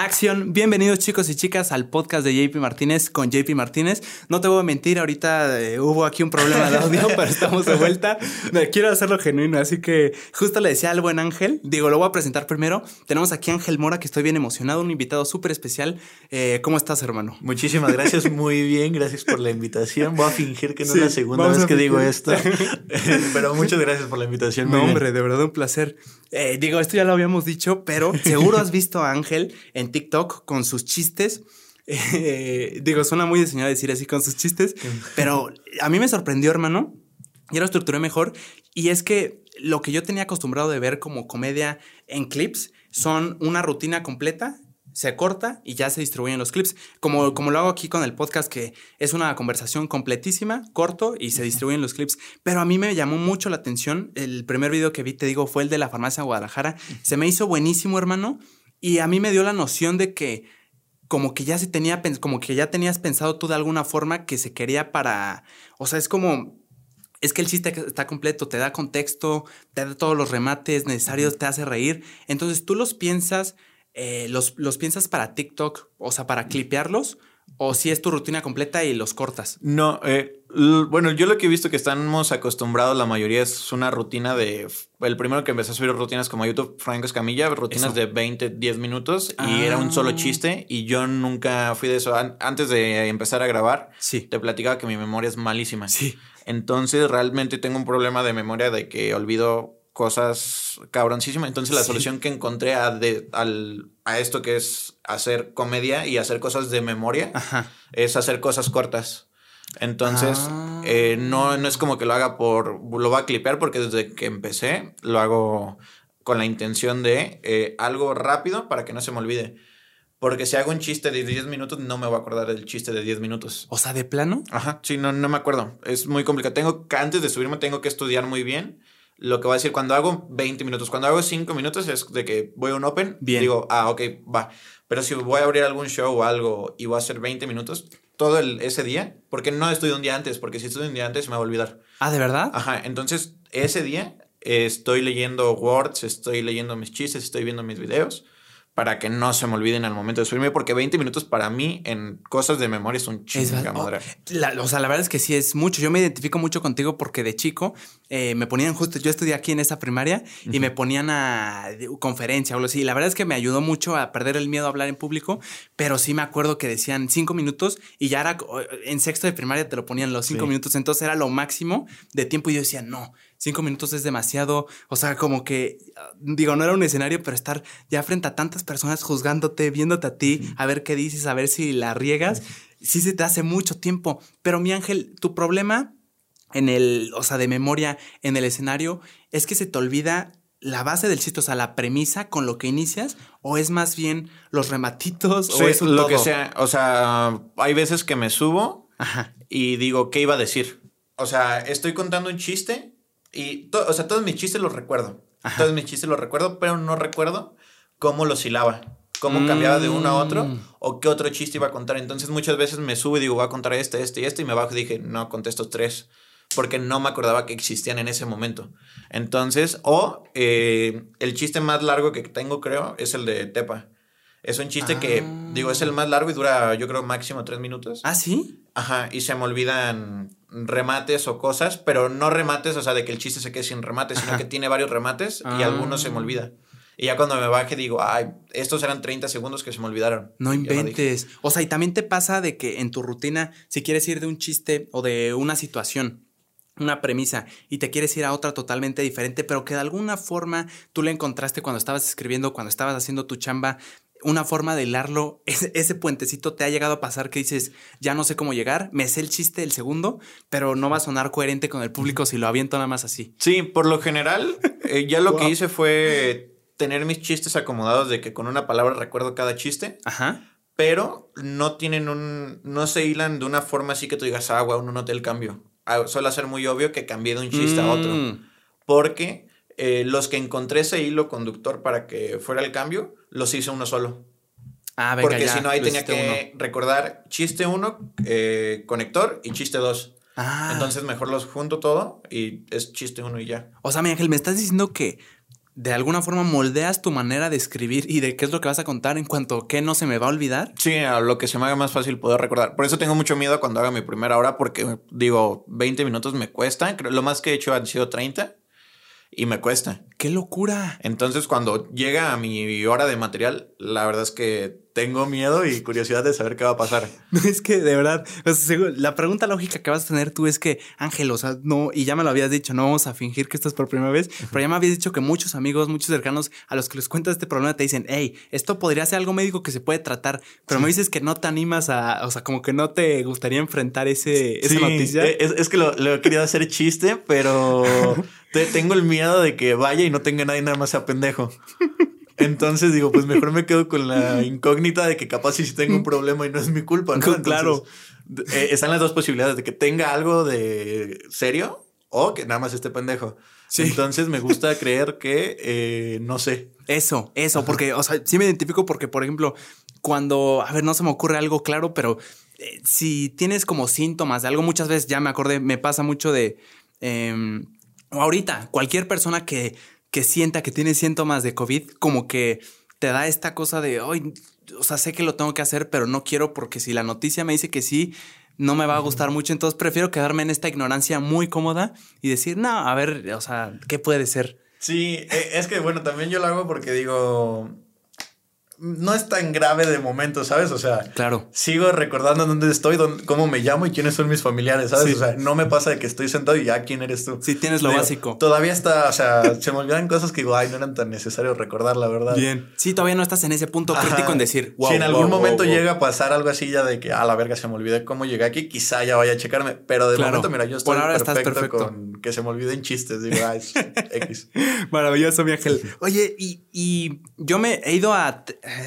Acción, bienvenidos chicos y chicas al podcast de JP Martínez con JP Martínez. No te voy a mentir, ahorita hubo aquí un problema de audio, pero estamos de vuelta. Quiero hacerlo genuino, así que justo le decía al buen Ángel, lo voy a presentar primero. Tenemos aquí a Ángel Mora, que estoy bien emocionado, un invitado súper especial. ¿Cómo estás, hermano? Muchísimas gracias, muy bien, gracias por la invitación. Voy a fingir que no es la segunda vez que digo esto, pero muchas gracias por la invitación. No, hombre, de verdad un placer. Esto ya lo habíamos dicho, pero seguro has visto a Ángel en TikTok con sus chistes. Suena muy diseñado decir así con sus chistes, pero a mí me sorprendió, hermano. Ya lo estructuré mejor. Y es que lo que yo tenía acostumbrado de ver como comedia en clips son una rutina completa, se corta y ya se distribuyen los clips. Como lo hago aquí con el podcast, que es una conversación completísima, corto y se distribuyen los clips. Pero a mí me llamó mucho la atención. El primer video que vi, te digo, fue el de la farmacia Guadalajara. Se me hizo buenísimo, hermano. Y a mí me dio la noción de que como que ya tenías pensado tú de alguna forma que se quería para... O sea, es que el chiste está completo, te da contexto, te da todos los remates necesarios, te hace reír. Entonces tú los piensas... ¿Los piensas para TikTok, o sea, para clipearlos? ¿O si es tu rutina completa y los cortas? No, bueno, yo lo que he visto que estamos acostumbrados, la mayoría es una rutina de... El primero que empecé a subir rutinas como YouTube, Franco Escamilla, rutinas de 20, 10 minutos y era un solo chiste y yo nunca fui de eso. Antes de empezar a grabar, te platicaba que mi memoria es malísima. Sí. Entonces realmente tengo un problema de memoria de que olvido cosas cabroncísimas. Entonces la solución que encontré a esto que es hacer comedia y hacer cosas de memoria es hacer cosas cortas. Entonces no es como que lo haga lo voy a clipear, porque desde que empecé lo hago con la intención de algo rápido para que no se me olvide. Porque si hago un chiste de 10 minutos, no me voy a acordar del chiste de 10 minutos. O sea, ¿de plano? Ajá, sí, no me acuerdo. Es muy complicado. Antes de subirme tengo que estudiar muy bien lo que voy a decir. Cuando hago 20 minutos, cuando hago 5 minutos es de que voy a un open, digo, ok, va. Pero si voy a abrir algún show o algo y voy a hacer 20 minutos todo ese día, porque no estudio un día antes, porque si estudio un día antes me va a olvidar. Ah, ¿de verdad? Ajá, entonces ese día estoy leyendo words, estoy leyendo mis chistes, estoy viendo mis videos para que no se me olviden al momento de subirme, porque 20 minutos para mí en cosas de memoria es un chingamadre. La verdad es que sí es mucho. Yo me identifico mucho contigo porque de chico me ponían yo estudié aquí en esa primaria y me ponían a conferencia o algo así. La verdad es que me ayudó mucho a perder el miedo a hablar en público, pero sí me acuerdo que decían 5 minutos y ya era en sexto de primaria te lo ponían los 5 minutos. Entonces era lo máximo de tiempo y yo decía, no, 5 minutos es demasiado. O sea, como que, no era un escenario, pero estar ya frente a tantas personas juzgándote, viéndote a ti, a ver qué dices, a ver si la riegas, sí se te hace mucho tiempo. Pero mi Ángel, tu problema de memoria en el escenario es que se te olvida la base del chiste, o sea, la premisa con lo que inicias, o es más bien los rematitos, o es un lo todo. Que sea. O sea, hay veces que me subo y digo, ¿qué iba a decir? O sea, estoy contando un chiste y todos mis chistes los recuerdo. Todos mis chistes los recuerdo, pero no recuerdo cómo los hilaba, cómo cambiaba de uno a otro o qué otro chiste iba a contar. Entonces muchas veces me subo y digo, voy a contar este y este, y me bajo y dije, no, conté estos 3 porque no me acordaba que existían en ese momento. Entonces, el chiste más largo que tengo, creo, es el de Tepa. Es un chiste que, es el más largo y dura, yo creo, máximo 3 minutos. ¿Ah, sí? Ajá, y se me olvidan remates o cosas, pero no remates, o sea, de que el chiste se quede sin remate, sino que tiene varios remates y algunos se me olvida. Y ya cuando me baje digo, estos eran 30 segundos que se me olvidaron. No inventes. O sea, y también te pasa de que en tu rutina, si quieres ir de un chiste o de una situación, una premisa, y te quieres ir a otra totalmente diferente, pero que de alguna forma tú le encontraste cuando estabas escribiendo, cuando estabas haciendo tu chamba, una forma de hilarlo, ese puentecito te ha llegado a pasar que dices, ya no sé cómo llegar, me sé el chiste del segundo, pero no va a sonar coherente con el público si lo aviento nada más así. Sí, por lo general, ya lo que hice fue tener mis chistes acomodados de que con una palabra recuerdo cada chiste. Pero no se hilan de una forma así que tú digas, wow, no noté el cambio. Suele ser muy obvio que cambié de un chiste a otro. Porque los que encontré ese hilo conductor para que fuera el cambio, los hice uno solo. Venga, porque si no, ahí tenía que recordar chiste 1, conector y chiste 2. Entonces mejor los junto todo y es chiste 1 y ya. O sea, mi Ángel, me estás diciendo que de alguna forma moldeas tu manera de escribir y de qué es lo que vas a contar en cuanto a qué no se me va a olvidar. Sí, a lo que se me haga más fácil poder recordar. Por eso tengo mucho miedo cuando haga mi primera hora, porque digo, 20 minutos me cuesta. Lo más que he hecho han sido 30 y me cuesta. ¡Qué locura! Entonces, cuando llega a mi hora de material, la verdad es que tengo miedo y curiosidad de saber qué va a pasar. Es que de verdad, o sea, la pregunta lógica que vas a tener tú es que, Ángel, o sea, no, y ya me lo habías dicho, no vamos a fingir que esto es por primera vez, pero ya me habías dicho que muchos amigos, muchos cercanos a los que les cuentas este problema te dicen, hey, esto podría ser algo médico que se puede tratar, pero me dices que no te animas a, o sea, como que no te gustaría enfrentar esa noticia. Es que lo he querido hacer chiste, pero tengo el miedo de que vaya y no tenga nadie, nada más sea pendejo. Entonces digo, pues mejor me quedo con la incógnita de que capaz si tengo un problema y no es mi culpa, ¿no? Entonces, claro. Están las dos posibilidades de que tenga algo de serio o que nada más esté pendejo. Sí. Entonces me gusta creer que no sé. Eso, porque, o sea, sí me identifico porque, por ejemplo, cuando, a ver, no se me ocurre algo claro, pero si tienes como síntomas de algo, muchas veces ya me acordé, me pasa mucho de, o ahorita, cualquier persona que sienta que tiene síntomas de COVID, como que te da esta cosa de, hoy, o sea, sé que lo tengo que hacer, pero no quiero porque si la noticia me dice que sí, no me va a gustar mucho. Entonces prefiero quedarme en esta ignorancia muy cómoda y decir, no, a ver, o sea, ¿qué puede ser? Sí, es que bueno, también yo lo hago porque digo, no es tan grave de momento, ¿sabes? O sea, claro, sigo recordando dónde estoy, cómo me llamo y quiénes son mis familiares, ¿sabes? Sí. O sea, no me pasa de que estoy sentado y ya, ¿quién eres tú? Sí, tienes lo básico. Todavía está, o sea, se me olvidan cosas que digo, ay, no eran tan necesarios recordar, la verdad. Bien. Sí, todavía no estás en ese punto crítico en decir, wow. Si en algún momento llega a pasar algo así ya de que, la verga, se me olvidé cómo llegué aquí, quizá ya vaya a checarme. Pero de momento, mira, yo estoy perfecto con que se me olviden chistes. Digo, es X. Maravilloso, mi Ángel. Oye, y yo me he ido a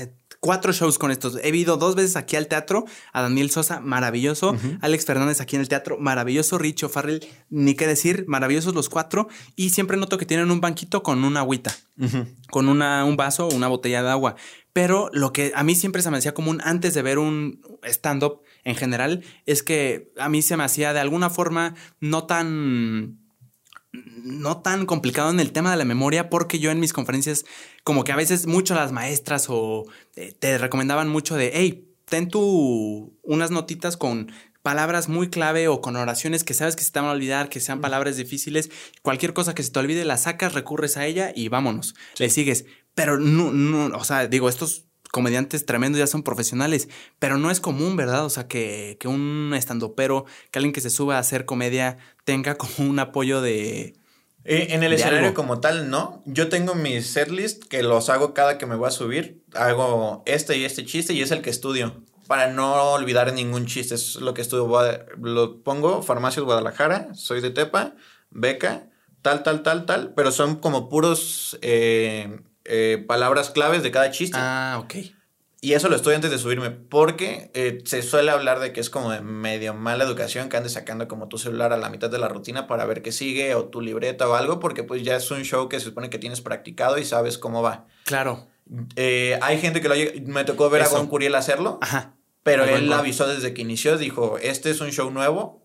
4 shows con estos. He ido 2 veces aquí al teatro, a Daniel Sosa, maravilloso. Alex Fernández aquí en el teatro, maravilloso. Rich O'Farrell, ni qué decir, maravillosos los 4. Y siempre noto que tienen un banquito con una agüita, con un vaso o una botella de agua. Pero lo que a mí siempre se me hacía común antes de ver un stand-up en general es que a mí se me hacía de alguna forma no tan complicado en el tema de la memoria, porque yo en mis conferencias como que a veces mucho las maestras o te recomendaban mucho de, hey, ten unas notitas con palabras muy clave o con oraciones que sabes que se te van a olvidar, que sean palabras difíciles, cualquier cosa que se te olvide la sacas, recurres a ella y vámonos, le sigues. Pero no, o sea, digo, estos comediantes tremendos ya son profesionales, pero no es común, ¿verdad? O sea, que un estandopero, que alguien que se suba a hacer comedia tenga como un apoyo de... En el escenario como tal, no. Yo tengo mis setlist que los hago cada que me voy a subir. Hago este y este chiste y es el que estudio. Para no olvidar ningún chiste. Es lo que estudio. Lo pongo, Farmacias Guadalajara, soy de Tepa, beca, tal. Pero son como puros palabras claves de cada chiste. Ah, ok. Y eso lo estudio antes de subirme, porque se suele hablar de que es como de medio mala educación que andes sacando como tu celular a la mitad de la rutina para ver qué sigue o tu libreta o algo, porque pues ya es un show que se supone que tienes practicado y sabes cómo va. Claro. Hay gente que me tocó ver a Gon Curiel hacerlo, pero él avisó desde que inició, dijo, este es un show nuevo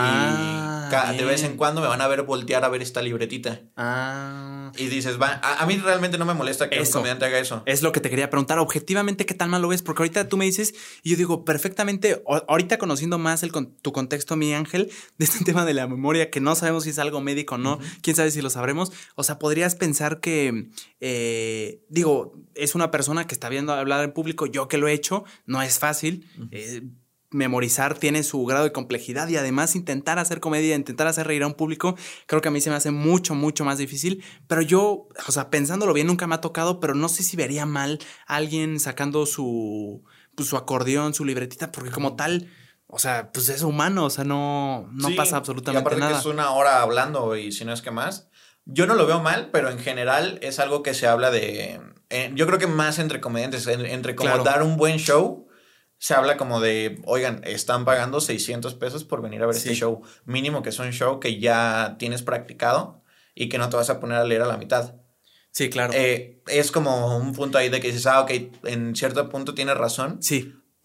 y de vez en cuando me van a ver voltear a ver esta libretita. Y dices, a mí realmente no me molesta que un comediante haga eso. Es lo que te quería preguntar, objetivamente, ¿qué tan mal lo ves? Porque ahorita tú me dices, y yo digo, perfectamente, ahorita conociendo más tu contexto, mi Ángel, de este tema de la memoria, que no sabemos si es algo médico o no, quién sabe si lo sabremos. O sea, podrías pensar que, digo, es una persona que está viendo hablar en público, yo que lo he hecho, no es fácil. Memorizar tiene su grado de complejidad y además intentar hacer comedia, intentar hacer reír a un público, creo que a mí se me hace mucho más difícil, pero yo, o sea, pensándolo bien, nunca me ha tocado, pero no sé si vería mal a alguien sacando su acordeón, su libretita, porque como tal, o sea, pues es humano, o sea, no pasa absolutamente nada. Y aparte que es una hora hablando y si no es que más, yo no lo veo mal, pero en general es algo que se habla de, yo creo que más entre comediantes, entre como dar un buen show. Se habla como de, oigan, están pagando 600 pesos por venir a ver este show. Mínimo que es un show que ya tienes practicado y que no te vas a poner a leer a la mitad. Sí, claro. Es como un punto ahí de que dices, ok, en cierto punto tienes razón. Sí.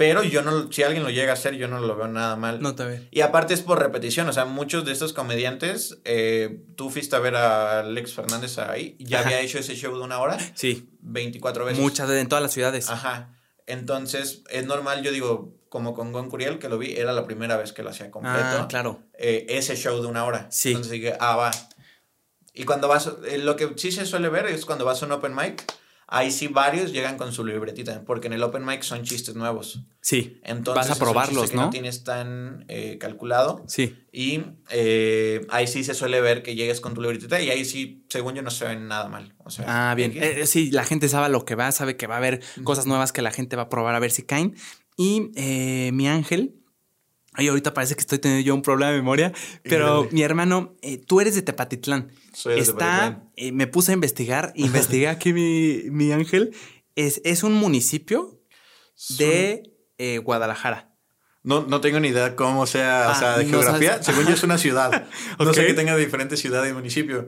Pero yo no, si alguien lo llega a hacer, yo no lo veo nada mal. No te veo. Y aparte es por repetición, o sea, muchos de estos comediantes, tú fuiste a ver a Alex Fernández ahí, ya había hecho ese show de 1 hora. Sí. 24 veces. Muchas en todas las ciudades. Ajá. Entonces, es normal, yo digo, como con Gon Curiel, que lo vi, era la primera vez que lo hacía completo. Ah, claro. Ese show de 1 hora. Sí. Entonces dije, va. Y cuando vas, lo que sí se suele ver es cuando vas a un open mic, ahí sí varios llegan con su libretita, porque en el open mic son chistes nuevos. Sí. Entonces, vas a probarlos, que ¿no? no tienes tan calculado. Sí. Y ahí sí se suele ver que llegues con tu libretita y ahí sí, según yo, no se ven nada mal. O sea, bien. Sí, la gente sabe lo que va, sabe que va a haber cosas nuevas que la gente va a probar a ver si caen. Y mi Ángel... Ay, ahorita parece que estoy teniendo yo un problema de memoria, pero mi hermano, tú eres de Tepatitlán. Soy de Tepatitlán. Me puse a investigué aquí mi Ángel. Es un municipio de Guadalajara. No tengo ni idea cómo sea, o sea, de geografía. Sabes. Según yo es una ciudad. No sé que tenga diferentes ciudades y municipios.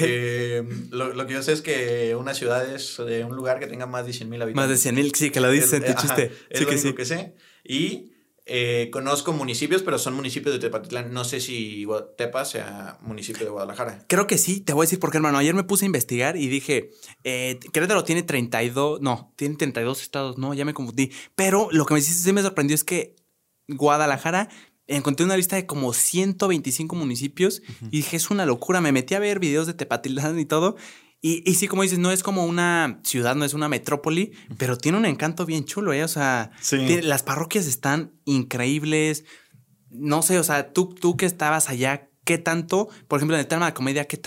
Lo que yo sé es que una ciudad es un lugar que tenga más de 100,000 habitantes. Más de 100,000, sí, que lo dices en tu chiste. Es sí lo único que sé. Y conozco municipios, pero son municipios de Tepatitlán. No sé si Tepa sea municipio de Guadalajara. Creo que sí. Te voy a decir por qué, hermano. Ayer me puse a investigar y dije, Querétaro tiene 32... No, tiene 32 estados. No, ya me confundí. Pero lo que sí me sorprendió es que Guadalajara... Encontré una lista de como 125 municipios y dije, es una locura. Me metí a ver videos de Tepatitlán y todo. Y sí, como dices, no es como una ciudad, no es una metrópoli, pero tiene un encanto bien chulo, ¿eh? O sea, las parroquias están increíbles. No sé, o sea, tú que estabas allá, ¿qué tanto, por ejemplo, en el tema de la comedia, qué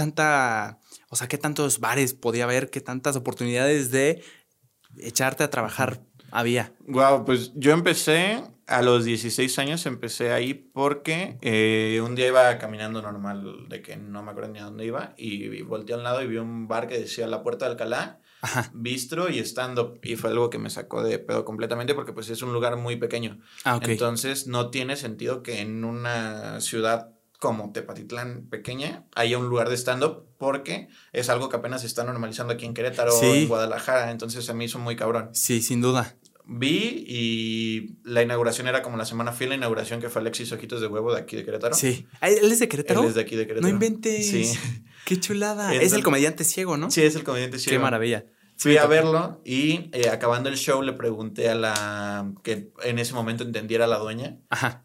tantos bares podía haber, qué tantas oportunidades de echarte a trabajar había? Wow, pues yo empecé a los 16 años, empecé ahí porque un día iba caminando normal, de que no me acuerdo ni a dónde iba, y volteé a un lado y vi un bar que decía La Puerta de Alcalá, bistro y stand-up, y fue algo que me sacó de pedo completamente porque pues es un lugar muy pequeño. Entonces no tiene sentido que en una ciudad como Tepatitlán pequeña haya un lugar de stand-up porque es algo que apenas se está normalizando aquí en Querétaro o en Guadalajara, entonces se me hizo muy cabrón. Sí, sin duda. Vi y la inauguración era como la semana, fui a la inauguración que fue Alexis Ojitos de Huevo de aquí de Querétaro. Sí. ¿Él es de Querétaro? Él es de aquí de Querétaro. No inventes. Sí. Qué chulada. Es el comediante ciego, ¿no? Sí, es el comediante ciego. Qué maravilla. Fui a verlo y acabando el show le pregunté a la que en ese momento entendiera la dueña.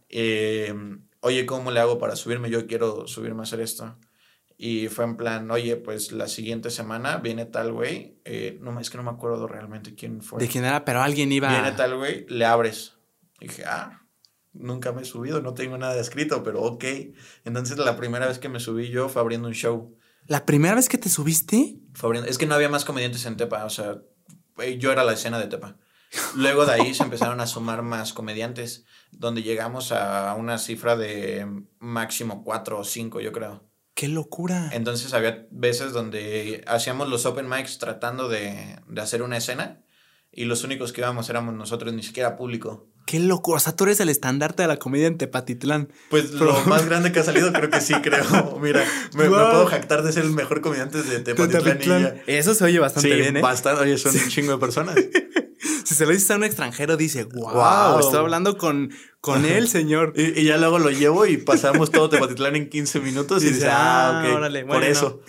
Oye, ¿cómo le hago para subirme? Yo quiero subirme a hacer esto. Y fue en plan, oye, pues la siguiente semana viene tal güey. No, es que no me acuerdo realmente quién fue. De quién era, pero alguien iba... Viene tal güey, le abres. Y dije, nunca me he subido, no tengo nada escrito, pero ok. Entonces la primera vez que me subí yo fue abriendo un show. ¿La primera vez que te subiste? Es que no había más comediantes en Tepa, o sea, yo era la escena de Tepa. Luego de ahí se empezaron a sumar más comediantes, donde llegamos a una cifra de máximo 4 o 5, yo creo. ¡Qué locura! Entonces había veces donde hacíamos los open mics tratando de hacer una escena y los únicos que íbamos éramos nosotros, ni siquiera público. ¡Qué locura! O sea, tú eres el estandarte de la comedia en Tepatitlán. Pues lo más grande que ha salido creo que sí, creo. Mira, me puedo jactar de ser el mejor comediante de Tepatitlán. Eso se oye bastante bien, ¿eh? Bastante. Oye, son un chingo de personas. Si se lo dices a un extranjero, dice, wow, estoy hablando con él, señor. Y ya luego lo llevo y pasamos todo Tepatitlán en 15 minutos y dice, ok, órale, por eso.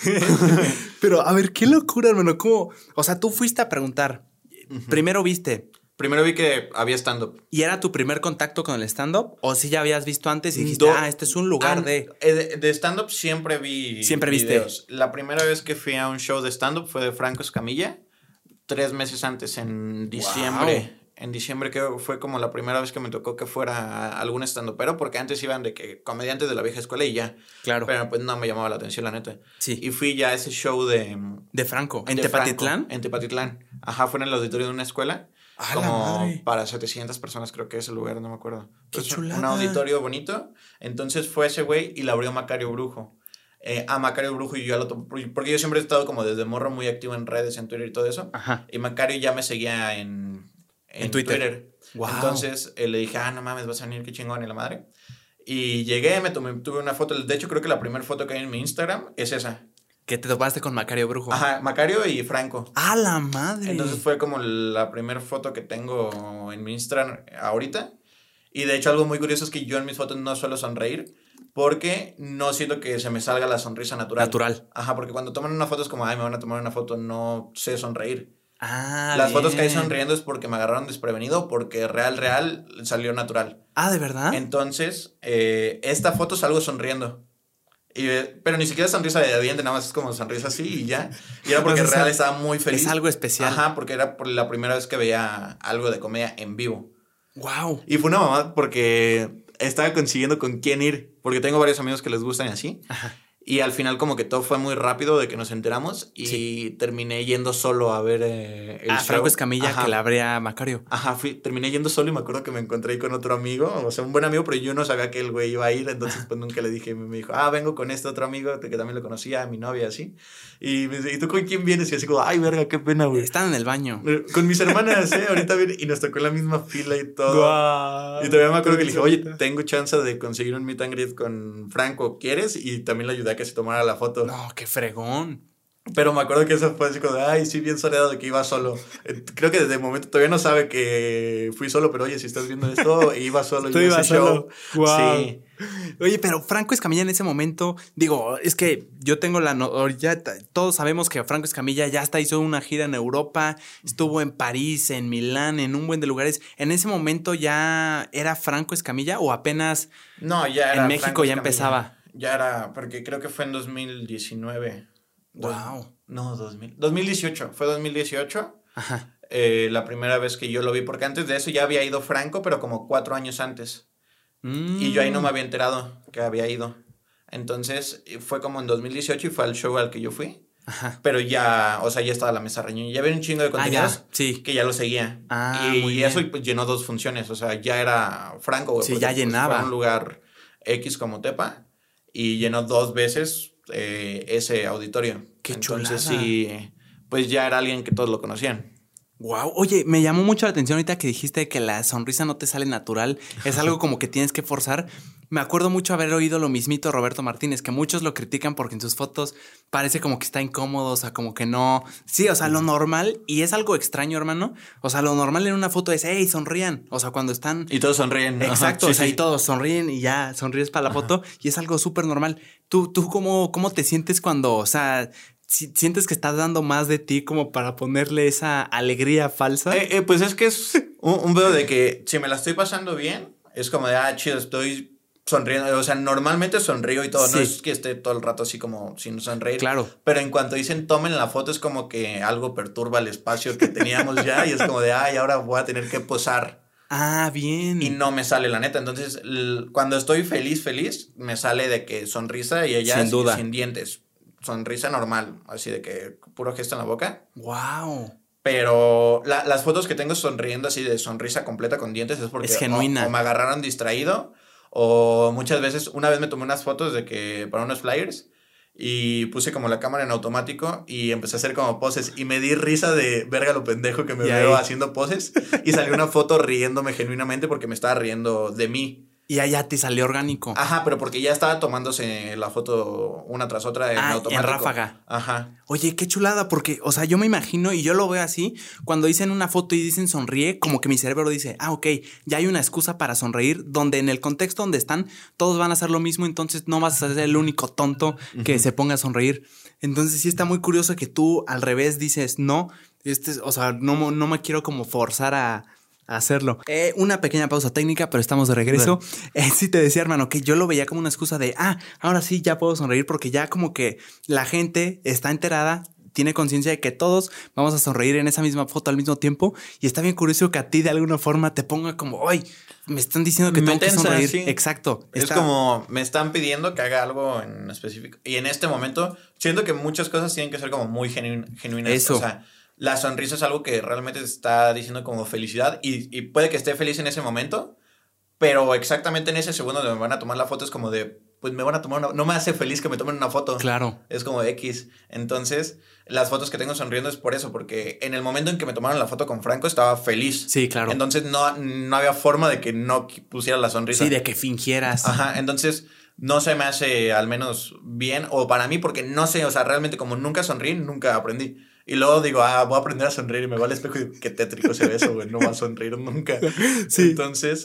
Pero, a ver, qué locura, hermano. ¿Cómo? O sea, tú fuiste a preguntar. Primero viste. Primero vi que había stand-up. ¿Y era tu primer contacto con el stand-up? ¿O sí ya habías visto antes y dijiste, este es un lugar de stand-up siempre vi Siempre videos. La primera vez que fui a un show de stand-up fue de Franco Escamilla, 3 meses antes, en diciembre. Wow. En diciembre que fue como la primera vez que me tocó que fuera algún stand-upero, porque antes iban de que comediantes de la vieja escuela y ya. Claro. Pero pues no me llamaba la atención, la neta. Sí. Y fui ya a ese show de Franco. ¿En Tepatitlán? En Tepatitlán. Ajá, fue en el auditorio de una escuela. Como para 700 personas creo que es el lugar, no me acuerdo. Qué chulada. Un auditorio bonito. Entonces fue ese güey y la abrió Macario Brujo. A Macario Brujo y yo porque yo siempre he estado como desde morro muy activo en redes, en Twitter y todo eso. Ajá. Y Macario ya me seguía en Twitter. Wow. Entonces le dije, no mames, vas a venir, qué chingón, y la madre. Y llegué, tuve una foto. De hecho, creo que la primera foto que hay en mi Instagram es esa. Que te topaste con Macario Brujo. Ajá, Macario y Franco. ¡Ah, la madre! Entonces fue como la primera foto que tengo en mi Instagram ahorita. Y de hecho algo muy curioso es que yo en mis fotos no suelo sonreír porque no siento que se me salga la sonrisa natural. Natural. Ajá, porque cuando toman una foto es como, ay, me van a tomar una foto, no sé sonreír. Ah, Las bien. fotos que hay sonriendo es porque me agarraron desprevenido, porque real salió natural. Ah, ¿de verdad? Entonces, esta foto salgo sonriendo. Pero ni siquiera sonrisa de diente, nada más es como sonrisa así y ya. Y era porque real estaba muy feliz. Es algo especial. Ajá, porque era por la primera vez que veía algo de comedia en vivo. ¡Wow! Y fue una mamá porque estaba consiguiendo con quién ir. Porque tengo varios amigos que les gustan y así. Ajá. Y al final como que todo fue muy rápido de que nos enteramos. Y terminé yendo solo a ver el show. Franco Escamilla. Ajá. Que le abría a Macario. Ajá, terminé yendo solo y me acuerdo que me encontré ahí con otro amigo. O sea, un buen amigo, pero yo no sabía que el güey iba a ir. Entonces pues nunca le dije. Me dijo, vengo con este otro amigo que también lo conocía, mi novia, así. Y me dice, ¿y tú con quién vienes? Y así como, ay, verga, qué pena, güey. Están en el baño. Con mis hermanas, ahorita viene. Y nos tocó en la misma fila y todo. Wow. Y todavía me acuerdo que le dije, oye, tengo chance de conseguir un meet and greet con Franco, ¿quieres? Y también le ayudé a que se tomara la foto. No, qué fregón. Pero me acuerdo que eso fue así como de, ay, sí, bien soleado de que iba solo. Creo que desde el momento todavía no sabe que fui solo, pero oye, si estás viendo esto, iba solo. Tú ibas solo. Wow. Sí. Oye, pero Franco Escamilla en ese momento, digo, es que yo tengo ya todos sabemos que Franco Escamilla ya hasta hizo una gira en Europa, estuvo en París, en Milán, en un buen de lugares. ¿En ese momento ya era Franco Escamilla o apenas no, ya era en México Franco ya Escamilla. empezaba? Ya era, porque creo que fue en 2019. Wow. 2018. Fue 2018. Ajá. La primera vez que yo lo vi, porque antes de eso ya había ido Franco, pero como 4 años antes. Y yo ahí no me había enterado que había ido. Entonces fue como en 2018 y fue al show al que yo fui. Ajá. Pero ya, o sea, ya estaba la mesa reñida. Ya había un chingo de contenidos sí. que ya lo seguía. Y eso pues, llenó 2 funciones. O sea, ya era Franco, güey. Sí, ya llenaba. Fue un lugar X como Tepa y llenó 2 veces ese auditorio. Qué Entonces chulada. sí, pues ya era alguien que todos lo conocían. Wow, oye, me llamó mucho la atención ahorita que dijiste que la sonrisa no te sale natural, es algo como que tienes que forzar. Me acuerdo mucho haber oído lo mismito de Roberto Martínez, que muchos lo critican porque en sus fotos parece como que está incómodo, o sea, como que no. Sí, o sea, lo normal, y es algo extraño, hermano. O sea, lo normal en una foto es, hey, sonrían. O sea, cuando están. Y todos sonríen. Exacto, Ajá, o sea, y todos sonríen y ya sonríes para la foto, y es algo súper normal. ¿Tú cómo te sientes cuando, o sea, sientes que estás dando más de ti como para ponerle esa alegría falsa? Pues es que es un pedo de que si me la estoy pasando bien, es como de, chido, estoy sonriendo. O sea, normalmente sonrío y todo. Sí. No es que esté todo el rato así como sin sonreír. Claro. Pero en cuanto dicen tomen la foto, es como que algo perturba el espacio que teníamos ya. Y es como de, ahora voy a tener que posar. Bien. Y no me sale, la neta. Entonces, cuando estoy feliz, me sale de que sonrisa y ella sin duda. Sin dientes. Sonrisa normal, así de que puro gesto en la boca. Wow. Pero las fotos que tengo sonriendo así de sonrisa completa con dientes es porque es genuina. O me agarraron distraído o muchas veces, una vez me tomé unas fotos de que para unos flyers y puse como la cámara en automático y empecé a hacer como poses y me di risa de verga lo pendejo que me veo haciendo poses y salió una foto riéndome genuinamente porque me estaba riendo de mí. Y allá te salió orgánico. Ajá, pero porque ya estaba tomándose la foto una tras otra en automático. En ráfaga. Ajá. Oye, qué chulada, porque, o sea, yo me imagino y yo lo veo así, cuando dicen una foto y dicen sonríe, como que mi cerebro dice, ok, ya hay una excusa para sonreír, donde en el contexto donde están, todos van a hacer lo mismo, entonces no vas a ser el único tonto que se ponga a sonreír. Entonces sí está muy curioso que tú al revés dices, no, o sea, no me quiero como forzar a hacerlo. Una pequeña pausa técnica, pero estamos de regreso. Sí te decía, hermano, que yo lo veía como una excusa de, ahora sí ya puedo sonreír porque ya como que la gente está enterada, tiene conciencia de que todos vamos a sonreír en esa misma foto al mismo tiempo y está bien curioso que a ti de alguna forma te ponga como, ¡ay! Me están diciendo que tengo que sonreír. Sí. Exacto. Es como me están pidiendo que haga algo en específico. Y en este momento siento que muchas cosas tienen que ser como muy genuinas. Eso. O sea, la sonrisa es algo que realmente está diciendo como felicidad y puede que esté feliz en ese momento, pero exactamente en ese segundo donde me van a tomar la foto es como de, pues me van a tomar no me hace feliz que me tomen una foto. Claro. Es como X. Entonces, las fotos que tengo sonriendo es por eso, porque en el momento en que me tomaron la foto con Franco estaba feliz. Sí, claro. Entonces no había forma de que no pusiera la sonrisa. Sí, de que fingieras. Ajá, entonces no se me hace al menos bien, o para mí, porque no sé, o sea, realmente como nunca sonríe, nunca aprendí. Y luego digo, voy a aprender a sonreír y me va al espejo y digo, qué tétrico se ve eso, güey, no va a sonreír nunca. Sí. Entonces,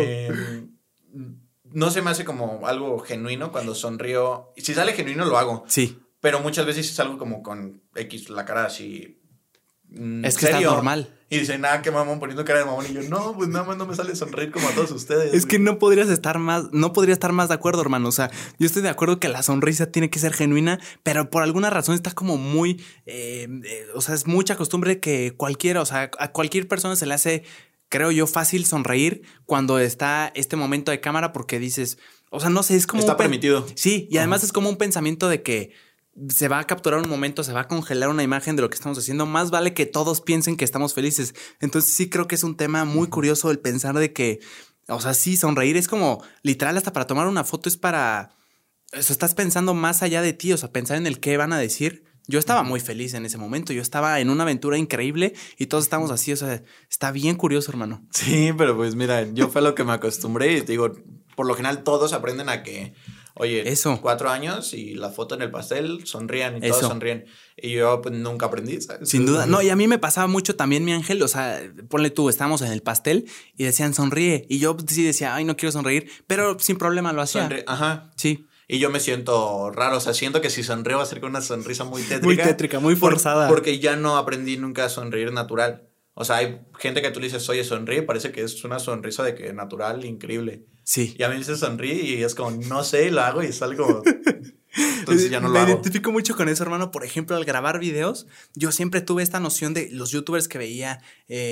no se me hace como algo genuino cuando sonrío. Si sale genuino, lo hago. Sí. Pero muchas veces es algo como con X, la cara así. Es que está normal. Y dicen, qué mamón, poniendo cara de mamón. Y yo, no, pues nada más no me sale sonreír como a todos ustedes. Es que no podría estar más de acuerdo, hermano. O sea, yo estoy de acuerdo que la sonrisa tiene que ser genuina, pero por alguna razón está como muy, o sea, es mucha costumbre que cualquiera, o sea, a cualquier persona se le hace, creo yo, fácil sonreír cuando está este momento de cámara porque dices, o sea, no sé, es como... Está permitido. Sí, y además es como un pensamiento de que se va a capturar un momento, se va a congelar una imagen de lo que estamos haciendo. Más vale que todos piensen que estamos felices. Entonces sí creo que es un tema muy curioso el pensar de que, o sea, sí, sonreír es como literal hasta para tomar una foto es para... O sea, estás pensando más allá de ti, o sea, pensar en el qué van a decir. Yo estaba muy feliz en ese momento, yo estaba en una aventura increíble y todos estamos así, o sea, está bien curioso, hermano. Sí, pero pues mira, yo fue a lo que me acostumbré y te digo, por lo general todos aprenden a que... Oye, 4 años y la foto en el pastel, sonrían y todos sonríen. Y yo pues nunca aprendí, ¿sabes? Sin duda. No, y a mí me pasaba mucho también, mi ángel. O sea, ponle tú, estábamos en el pastel y decían sonríe. Y yo sí decía, ay, no quiero sonreír, pero sin problema lo hacía. Ajá. Sí. Y yo me siento raro, o sea, siento que si sonrío va a ser con una sonrisa muy tétrica. Muy tétrica, muy forzada. Porque ya no aprendí nunca a sonreír natural. O sea, hay gente que tú le dices, oye, sonríe, parece que es una sonrisa de que natural, increíble. Sí. Y a mí me dice sonríe y es como, no sé, lo hago y sale como... Entonces ya no lo hago. Me identifico mucho con eso, hermano. Por ejemplo, al grabar videos, yo siempre tuve esta noción de los youtubers que veía,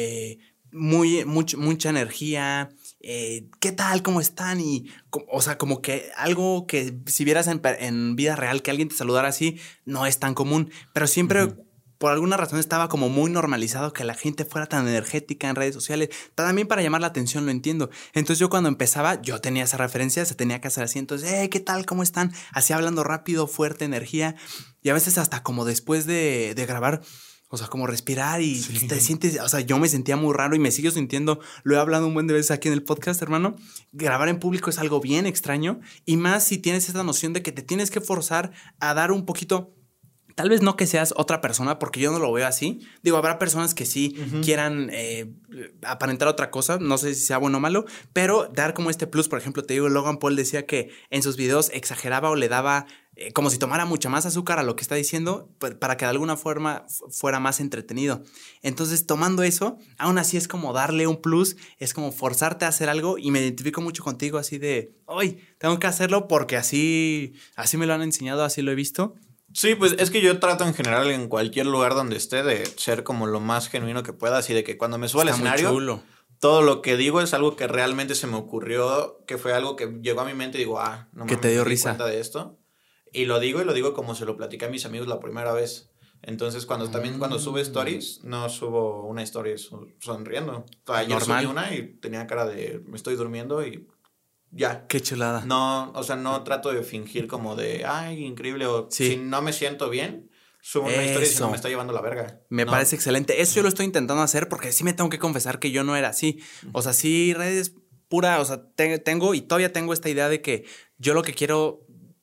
mucha energía, ¿qué tal? ¿Cómo están? Y, o sea, como que algo que si vieras en vida real que alguien te saludara así, no es tan común, pero siempre... Por alguna razón estaba como muy normalizado que la gente fuera tan energética en redes sociales. También para llamar la atención, lo entiendo. Entonces yo cuando empezaba, yo tenía esa referencia, se tenía que hacer así. Entonces, ¿qué tal? ¿Cómo están? Así hablando rápido, fuerte, energía. Y a veces hasta como después de grabar, o sea, como respirar y te sientes... O sea, yo me sentía muy raro y me sigo sintiendo... Lo he hablado un buen de veces aquí en el podcast, hermano. Grabar en público es algo bien extraño. Y más si tienes esa noción de que te tienes que forzar a dar un poquito... Tal vez no que seas otra persona, porque yo no lo veo así. Digo, habrá personas que sí quieran aparentar otra cosa. No sé si sea bueno o malo, pero dar como este plus. Por ejemplo, te digo, Logan Paul decía que en sus videos exageraba o le daba como si tomara mucha más azúcar a lo que está diciendo para que de alguna forma fuera más entretenido. Entonces, tomando eso, aún así es como darle un plus, es como forzarte a hacer algo y me identifico mucho contigo así de, hoy tengo que hacerlo porque así me lo han enseñado, así lo he visto. Sí, pues es que yo trato en general en cualquier lugar donde esté de ser como lo más genuino que pueda, así de que cuando me subo al escenario, todo lo que digo es algo que realmente se me ocurrió, que fue algo que llegó a mi mente y digo, no me di cuenta de esto. Y lo digo como se lo platicé a mis amigos la primera vez. Entonces, cuando sube stories, no subo una story sonriendo. Ayer subí una y tenía cara de me estoy durmiendo y ya. Qué chulada. No, o sea, no trato de fingir como de, ay, increíble, o si no me siento bien, subo una historia y si no me está llevando la verga. Me parece excelente. Eso yo lo estoy intentando hacer porque sí me tengo que confesar que yo no era así. O sea, sí, redes pura, o sea, tengo y todavía tengo esta idea de que yo lo que quiero,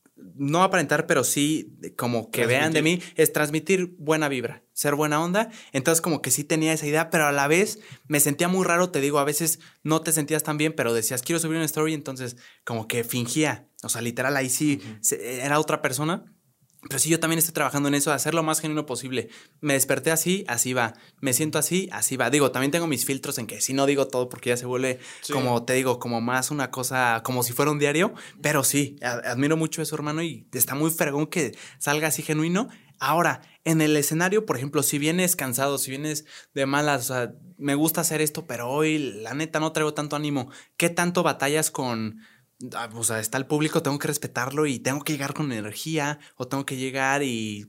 no aparentar, pero sí como que vean de mí, es transmitir buena vibra, ser buena onda. Entonces como que sí tenía esa idea, pero a la vez me sentía muy raro, te digo, a veces no te sentías tan bien, pero decías, quiero subir una story, entonces como que fingía, o sea, literal ahí sí era otra persona. Pero sí, yo también estoy trabajando en eso, de hacer lo más genuino posible. Me desperté así, así va. Me siento así, así va. Digo, también tengo mis filtros en que si no digo todo porque ya se vuelve, como te digo, como más una cosa, como si fuera un diario. Pero sí, admiro mucho eso, hermano, y está muy fregón que salga así genuino. Ahora, en el escenario, por ejemplo, si vienes cansado, si vienes de malas, o sea, me gusta hacer esto, pero hoy la neta no traigo tanto ánimo. ¿Qué tanto batallas con...? O sea, está el público, tengo que respetarlo y tengo que llegar con energía o tengo que llegar y...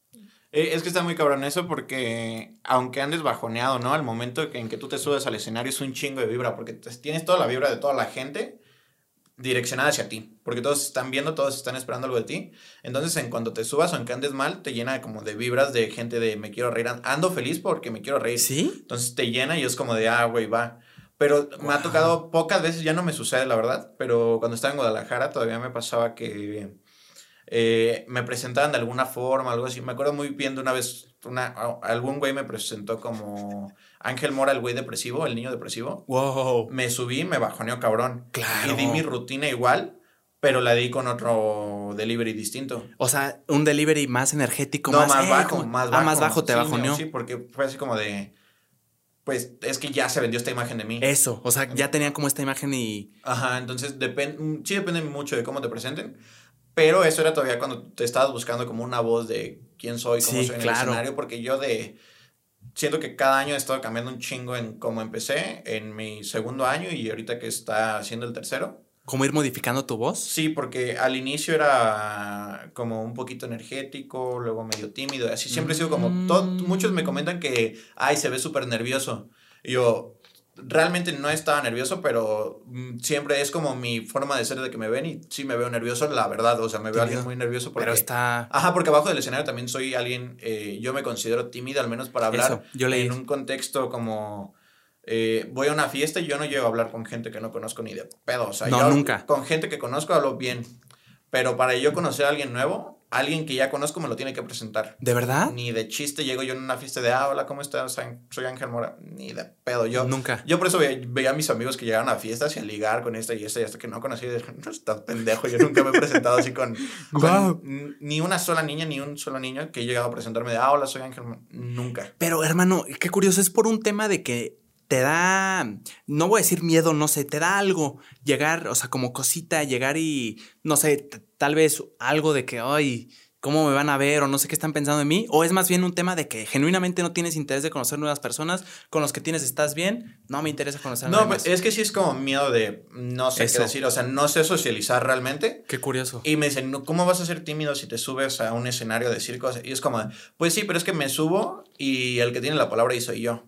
Es que está muy cabrón eso porque aunque andes bajoneado, ¿no? Al momento en que tú te subes al escenario es un chingo de vibra porque tienes toda la vibra de toda la gente direccionada hacia ti. Porque todos están viendo, todos están esperando algo de ti. Entonces, en cuanto te subas, aunque andes mal, te llena como de vibras de gente de me quiero reír. Ando feliz porque me quiero reír. ¿Sí? Entonces te llena y es como de, güey, va. Pero me ha tocado pocas veces, ya no me sucede, la verdad. Pero cuando estaba en Guadalajara todavía me pasaba que me presentaban de alguna forma, algo así. Me acuerdo muy bien de una vez, algún güey me presentó como Ángel Mora, el güey depresivo, el niño depresivo. Wow. Me subí, me bajoneó cabrón. Claro. Y di mi rutina igual, pero la di con otro delivery distinto. O sea, un delivery más energético, no, más bajo, más bajo. Más bajo te bajoneó. Sí, porque fue así como de... Pues es que ya se vendió esta imagen de mí. Eso, o sea, ya tenían como esta imagen y... Ajá, entonces sí depende mucho de cómo te presenten. Pero eso era todavía cuando te estabas buscando como una voz de quién soy, cómo soy en el escenario. Porque yo siento que cada año he estado cambiando un chingo en cómo empecé en mi segundo año y ahorita que está haciendo el tercero. ¿Cómo ir modificando tu voz? Sí, porque al inicio era como un poquito energético, luego medio tímido. Así siempre he sido como... muchos me comentan que, ay, se ve súper nervioso. Y yo realmente no estaba nervioso, pero siempre es como mi forma de ser de que me ven y sí me veo nervioso, la verdad. O sea, me veo alguien muy nervioso porque... Pero está... Ajá, porque abajo del escenario también soy alguien... yo me considero tímido, al menos para hablar en un contexto como... voy a una fiesta y yo no llego a hablar con gente que no conozco ni de pedo. O sea, no, yo nunca. Con gente que conozco hablo bien. Pero para yo conocer a alguien nuevo, alguien que ya conozco me lo tiene que presentar. ¿De verdad? Ni de chiste llego yo en una fiesta de, hola, ¿cómo estás? Soy Ángel Mora. Ni de pedo. Nunca. Yo por eso veía a mis amigos que llegaban a fiestas y a ligar con esta y esta y hasta que no conocí. No, estás pendejo. Yo nunca me he presentado así con ni una sola niña ni un solo niño que he llegado a presentarme de, hola, soy Ángel Mora. Nunca. Pero, hermano, qué curioso. Es por un tema de que te da, no voy a decir miedo, no sé, te da algo llegar, o sea, como cosita, llegar y, no sé, tal vez algo de que, ay, ¿cómo me van a ver? O no sé qué están pensando de mí. O es más bien un tema de que genuinamente no tienes interés de conocer nuevas personas, con los que tienes estás bien, no me interesa conocer a nadie más. No, es que sí es como miedo de no sé qué decir, o sea, no sé socializar realmente. Qué curioso. Y me dicen, ¿cómo vas a ser tímido si te subes a un escenario a decir cosas? Y es como, pues sí, pero es que me subo y el que tiene la palabra ahí soy yo.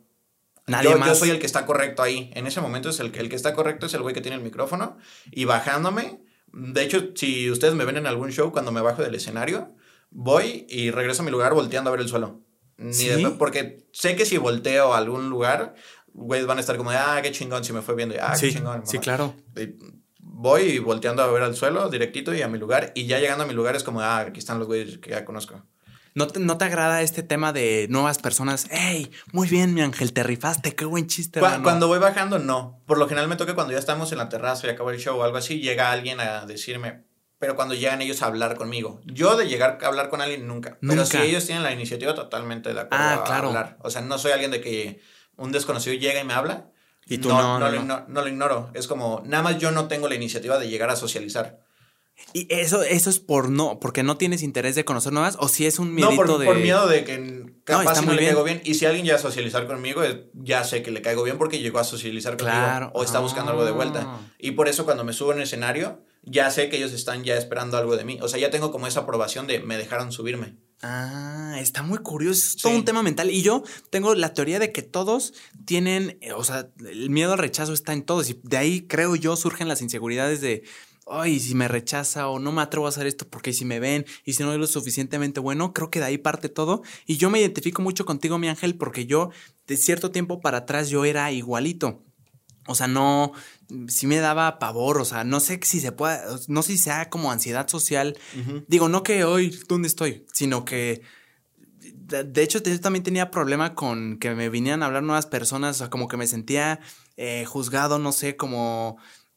Yo soy el que está correcto ahí. En ese momento es el que está correcto es el güey que tiene el micrófono. Y bajándome, de hecho, si ustedes me ven en algún show cuando me bajo del escenario, voy y regreso a mi lugar volteando a ver el suelo. Porque sé que si volteo a algún lugar, güeyes van a estar como de, qué chingón, si me fue viendo. Qué chingón. Sí, claro. Voy volteando a ver al suelo directito y a mi lugar. Y ya llegando a mi lugar es como, aquí están los güeyes que ya conozco. ¿No te agrada este tema de nuevas personas? ¡Ey! Muy bien, mi Ángel, te rifaste, qué buen chiste. Cuando voy bajando, no. Por lo general me toca cuando ya estamos en la terraza y acaba el show o algo así, llega alguien a decirme, pero cuando llegan ellos a hablar conmigo. Yo de llegar a hablar con alguien nunca. Pero si ellos tienen la iniciativa, totalmente de acuerdo a hablar. O sea, no soy alguien de que un desconocido llega y me habla. Y tú no lo ignoro. Es como, nada más yo no tengo la iniciativa de llegar a socializar. ¿Y eso es porque no tienes interés de conocer nuevas? ¿O si es un miedito por miedo de que capaz no le caigo bien? Y si alguien llega a socializar conmigo, ya sé que le caigo bien porque llegó a socializar conmigo. O está buscando algo de vuelta. Y por eso cuando me subo en el escenario, ya sé que ellos están ya esperando algo de mí. O sea, ya tengo como esa aprobación de me dejaron subirme. Está muy curioso. Es todo un tema mental. Y yo tengo la teoría de que todos tienen, o sea, el miedo al rechazo está en todos. Y de ahí, creo yo, surgen las inseguridades de... Ay, si me rechaza o no me atrevo a hacer esto porque si me ven y si no es lo suficientemente bueno, creo que de ahí parte todo. Y yo me identifico mucho contigo, mi Ángel, porque yo de cierto tiempo para atrás yo era igualito. O sea, no, sí me daba pavor, o sea, no sé si se pueda, no sé si sea como ansiedad social. Uh-huh. Digo, no que hoy, ¿dónde estoy? Sino que, de hecho, yo también tenía problema con que me vinieran a hablar nuevas personas, o sea, como que me sentía juzgado, no sé, como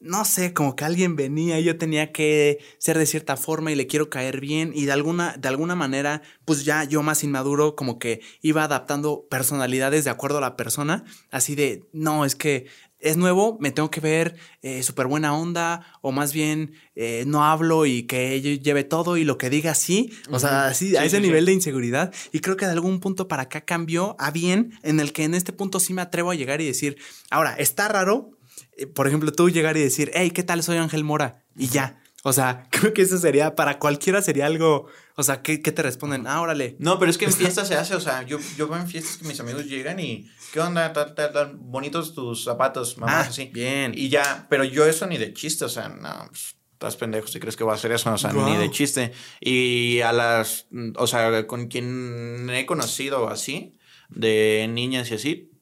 que alguien venía y yo tenía que ser de cierta forma y le quiero caer bien y de alguna manera, pues ya yo más inmaduro como que iba adaptando personalidades de acuerdo a la persona, así de, no, es que es nuevo, me tengo que ver súper buena onda o más bien no hablo y que ella lleve todo y lo que diga sí, o sea, así sí, a ese nivel de inseguridad y creo que de algún punto para acá cambió a bien en el que en este punto sí me atrevo a llegar y decir, ahora, está raro. Por ejemplo, tú llegar y decir, hey, ¿qué tal? Soy Ángel Mora. Y ya. O sea, creo que eso sería, para cualquiera sería algo, o sea, ¿qué te responden? Órale. No, pero es que en fiestas se hace, o sea, yo veo en fiestas que mis amigos llegan y, ¿qué onda? Tan bonitos tus zapatos, mamás, así. Bien. Y ya, pero yo eso ni de chiste, o sea, no, pues, estás pendejo si crees que voy a hacer eso, o sea, ni de chiste. Y o sea, con quien he conocido así, de niñas y así,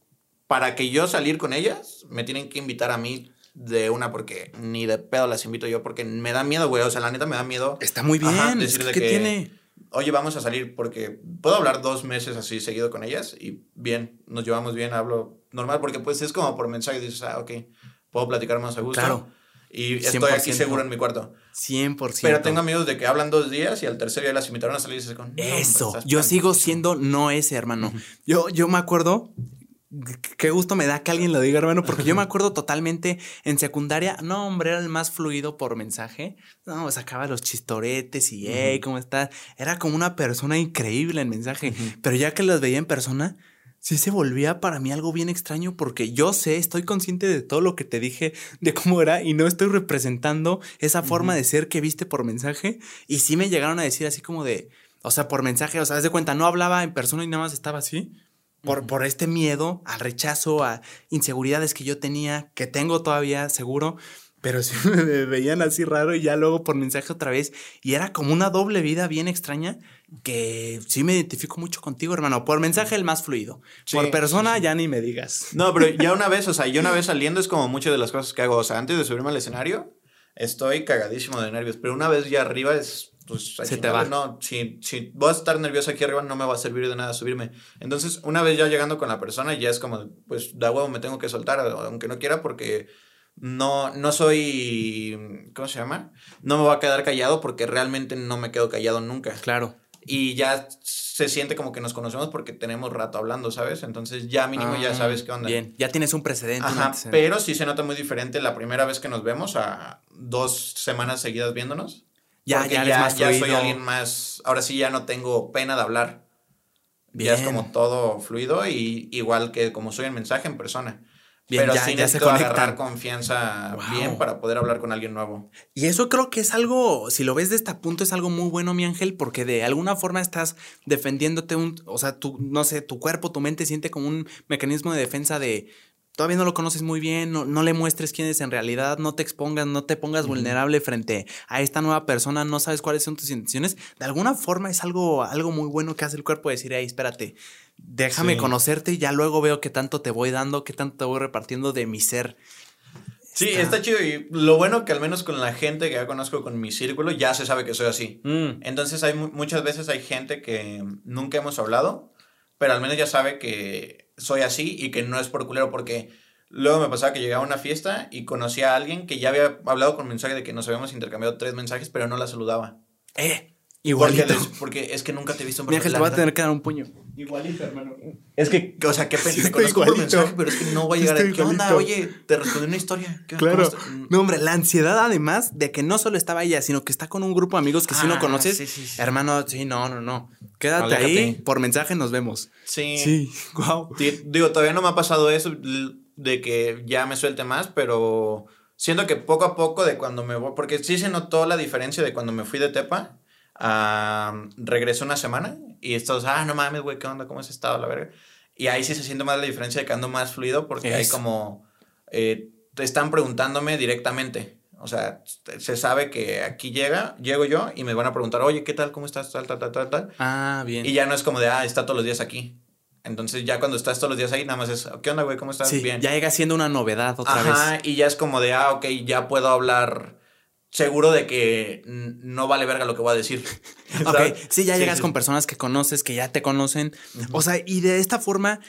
para que yo salir con ellas, me tienen que invitar a mí de una, porque ni de pedo las invito yo, porque me da miedo, güey. O sea, la neta me da miedo. Está muy bien. Ajá, decir de ¿Qué que, tiene? oye, vamos a salir, porque puedo hablar 2 meses así seguido con ellas y bien, nos llevamos bien, hablo normal, porque pues es como por mensaje, dices, ok, puedo platicar más a gusto. Claro. Y estoy aquí seguro en mi cuarto. 100%. Pero tengo amigos de que hablan 2 días y al tercer día las invitaron a salir y dices, no, eso, hombre, yo sigo siendo no ese, hermano. Yo me acuerdo, qué gusto me da que alguien lo diga, hermano, porque yo me acuerdo totalmente en secundaria, no, hombre, era el más fluido por mensaje. No, sacaba los chistoretes y, hey, ¿cómo estás? Era como una persona increíble en mensaje, pero ya que los veía en persona, sí se volvía para mí algo bien extraño, porque yo sé, estoy consciente de todo lo que te dije, de cómo era, y no estoy representando esa forma de ser que viste por mensaje. Y sí me llegaron a decir así como de, o sea, por mensaje, o sea, haz de cuenta, no hablaba en persona y nada más estaba así. Por este miedo al rechazo, a inseguridades que yo tenía, que tengo todavía seguro, pero sí me veían así raro y ya luego por mensaje otra vez. Y era como una doble vida bien extraña que sí me identifico mucho contigo, hermano. Por mensaje el más fluido. Sí, por persona ya ni me digas. No, pero ya una vez, o sea, yo una vez saliendo es como muchas de las cosas que hago. O sea, antes de subirme al escenario, estoy cagadísimo de nervios. Pero una vez ya arriba es... Pues, se te va. No, si voy a estar nervioso aquí arriba, no me va a servir de nada subirme. Entonces, una vez ya llegando con la persona, ya es como, pues, de huevo me tengo que soltar, aunque no quiera, porque no soy, ¿cómo se llama? No me voy a quedar callado, porque realmente no me quedo callado nunca. Claro. Y ya se siente como que nos conocemos porque tenemos rato hablando, ¿sabes? Entonces ya mínimo ya sabes qué onda. Bien, ya tienes un precedente. Ajá, pero sí se nota muy diferente la primera vez que nos vemos a 2 semanas seguidas viéndonos. Ya soy alguien más. Ahora sí ya no tengo pena de hablar. Bien. Ya es como todo fluido y igual que como soy en mensaje en persona. Bien, pero sí necesito agarrar confianza bien para poder hablar con alguien nuevo. Y eso creo que es algo, si lo ves de este punto, es algo muy bueno, mi ángel, porque de alguna forma estás defendiéndote o sea, no sé, tu cuerpo, tu mente siente como un mecanismo de defensa de... Todavía no lo conoces muy bien, no le muestres quién es en realidad, no te expongas, no te pongas vulnerable frente a esta nueva persona, no sabes cuáles son tus intenciones. De alguna forma es algo muy bueno que hace el cuerpo decir, hey, espérate, déjame conocerte y ya luego veo qué tanto te voy dando, qué tanto te voy repartiendo de mi ser. Sí, está chido. Y lo bueno que al menos con la gente que ya conozco con mi círculo ya se sabe que soy así. Entonces muchas veces hay gente que nunca hemos hablado, pero al menos ya sabe que soy así y que no es por culero, porque luego me pasaba que llegaba a una fiesta y conocía a alguien que ya había hablado con mensaje de que nos habíamos intercambiado 3 mensajes, pero no la saludaba. Igualito. Porque es que nunca te he visto en persona. Mira, que te voy a tener que dar un puño. Igualito, hermano. Es que, o sea, qué pena. Sí, te conozco por mensaje, pero es que no voy a llegar a... ¿Qué onda? Oye, te respondí una historia. Claro. No, hombre, la ansiedad además de que no solo estaba ella, sino que está con un grupo de amigos que sí no conoces. Sí. Hermano, sí, no. Quédate ahí, por mensaje nos vemos. Sí. Wow. Digo, todavía no me ha pasado eso de que ya me suelte más, pero siento que poco a poco de cuando me voy... Porque sí se notó la diferencia de cuando me fui de Tepa. Regresé una semana y estos, no mames, güey, ¿qué onda? ¿Cómo has estado? La verga. Y ahí sí se siente más la diferencia de que ando más fluido porque hay como, te están preguntándome directamente. O sea, se sabe que aquí llego yo y me van a preguntar, oye, ¿qué tal? ¿Cómo estás? Tal. Bien. Y ya no es como de, está todos los días aquí. Entonces ya cuando estás todos los días ahí, nada más es, ¿qué onda, güey? ¿Cómo estás? Sí, bien. Ya llega siendo una novedad otra vez. Ajá, y ya es como de, ok, ya puedo hablar... seguro de que no vale verga lo que voy a decir. Ok, sí, ya llegas con personas que conoces, que ya te conocen. O sea, y de esta forma,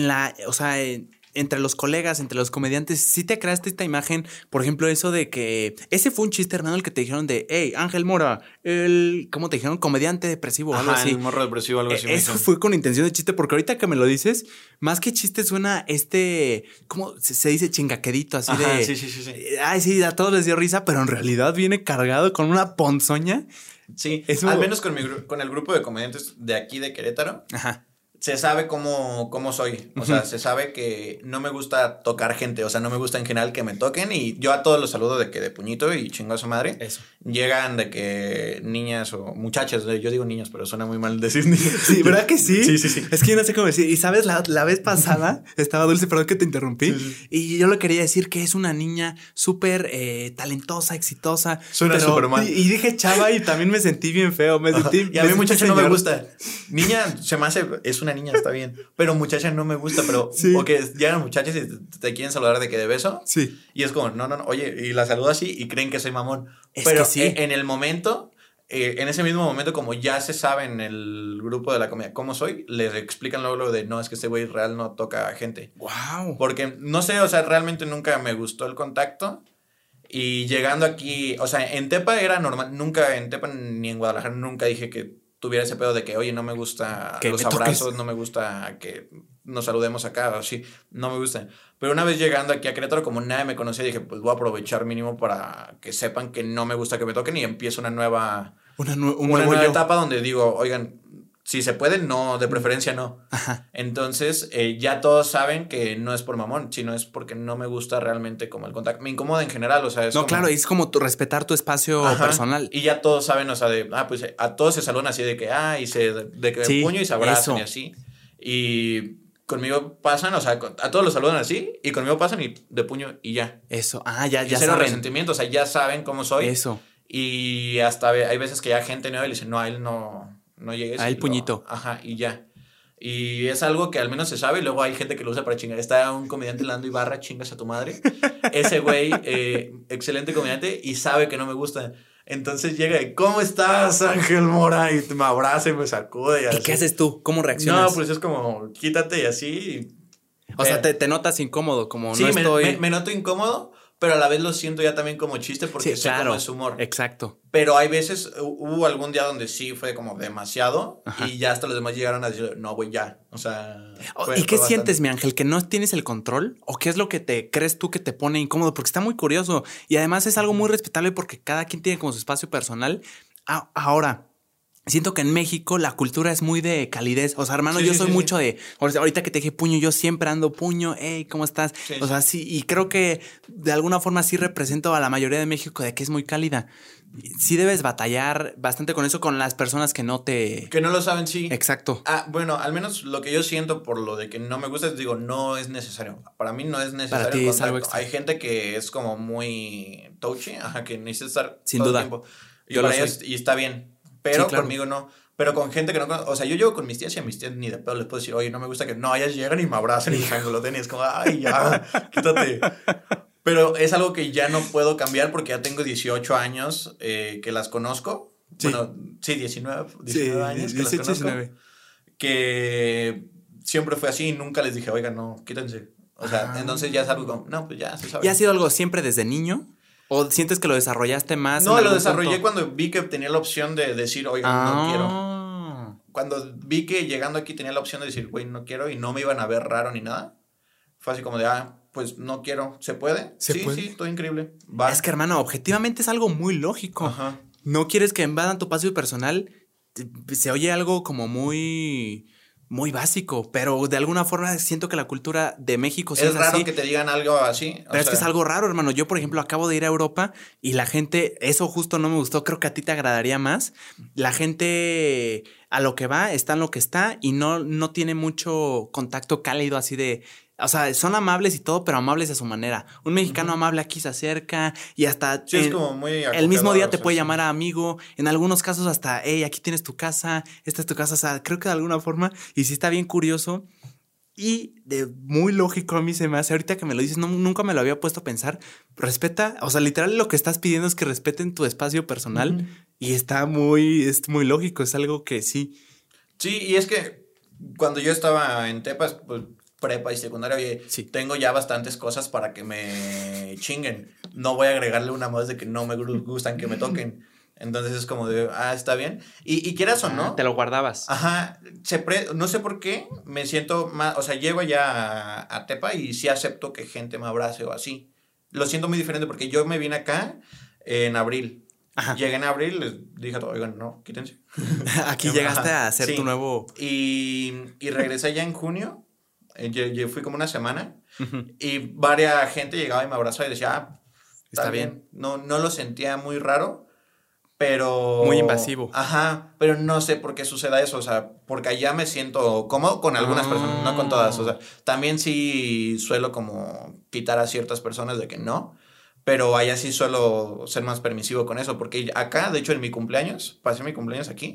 entre los colegas, entre los comediantes, sí te creaste esta imagen, por ejemplo, eso de que... Ese fue un chiste, hermano, el que te dijeron de, hey, Ángel Mora, ¿cómo te dijeron? Comediante depresivo o algo así. El morro depresivo, algo así. Eso fue con intención de chiste, porque ahorita que me lo dices, más que chiste suena ¿cómo se dice? Chingaquedito, así de... Sí. Ay, sí, a todos les dio risa, pero en realidad viene cargado con una ponzoña. Sí, al menos con el grupo de comediantes de aquí de Querétaro. Ajá. Se sabe cómo soy. O sea, se sabe que no me gusta tocar gente. O sea, no me gusta en general que me toquen. Y yo a todos los saludo de que de puñito y chingo a su madre. Eso. Llegan de que niñas o muchachas. Yo digo niñas, pero suena muy mal decir niñas. Sí, ¿verdad que sí? Sí. Es que yo no sé cómo decir. Y sabes, la vez pasada estaba Dulce, perdón que te interrumpí. Sí. Y yo le quería decir que es una niña súper talentosa, exitosa. Suena súper mal. Y dije chava y también me sentí bien feo. Y a mí muchacho no me gusta. Niña se me hace... Es una una niña, está bien. Pero muchacha no me gusta, pero... Sí. O que llegan muchachas y te quieren saludar de que de beso. Sí. Y es como, no, oye, y la saludo así y creen que soy mamón. Es pero que sí. En el momento... en ese mismo momento, como ya se sabe en el grupo de la comedia cómo soy, les explican luego de no, es que este güey real no toca a gente. Wow. Porque, no sé, o sea, realmente nunca me gustó el contacto. Y llegando aquí, o sea, en Tepa era normal, nunca en Tepa ni en Guadalajara nunca dije que tuviera ese pedo de que, oye, no me gusta que los me abrazos, toques. no me gusta que nos saludemos acá, o así, no me gusta. Pero una vez llegando aquí a Querétaro, como nadie me conocía, dije, pues voy a aprovechar mínimo para que sepan que no me gusta que me toquen y empiezo una nueva etapa donde digo, oigan, si se puede, no, de preferencia no. Ajá. Entonces, ya todos saben que no es por mamón, sino es porque no me gusta realmente como el contacto. Me incomoda en general, o sea, es no, como... claro, es como respetar tu espacio personal. Y ya todos saben, o sea, pues a todos se saludan así de que, de que sí, puño y se abrazan eso. y así. Y conmigo pasan, o sea, a todos los saludan así, y conmigo pasan y de puño y ya. Eso, ya cero saben. Resentimiento, o sea, ya saben cómo soy. Eso. Y hasta hay veces que ya gente nueva le dice, no, a él no llegues. A él puñito. Y ya. Y es algo que al menos se sabe y luego hay gente que lo usa para chingar. Está un comediante Lando Ibarra, chingas a tu madre. Ese güey, excelente comediante y sabe que no me gusta. Entonces llega y, ¿cómo estás, Ángel Mora? Y me abraza y me sacude. ¿Y qué haces tú? ¿Cómo reaccionas? No, pues es como, quítate y así. O sea, te notas incómodo, como sí, no estoy... me noto incómodo, pero a la vez lo siento ya también como chiste porque sí, sé claro, cómo es humor. Exacto. Pero hay veces, hubo algún día donde sí fue como demasiado. Ajá. Y ya hasta los demás llegaron a decir, no, güey, ya. O sea... ¿Y qué sientes, mi Ángel? ¿Que no tienes el control? ¿O qué es lo que te crees tú que te pone incómodo? Porque está muy curioso. Y además es algo muy respetable porque cada quien tiene como su espacio personal. Ahora... Siento que en México la cultura es muy de calidez. O sea, hermano, yo soy mucho de... Ahorita que te dije puño, yo siempre ando puño. Hey, ¿cómo estás? O sea, sí. Y creo que de alguna forma sí represento a la mayoría de México de que es muy cálida. Sí debes batallar bastante con eso, con las personas que no te... Que no lo saben, sí. Exacto. Bueno, al menos lo que yo siento por lo de que no me gusta es, digo, no es necesario. Para mí no es necesario. Para ti es algo extra. Hay gente que es como muy touchy, que necesita estar sin todo duda. el tiempo. Y está bien. Pero claro. Conmigo no. Pero con gente que no conozco. O sea, yo llevo con mis tías y a mis tías ni de pedo les puedo decir, oye, no me gusta que... No, ellas llegan y me abrazan y me sangolotean y es como, ay, ya, quítate. Pero es algo que ya no puedo cambiar porque ya tengo 18 años que las conozco. Sí. Bueno, sí, 19 años que 18, las conozco. 19. Que siempre fue así y nunca les dije, oiga, no, quítense. O sea, entonces ya es algo como, no, pues ya se sabe. ¿Y ha sido algo siempre desde niño? ¿O sientes que lo desarrollaste más? No, lo desarrollé cuando vi que tenía la opción de decir, oiga, no quiero. Cuando vi que llegando aquí tenía la opción de decir, güey, no quiero y no me iban a ver raro ni nada. Fue así como de, pues no quiero. ¿Se puede? Sí, todo increíble. Va. Es que, hermano, objetivamente es algo muy lógico. Ajá. No quieres que invadan tu espacio personal. Se oye algo como muy básico, pero de alguna forma siento que la cultura de México sí es raro así. Que te digan algo así. Pero es que es algo raro, hermano. Yo, por ejemplo, acabo de ir a Europa y la gente, eso justo no me gustó. Creo que a ti te agradaría más. La gente a lo que va, está en lo que está y no tiene mucho contacto cálido así de... O sea, son amables y todo, pero amables a su manera. Un mexicano amable aquí se acerca y hasta... Sí, es como muy el mismo día te puede llamar a amigo. En algunos casos hasta, hey, aquí tienes tu casa, esta es tu casa. O sea, creo que de alguna forma, y sí está bien curioso y muy lógico a mí se me hace. Ahorita que me lo dices, nunca me lo había puesto a pensar. Respeta, o sea, literal lo que estás pidiendo es que respeten tu espacio personal y es muy lógico, es algo que sí. Sí, y es que cuando yo estaba en Tepas, pues... prepa y secundaria, oye, tengo ya bastantes cosas para que me chinguen. No voy a agregarle una más de que no me gustan que me toquen. Entonces es como de, está bien. Y quieras o no. Te lo guardabas. Ajá. No sé por qué me siento más, o sea, llego allá a Tepa y sí acepto que gente me abrace o así. Lo siento muy diferente porque yo me vine acá en abril. Ajá. Llegué en abril, les dije a todos, oigan, no, quítense. Aquí llegaste a hacer tu nuevo... Y regresé ya en junio. Yo fui como una semana y varias gente llegaba y me abrazaba y decía, está bien. No lo sentía muy raro, pero... Muy invasivo. Ajá, pero no sé por qué suceda eso, o sea, porque allá me siento cómodo con algunas personas, no con todas, o sea, también sí suelo como quitar a ciertas personas de que no, pero allá sí suelo ser más permisivo con eso, porque acá, de hecho, en mi cumpleaños, pasé mi cumpleaños aquí,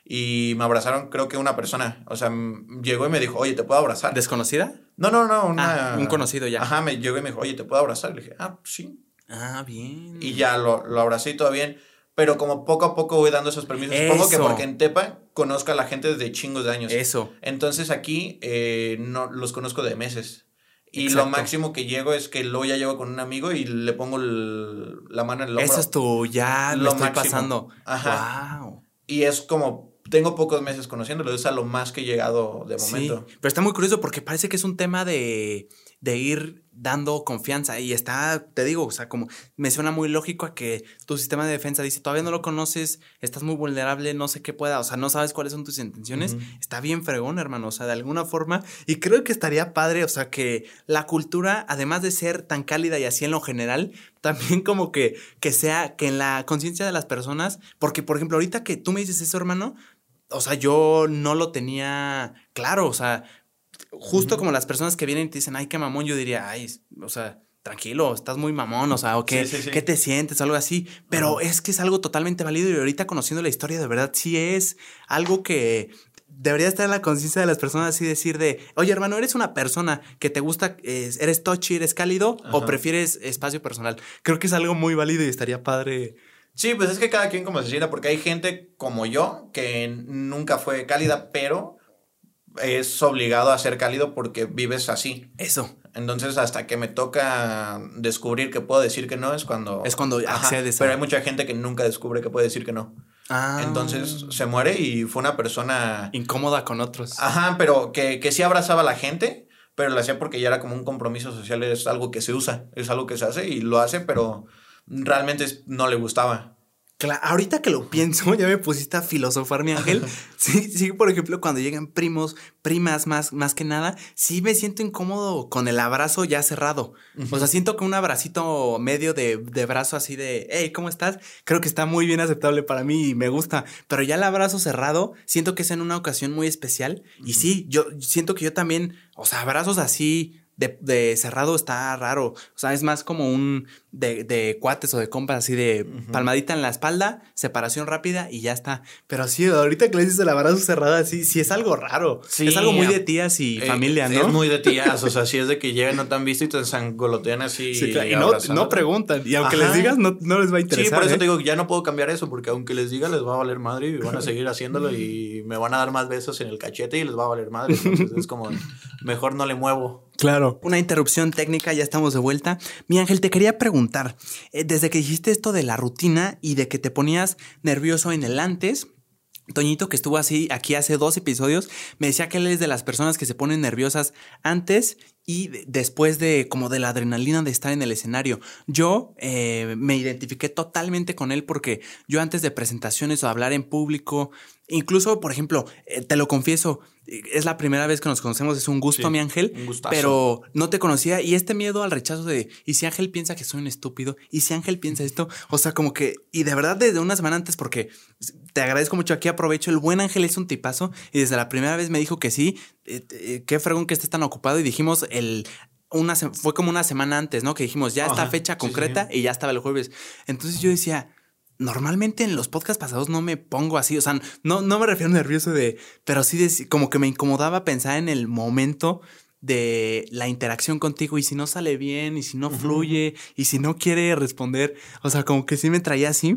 y me abrazaron, creo que una persona. O sea, llegó y me dijo, oye, ¿te puedo abrazar? ¿Desconocida? No, un conocido ya. Ajá, me llegó y me dijo, oye, ¿te puedo abrazar? Le dije, sí. Bien. Y ya lo abracé y todo bien. Pero como poco a poco voy dando esos permisos. Supongo que porque en Tepa conozco a la gente desde chingos de años. Eso. Entonces aquí no los conozco de meses. Y Exacto. lo máximo que llego es que luego ya llego con un amigo y le pongo la mano en el hombro. Eso es tu, ya me estoy pasando. Ajá. Wow. Y es como, tengo pocos meses conociéndolo, es a lo más que he llegado de momento. Sí, pero está muy curioso porque parece que es un tema de ir dando confianza y está, te digo, o sea, como me suena muy lógico a que tu sistema de defensa dice, todavía no lo conoces, estás muy vulnerable, no sé qué pueda, o sea, no sabes cuáles son tus intenciones, está bien fregón, hermano, o sea, de alguna forma, y creo que estaría padre, o sea, que la cultura, además de ser tan cálida y así en lo general, también como que sea, que en la conciencia de las personas, porque, por ejemplo, ahorita que tú me dices eso, hermano, o sea, yo no lo tenía claro, o sea, justo como las personas que vienen y te dicen, ay, qué mamón, yo diría, ay, o sea, tranquilo, estás muy mamón, o sea, o qué, ¿qué te sientes? Algo así. Pero es que es algo totalmente válido y ahorita conociendo la historia, de verdad, sí es algo que debería estar en la conciencia de las personas, así decir de, oye, hermano, ¿eres una persona que te gusta, eres touchy, eres cálido o prefieres espacio personal? Creo que es algo muy válido y estaría padre. Sí, pues es que cada quien como se sienta, porque hay gente como yo que nunca fue cálida, pero es obligado a ser cálido porque vives así. Eso. Entonces, hasta que me toca descubrir que puedo decir que no, es cuando accedes. Pero hay mucha gente que nunca descubre que puede decir que no. Entonces, se muere y fue una persona incómoda con otros. Ajá, pero que sí abrazaba a la gente, pero lo hacía porque ya era como un compromiso social, es algo que se usa, es algo que se hace y lo hace, pero realmente no le gustaba. Claro, ahorita que lo pienso, ya me pusiste a filosofar, mi ángel. Sí, por ejemplo, cuando llegan primos, primas, más que nada, sí me siento incómodo con el abrazo ya cerrado. O sea, siento que un abracito medio de brazo así de, hey, ¿cómo estás? Creo que está muy bien aceptable para mí y me gusta. Pero ya el abrazo cerrado, siento que es en una ocasión muy especial. Y sí, yo siento que yo también, o sea, abrazos así de cerrado está raro. O sea, es más como un de cuates o de compas, así de palmadita en la espalda, separación rápida y ya está. Pero sí, ahorita que le dices el abrazo cerrado así, sí es algo raro. Sí, es algo muy de tías y familia, ¿no? Es muy de tías, o sea, sí es de que llegan, no te han visto y te sangolotean así. Sí, claro, y no preguntan. Y aunque les digas, no les va a interesar. Sí, por eso te digo que ya no puedo cambiar eso, porque aunque les diga, les va a valer madre y van a seguir haciéndolo y me van a dar más besos en el cachete y les va a valer madre. Entonces es como, mejor no le muevo. Claro. Una interrupción técnica, ya estamos de vuelta. Mi ángel, te quería preguntar, desde que dijiste esto de la rutina y de que te ponías nervioso en el antes, Toñito, que estuvo así aquí hace 2 episodios, me decía que él es de las personas que se ponen nerviosas antes y después de como de la adrenalina de estar en el escenario. Yo me identifiqué totalmente con él porque yo antes de presentaciones o hablar en público, incluso, por ejemplo, te lo confieso, es la primera vez que nos conocemos, es un gusto, mi ángel, un gustazo. Pero no te conocía y este miedo al rechazo de, ¿y si Ángel piensa que soy un estúpido? ¿Y si Ángel piensa esto? O sea, como que, y de verdad desde una semana antes, porque te agradezco mucho, aquí aprovecho, el buen Ángel es un tipazo y desde la primera vez me dijo que sí, qué fregón que estés tan ocupado y dijimos fue como una semana antes, ¿no? Que dijimos ya esta fecha concreta y ya estaba el jueves. Entonces yo decía, normalmente en los podcasts pasados no me pongo así, o sea, no me refiero nervioso pero sí como que me incomodaba pensar en el momento de la interacción contigo y si no sale bien y si no fluye y si no quiere responder, o sea, como que sí me traía así.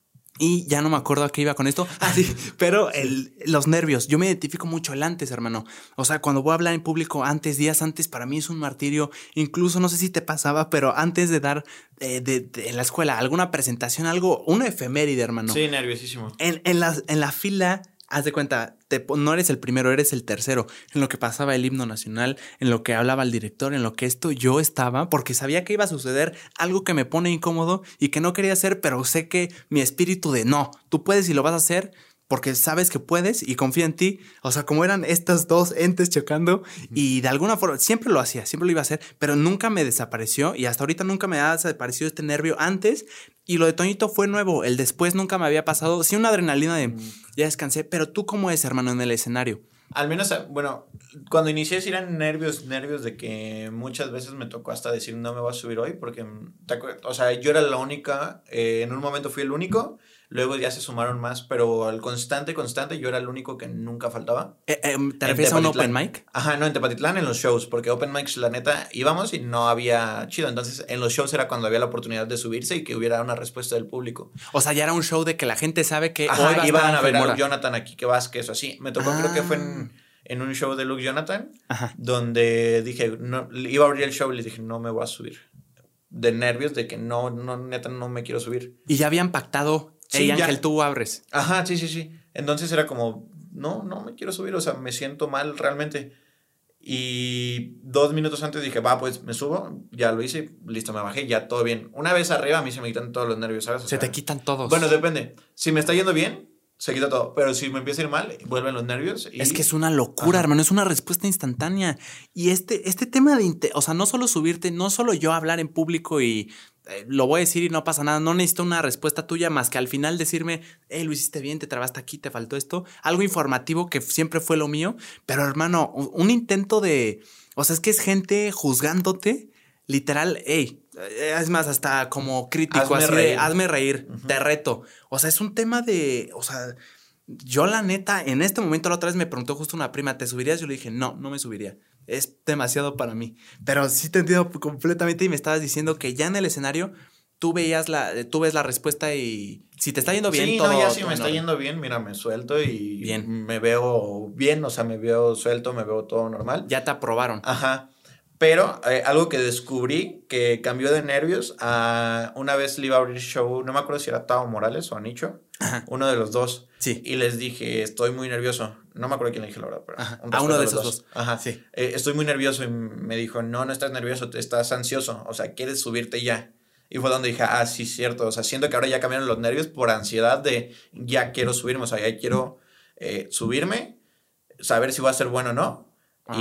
Y ya no me acuerdo a qué iba con esto. Sí, pero los nervios. Yo me identifico mucho el antes, hermano. O sea, cuando voy a hablar en público días antes, para mí es un martirio. Incluso, no sé si te pasaba, pero antes de dar en la escuela alguna presentación, una efeméride, hermano. Sí, nerviosísimo. En la fila, haz de cuenta, no eres el primero, eres el tercero. En lo que pasaba el himno nacional, en lo que hablaba el director, en lo que yo estaba, porque sabía que iba a suceder algo que me pone incómodo y que no quería hacer, pero sé que mi espíritu de no, tú puedes y lo vas a hacer porque sabes que puedes y confía en ti. O sea, como eran estos dos entes chocando y de alguna forma siempre lo hacía, siempre lo iba a hacer, pero nunca me desapareció y hasta ahorita nunca me ha desaparecido este nervio antes. Y lo de Toñito fue nuevo, el después nunca me había pasado. Sí, una adrenalina de ya descansé, pero tú ¿cómo es, hermano, en el escenario? Al menos, bueno, cuando inicié sí eran nervios de que muchas veces me tocó hasta decir no me voy a subir hoy porque, o sea, yo era la única, en un momento fui el único, luego ya se sumaron más, pero al constante, yo era el único que nunca faltaba. ¿Te refieres a un open mic? Ajá, no, en Tepatitlán en los shows, porque open mics, la neta, íbamos y no había chido. Entonces, en los shows era cuando había la oportunidad de subirse y que hubiera una respuesta del público. O sea, ya era un show de que la gente sabe que ajá, hoy va iban a ver a Luke Jonathan aquí, que Vázquez o así. Me tocó, creo que fue en un show de Luke Jonathan, ajá, donde dije, no, iba a abrir el show y le dije, no me voy a subir. De nervios, de que no, neta, no me quiero subir. Y ya habían pactado, hey, sí, Ángel, tú abres. Ajá, sí. Entonces era como, no me quiero subir, o sea, me siento mal realmente. Y 2 minutos antes dije, va, pues me subo, ya lo hice, listo, me bajé, ya todo bien. Una vez arriba a mí se me quitan todos los nervios, ¿sabes? Se te quitan todos. Bueno, depende. Si me está yendo bien, se quita todo. Pero si me empieza a ir mal, vuelven los nervios. Y... Es que es una locura, hermano. Es una respuesta instantánea. Y este tema de... O sea, no solo subirte, no solo yo hablar en público y lo voy a decir y no pasa nada. No necesito una respuesta tuya más que al final decirme, lo hiciste bien, te trabaste aquí, te faltó esto. Algo informativo que siempre fue lo mío. Pero, hermano, un intento de... O sea, es que es gente juzgándote. Literal, es más, hasta como crítico, hazme así reír. Hazme reír, te reto. O sea, es un tema de, o sea, yo la neta, en este momento la otra vez me preguntó justo una prima, ¿te subirías? Yo le dije, no me subiría. Es demasiado para mí. Pero sí te entiendo completamente y me estabas diciendo que ya en el escenario tú ves la respuesta y si te está yendo bien, sí, todo. No, ya sí me está yendo bien, mira, me suelto y bien. Me veo bien, o sea, me veo suelto, me veo todo normal. Ya te aprobaron. Ajá. Pero algo que descubrí que cambió de nervios, una vez le iba a abrir show, no me acuerdo si era Tao Morales o a Nicho, ajá, uno de los dos. Sí. Y les dije, estoy muy nervioso. No me acuerdo quién le dije la verdad, pero a uno de esos dos. Ajá. Sí. Estoy muy nervioso y me dijo, no estás nervioso, estás ansioso, o sea, quieres subirte ya. Y fue donde dije, sí, cierto, o sea, siento que ahora ya cambiaron los nervios por ansiedad de ya quiero subirme, o sea, ya quiero subirme, saber si va a ser bueno o no.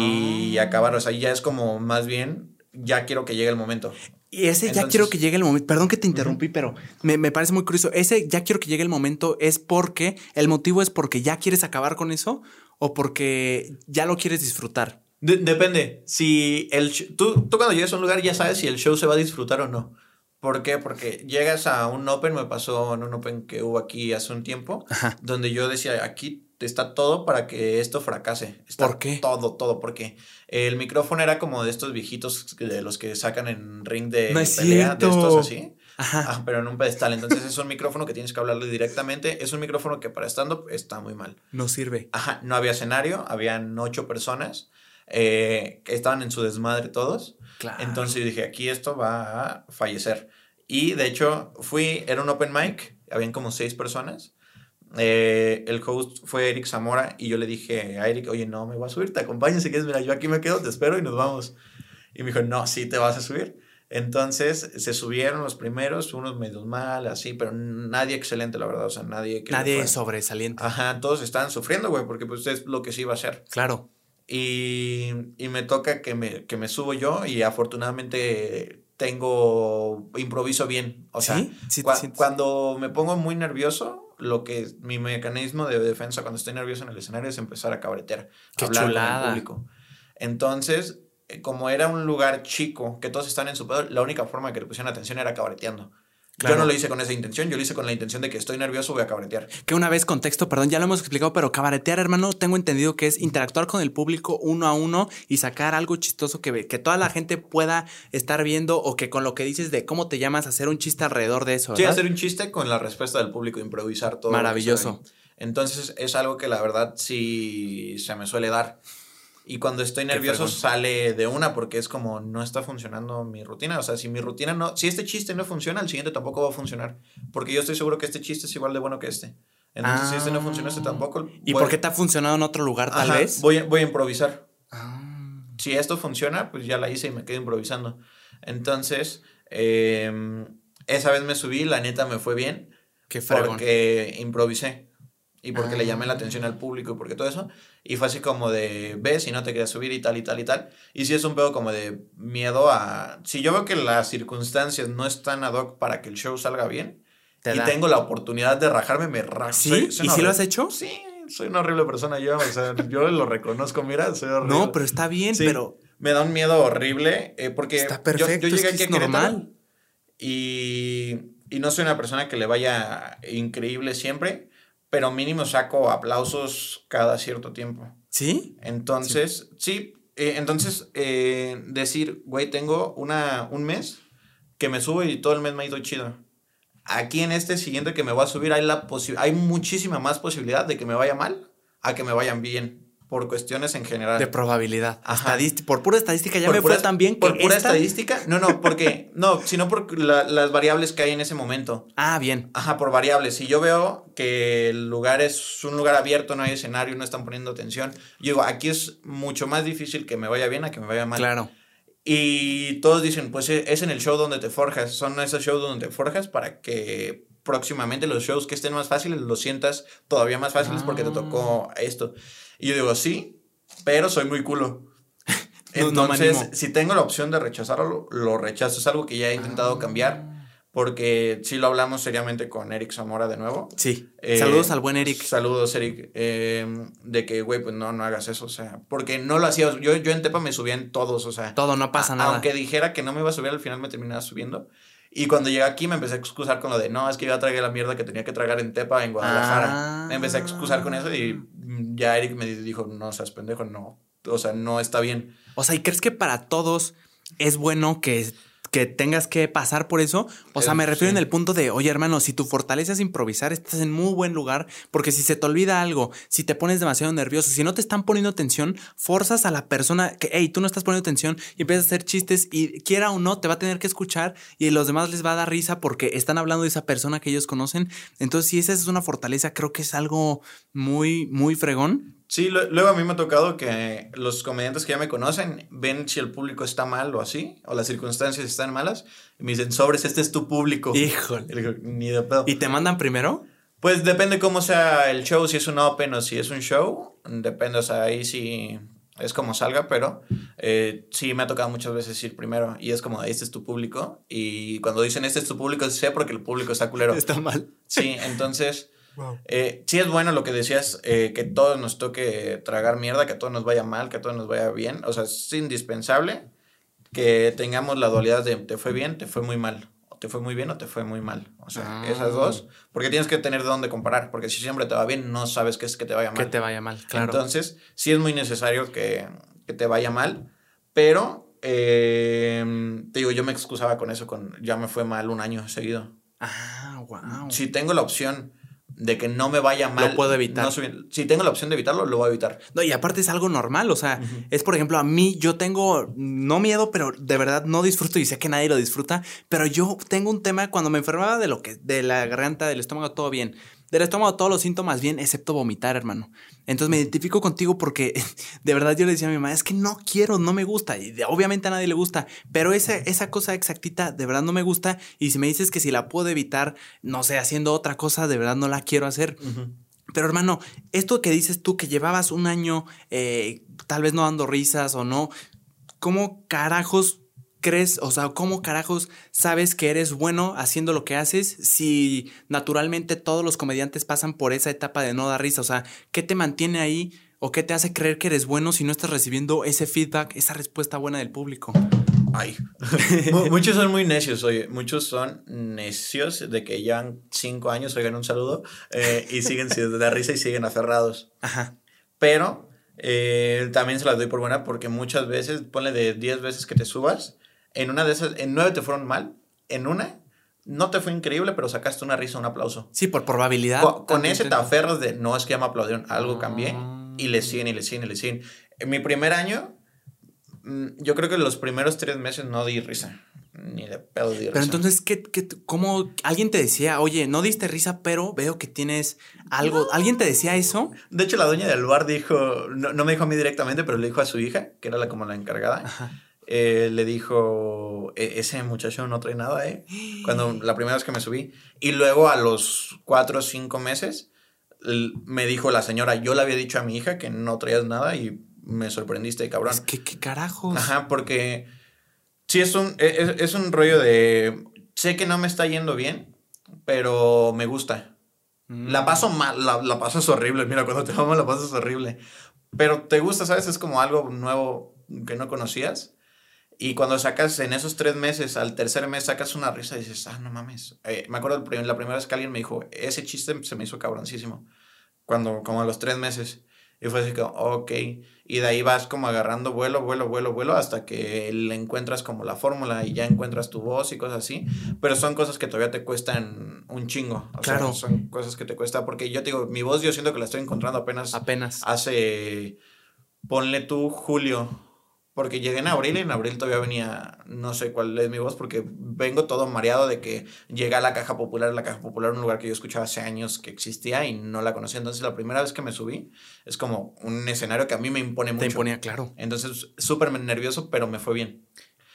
Y acabar, o sea, ya es como más bien, ya quiero que llegue el momento. Y ese entonces, ya quiero que llegue el momento, perdón que te interrumpí, pero me parece muy curioso. Ese ya quiero que llegue el momento es porque, el motivo es porque ya quieres acabar con eso o porque ya lo quieres disfrutar. Depende, si tú cuando llegas a un lugar ya sabes si el show se va a disfrutar o no. ¿Por qué? Porque llegas a un open, me pasó en un open que hubo aquí hace un tiempo, ajá, donde yo decía, aquí está todo para que esto fracase. Está ¿por qué? Todo, porque el micrófono era como de estos viejitos de los que sacan en ring de no pelea, de estos así. Ajá. Pero en un pedestal. Entonces es un micrófono que tienes que hablarle directamente. Es un micrófono que para stand-up está muy mal. No sirve. Ajá, no había escenario, habían 8 personas que estaban en su desmadre todos. Claro. Entonces yo dije, aquí esto va a fallecer. Y de hecho era un open mic, habían como 6 personas. El host fue Eric Zamora y yo le dije a Eric, oye, no me voy a subir, te acompaño si quieres, mira, yo aquí me quedo, te espero y nos vamos. Y me dijo, no, sí te vas a subir. Entonces se subieron los primeros, unos medio mal, así, pero nadie excelente, la verdad, o sea, nadie sobresaliente. Ajá, todos estaban sufriendo, güey, porque pues es lo que se iba a hacer. Claro. Y me toca que me subo yo y afortunadamente improviso bien. O sea, ¿Sí? Cuando me pongo muy nervioso, mi mecanismo de defensa cuando estoy nervioso en el escenario es empezar a cabretear, hablar con el público. Entonces, como era un lugar chico, que todos están en su pedo, la única forma que le pusieran atención era cabreteando. Claro. Yo no lo hice con esa intención, yo lo hice con la intención de que estoy nervioso, voy a cabaretear. Que una vez, contexto, perdón, ya lo hemos explicado, pero cabaretear, hermano, tengo entendido que es interactuar con el público uno a uno y sacar algo chistoso que toda la gente pueda estar viendo o que con lo que dices de cómo te llamas, hacer un chiste alrededor de eso, ¿verdad? Sí, hacer un chiste con la respuesta del público, improvisar todo. Maravilloso. Entonces es algo que la verdad sí se me suele dar. Y cuando estoy nervioso sale de una porque es como no está funcionando mi rutina. O sea, si este chiste no funciona, el siguiente tampoco va a funcionar. Porque yo estoy seguro que este chiste es igual de bueno que este. Entonces, si este no funciona, este tampoco. ¿Y por qué te ha funcionado en otro lugar, tal vez? Voy a improvisar. Si esto funciona, pues ya la hice y me quedo improvisando. Entonces, esa vez me subí, la neta me fue bien. Qué fregón. Porque improvisé. Y porque le llamé la atención al público y porque todo eso. Y fue así como de, ves, y no te querías subir y tal y tal y tal. Y sí es un pedo como de miedo a... Si yo veo que las circunstancias no están ad hoc para que el show salga bien tengo la oportunidad de rajarme, me rajo. ¿Sí? ¿Y si lo has hecho? Sí, soy una horrible persona yo. O sea, yo lo reconozco, mira, soy horrible. No, pero está bien, sí, pero... Me da un miedo horrible porque está perfecto, yo llegué es que aquí es a Querétaro normal. y y no soy una persona que le vaya increíble siempre, pero mínimo saco aplausos cada cierto tiempo. ¿Sí? Entonces, sí, decir, güey, tengo un mes que me subo y todo el mes me ha ido chido. Aquí en este siguiente que me voy a subir hay muchísima más posibilidad de que me vaya mal a que me vayan bien. Por cuestiones en general. De probabilidad. Por pura estadística ya me fue tan bien que ¿Por pura estadística? No, sino por las variables que hay en ese momento. Ah, bien. Ajá, por variables. Si yo veo que el lugar es un lugar abierto, no hay escenario, no están poniendo atención, yo digo, aquí es mucho más difícil que me vaya bien a que me vaya mal. Claro. Y todos dicen, pues es en el show donde te forjas. Son esos shows donde te forjas para que próximamente los shows que estén más fáciles los sientas todavía más fáciles porque te tocó esto. Y yo digo, sí, pero soy muy culo. Entonces, si tengo la opción de rechazarlo, lo rechazo. Es algo que ya he intentado cambiar. Porque sí lo hablamos seriamente con Eric Zamora de nuevo. Sí. Saludos al buen Eric. Saludos, Eric. De que, güey, pues no hagas eso. O sea, porque no lo hacía. Yo en Tepa me subía en todos. O sea, todo, no pasa nada. Aunque dijera que no me iba a subir, al final me terminaba subiendo. Y cuando llegué aquí me empecé a excusar con lo de, no, es que yo ya tragué la mierda que tenía que tragar en Tepa, en Guadalajara. Me empecé a excusar con eso y ya Eric me dijo, no seas pendejo, no. O sea, no está bien. O sea, ¿y crees que para todos es bueno que tengas que pasar por eso? O sea, me refiero en el punto de, oye, hermano, si tu fortaleza es improvisar, estás en muy buen lugar, porque si se te olvida algo, si te pones demasiado nervioso, si no te están poniendo atención, forzas a la persona que, hey, tú no estás poniendo atención y empiezas a hacer chistes y quiera o no, te va a tener que escuchar y a los demás les va a dar risa porque están hablando de esa persona que ellos conocen. Entonces, si esa es una fortaleza, creo que es algo muy, muy fregón. Sí, luego a mí me ha tocado que los comediantes que ya me conocen ven si el público está mal o así, o las circunstancias están malas, y me dicen, sobres, este es tu público. Híjole. Y digo, ni de pedo. ¿Y te mandan primero? Pues depende cómo sea el show, si es un open o si es un show, depende, o sea, ahí sí es como salga, pero sí me ha tocado muchas veces ir primero, y es como, este es tu público, y cuando dicen este es tu público, sé porque el público está culero. Está mal. Sí, entonces... Wow. Sí es bueno lo que decías, que todos nos toque tragar mierda, que a todos nos vaya mal, que a todos nos vaya bien. O sea, es indispensable que tengamos la dualidad de te fue bien, te fue muy mal. O te fue muy bien o te fue muy mal. O sea, esas dos. Porque tienes que tener de dónde comparar. Porque si siempre te va bien, no sabes qué es que te vaya mal. Que te vaya mal, claro. Entonces, sí es muy necesario que te vaya mal. Pero, te digo, yo me excusaba con eso. Ya me fue mal un año seguido. Ah, wow. Si tengo la opción de que no me vaya mal, lo puedo evitar. Si tengo la opción de evitarlo, lo voy a evitar. No, y aparte es algo normal, o sea, es por ejemplo, a mí yo tengo, no miedo, pero de verdad no disfruto y sé que nadie lo disfruta, pero yo tengo un tema cuando me enfermaba de la garganta, del estómago, todo bien. Del estómago todos los síntomas bien, excepto vomitar, hermano. Entonces me identifico contigo porque de verdad yo le decía a mi mamá, es que no quiero, no me gusta. Y obviamente a nadie le gusta, pero esa cosa exactita de verdad no me gusta. Y si me dices que si la puedo evitar, no sé, haciendo otra cosa, de verdad no la quiero hacer. Pero hermano, esto que dices tú que llevabas un año tal vez no dando risas o no, ¿cómo carajos crees, o sea, cómo carajos sabes que eres bueno haciendo lo que haces si naturalmente todos los comediantes pasan por esa etapa de no dar risa? O sea, ¿qué te mantiene ahí o qué te hace creer que eres bueno si no estás recibiendo ese feedback, esa respuesta buena del público? Ay, muchos son muy necios, oye, muchos son necios de que llevan 5 años, oigan un saludo, y siguen sin dar risa y siguen aferrados. Ajá. Pero también se las doy por buena porque muchas veces, ponle de 10 veces que te subas, en una de esas, en 9 te fueron mal, en una no te fue increíble, pero sacaste una risa, un aplauso. Sí, por probabilidad. Con ese te aferras de, no, es que ya me aplaudieron, algo cambié, y le siguen, y le siguen, y le siguen. En mi primer año, yo creo que los primeros 3 meses no di risa, ni de pedo di risa. Pero entonces, ¿cómo alguien te decía, oye, no diste risa, pero veo que tienes algo? No. ¿Alguien te decía eso? De hecho, la dueña del bar dijo, no me dijo a mí directamente, pero le dijo a su hija, que era como la encargada. Ajá. Le dijo, ese muchacho no trae nada, cuando la primera vez que me subí. Y luego a los 4 o 5 meses me dijo la señora, yo le había dicho a mi hija que no traías nada y me sorprendiste, cabrón. Es que, ¿qué carajos? Ajá, porque sí es un rollo de, sé que no me está yendo bien, pero me gusta. La paso mal, la pasas horrible. Mira, cuando te vamos la pasas horrible. Pero te gusta, ¿sabes? Es como algo nuevo que no conocías. Y cuando sacas en esos 3 meses, al tercer mes sacas una risa y dices, no mames. Me acuerdo la primera vez que alguien me dijo, ese chiste se me hizo cabroncísimo. Como a los 3 meses. Y fue así como, ok. Y de ahí vas como agarrando vuelo, hasta que le encuentras como la fórmula y ya encuentras tu voz y cosas así. Pero son cosas que todavía te cuestan un chingo. O sea, son cosas que te cuesta. Porque yo te digo, mi voz yo siento que la estoy encontrando apenas. Hace, ponle tú, julio. Porque llegué en abril y en abril todavía venía, no sé cuál es mi voz, porque vengo todo mareado de que llega a la Caja Popular, un lugar que yo escuchaba hace años que existía y no la conocía. Entonces la primera vez que me subí es como un escenario que a mí me impone mucho. Te imponía, claro. Entonces súper nervioso, pero me fue bien.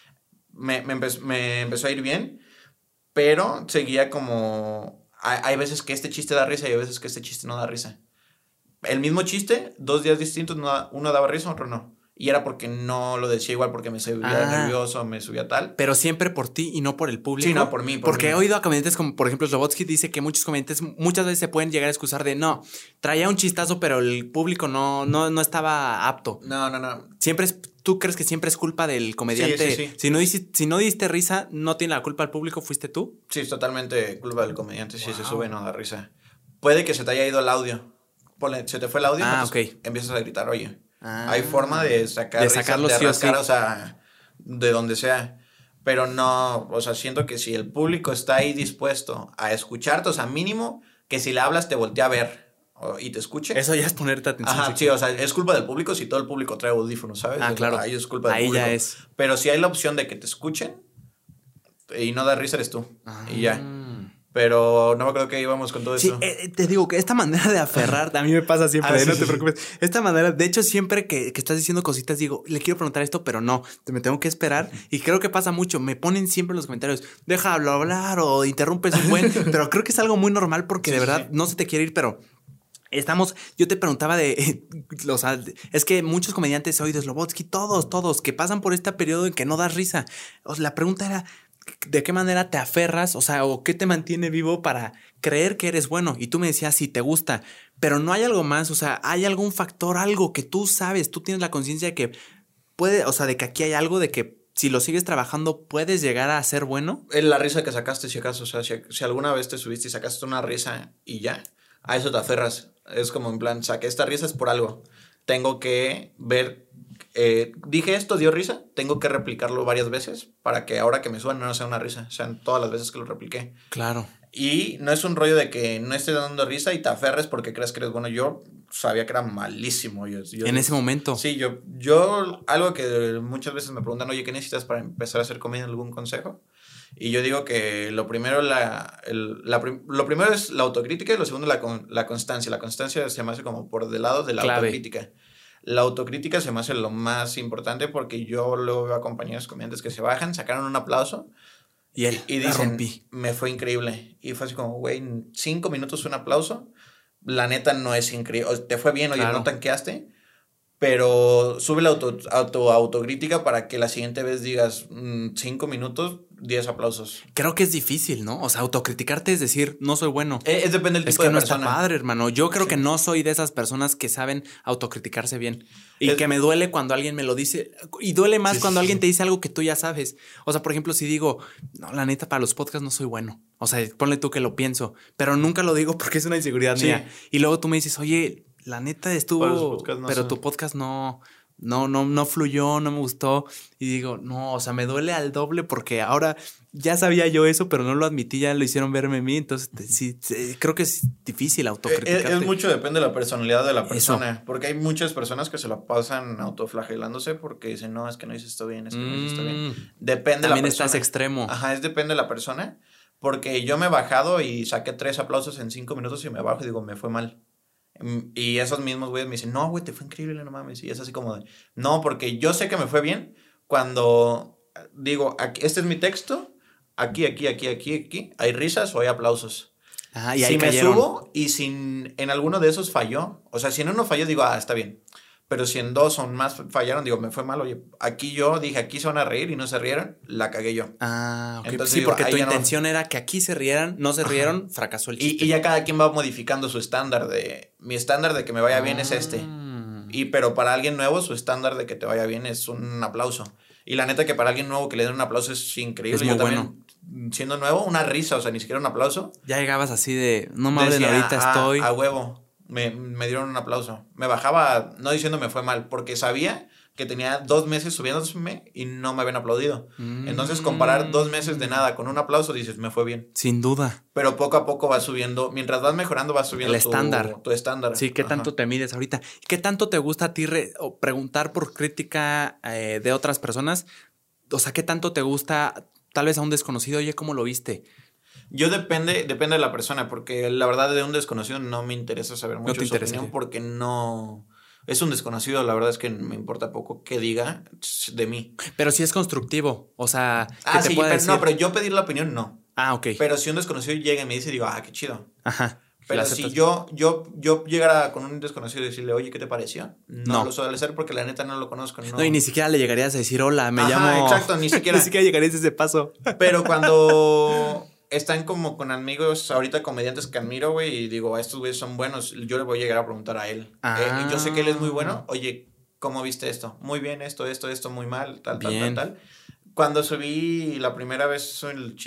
Me empezó a ir bien, pero seguía como... Hay veces que este chiste da risa y hay veces que este chiste no da risa. El mismo chiste, 2 días distintos, uno daba risa, otro no. Y era porque no lo decía igual, porque me subía nervioso, me subía tal. Pero siempre por ti y no por el público. Sí, no, por mí. Porque he oído a comediantes como, por ejemplo, Slobodsky dice que muchos comediantes muchas veces se pueden llegar a excusar de no, traía un chistazo, pero el público no estaba apto. No. ¿Tú crees que siempre es culpa del comediante? Sí. Si no diste risa, ¿no tiene la culpa el público? ¿Fuiste tú? Sí, es totalmente culpa del comediante. Si se sube, no da risa. Puede que se te haya ido el audio. Se te fue el audio, empiezas a gritar, oye. Hay forma de sacarlo, de rascar, o sea, de donde sea. Pero no, o sea, siento que si el público está ahí dispuesto a escucharte, o sea, mínimo que si le hablas te voltea a ver y te escuche. Eso ya es ponerte atención. Ajá, sí, o sea, es culpa del público si todo el público trae audífonos, ¿sabes? Claro. Ahí es culpa del público. Ahí ya es. Pero si hay la opción de que te escuchen y no da risa, eres tú. Y ya. Pero no me acuerdo que íbamos con todo eso. Te digo que esta manera de aferrar a mí me pasa siempre, no te preocupes. Esta manera, de hecho, siempre que estás diciendo cositas, digo, le quiero preguntar esto, pero no, me tengo que esperar. Y creo que pasa mucho. Me ponen siempre en los comentarios, déjalo hablar o interrumpes un buen. Pero creo que es algo muy normal porque de verdad no se te quiere ir, pero... yo te preguntaba o sea, es que muchos comediantes hoy de Slobodsky, todos que pasan por este periodo en que no das risa. O sea, la pregunta era, ¿de qué manera te aferras? O sea, ¿o qué te mantiene vivo para creer que eres bueno? Y tú me decías, sí, te gusta, pero no hay algo más. O sea, hay algún factor, algo que tú sabes, tú tienes la conciencia de que puede, o sea, de que aquí hay algo de que si lo sigues trabajando puedes llegar a ser bueno. Es la risa que sacaste, si acaso. O sea, si alguna vez te subiste y sacaste una risa y ya, a eso te aferras. Es como en plan, saqué esta risa es por algo. Tengo que ver... dije esto, dio risa, tengo que replicarlo varias veces para que ahora que me suban no sea una risa, sean todas las veces que lo repliqué. Claro. Y no es un rollo de que no estés dando risa y te aferres porque crees que eres bueno. Yo sabía que era malísimo. En ese momento. Sí, yo algo que muchas veces me preguntan, oye, ¿qué necesitas para empezar a hacer comedia? ¿Algún consejo? Y yo digo que lo primero, lo primero es la autocrítica y lo segundo la constancia. La constancia se me hace como por del lado de la autocrítica. La autocrítica se me hace lo más importante porque yo luego veo a compañeros comediantes que se bajan, sacaron un aplauso y dicen, me fue increíble. Y fue así como, güey, en 5 minutos un aplauso, la neta no es increíble. Te fue bien, oye, no tanqueaste, pero sube la autocrítica para que la siguiente vez digas 5 minutos, 10 aplausos. Creo que es difícil, ¿no? O sea, autocriticarte es decir, no soy bueno. Depende del tipo de persona. Es que no está padre, hermano. Yo creo que no soy de esas personas que saben autocriticarse bien. Y que me duele cuando alguien me lo dice. Y duele más cuando alguien te dice algo que tú ya sabes. O sea, por ejemplo, si digo, no, la neta, para los podcasts no soy bueno. O sea, ponle tú que lo pienso. Pero nunca lo digo porque es una inseguridad mía. Y luego tú me dices, oye, la neta estuvo... pero tu podcast no fluyó, no me gustó. Y digo, no, o sea, me duele al doble porque ahora ya sabía yo eso, pero no lo admití, ya lo hicieron verme a mí. Entonces, sí, creo que es difícil autocriticarte. Es mucho, depende de la personalidad de la persona. Eso. Porque hay muchas personas que se la pasan autoflagelándose porque dicen, no, es que no hice esto bien, es que no hice esto bien. Depende de la persona. También estás extremo. Ajá, depende de la persona. Porque yo me he bajado y saqué 3 aplausos en 5 minutos y me bajo y digo, me fue mal. Y esos mismos güeyes me dicen, no, güey, te fue increíble, no mames. Y es así como de, no, porque yo sé que me fue bien cuando digo, aquí, este es mi texto, aquí, hay risas o hay aplausos. Y si me subo y si en alguno de esos falló, o sea, si en uno falló, digo, está bien. Pero si en 2 o más fallaron, digo, me fue mal. Oye, aquí yo dije, aquí se van a reír y no se rieron, la cagué yo. Ok. Entonces, sí, digo, porque tu intención era que aquí se rieran, no se rieron, fracasó el chiste. Y ya cada quien va modificando su estándar mi estándar de que me vaya bien es este. Pero para alguien nuevo, su estándar de que te vaya bien es un aplauso. Y la neta que para alguien nuevo que le den un aplauso es increíble. Es muy yo también, siendo nuevo, una risa, o sea, ni siquiera un aplauso. Ya llegabas así de, no me hablen ahorita, estoy... A huevo, me dieron un aplauso. Me bajaba, no diciendo me fue mal, porque sabía que tenía 2 meses subiéndome y no me habían aplaudido. Entonces, comparar 2 meses de nada con un aplauso, dices, me fue bien. Sin duda. Pero poco a poco vas subiendo, mientras vas mejorando, vas subiendo el estándar. Tu estándar. Sí, ¿qué tanto te mides ahorita? ¿Qué tanto te gusta a ti o preguntar por crítica de otras personas? O sea, ¿qué tanto te gusta tal vez a un desconocido? Oye, ¿cómo lo viste? Yo depende de la persona, porque la verdad de un desconocido no me interesa saber mucho su opinión, porque no... Es un desconocido, la verdad es que me importa poco que diga de mí. Pero si es constructivo, o sea... ¿qué te puede decir? No, pero yo pedir la opinión, no. Ah, ok. Pero si un desconocido llega y me dice, digo, qué chido. Ajá. Pero si yo llegara con un desconocido y decirle, oye, ¿qué te pareció? No lo suele hacer porque la neta no lo conozco. No, y ni siquiera le llegarías a decir, hola, me llamo... Exacto, ni siquiera. Ni siquiera llegarías a ese paso. Pero cuando... están como con amigos, ahorita comediantes que admiro, güey, y digo, estos güeyes son buenos, yo le voy a llegar a preguntar a él. Yo sé que él es muy bueno, oye, ¿cómo viste esto? Muy bien, esto, muy mal, tal. Cuando subí la primera vez, el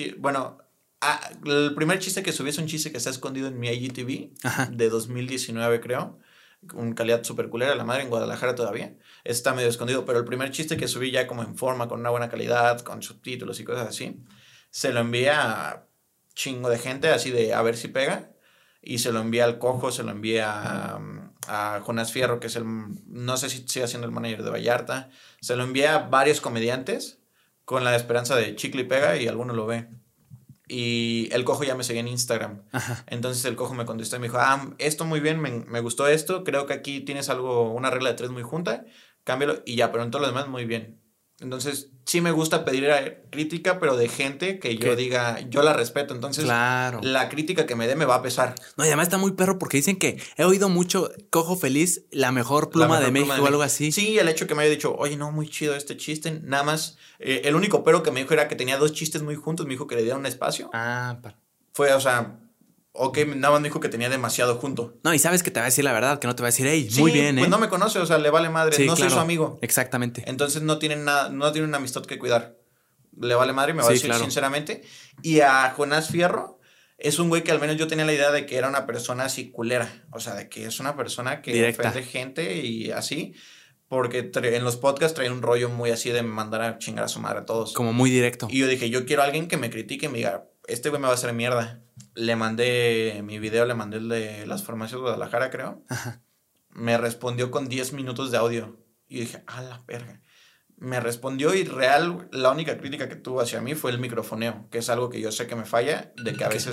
primer chiste que subí es un chiste que está escondido en mi IGTV, de 2019, creo. Con calidad súper culera, la madre, en Guadalajara todavía. Está medio escondido, pero el primer chiste que subí ya como en forma, con una buena calidad, con subtítulos y cosas así, se lo envié a chingo de gente, así de a ver si pega. Y se lo envié al Cojo, se lo envié a Jonás Fierro, que es no sé si sigue siendo el manager de Vallarta. Se lo envié a varios comediantes con la esperanza de chicle y pega, y alguno lo ve. Y el Cojo ya me seguía en Instagram. Ajá. Entonces el Cojo me contestó y me dijo, esto muy bien, me gustó esto, creo que aquí tienes una regla de 3 muy junta, cámbialo y ya, pero en todo lo demás muy bien. Entonces, sí me gusta pedir crítica, pero de gente que yo diga, yo la respeto. Entonces, la crítica que me dé me va a pesar. No, y además está muy perro porque dicen que he oído mucho Cojo Feliz, la mejor pluma de México o algo así. Sí, el hecho que me haya dicho, oye, no, muy chido este chiste. Nada más, el único pero que me dijo era que tenía 2 chistes muy juntos. Me dijo que le diera un espacio. Fue, o sea... Ok, nada más me dijo que tenía demasiado junto. No, y sabes que te va a decir la verdad, que no te va a decir, hey, muy bien, pues no me conoce, o sea, le vale madre, sí, no soy su amigo. Exactamente. Entonces no tiene una amistad que cuidar. Le vale madre y me va a decir sinceramente. Y a Jonás Fierro es un güey que al menos yo tenía la idea de que era una persona así culera. O sea, de que es una persona que ofende gente y así. Porque en los podcasts trae un rollo muy así de mandar a chingar a su madre a todos. Como muy directo. Y yo dije, yo quiero a alguien que me critique y me diga, este güey me va a hacer mierda. Le mandé mi video, le mandé el de las farmacias de Guadalajara, creo. Ajá. Me respondió con 10 minutos de audio. Y dije, la verga. Me respondió y la única crítica que tuvo hacia mí fue el microfoneo, que es algo que yo sé que me falla, de que a veces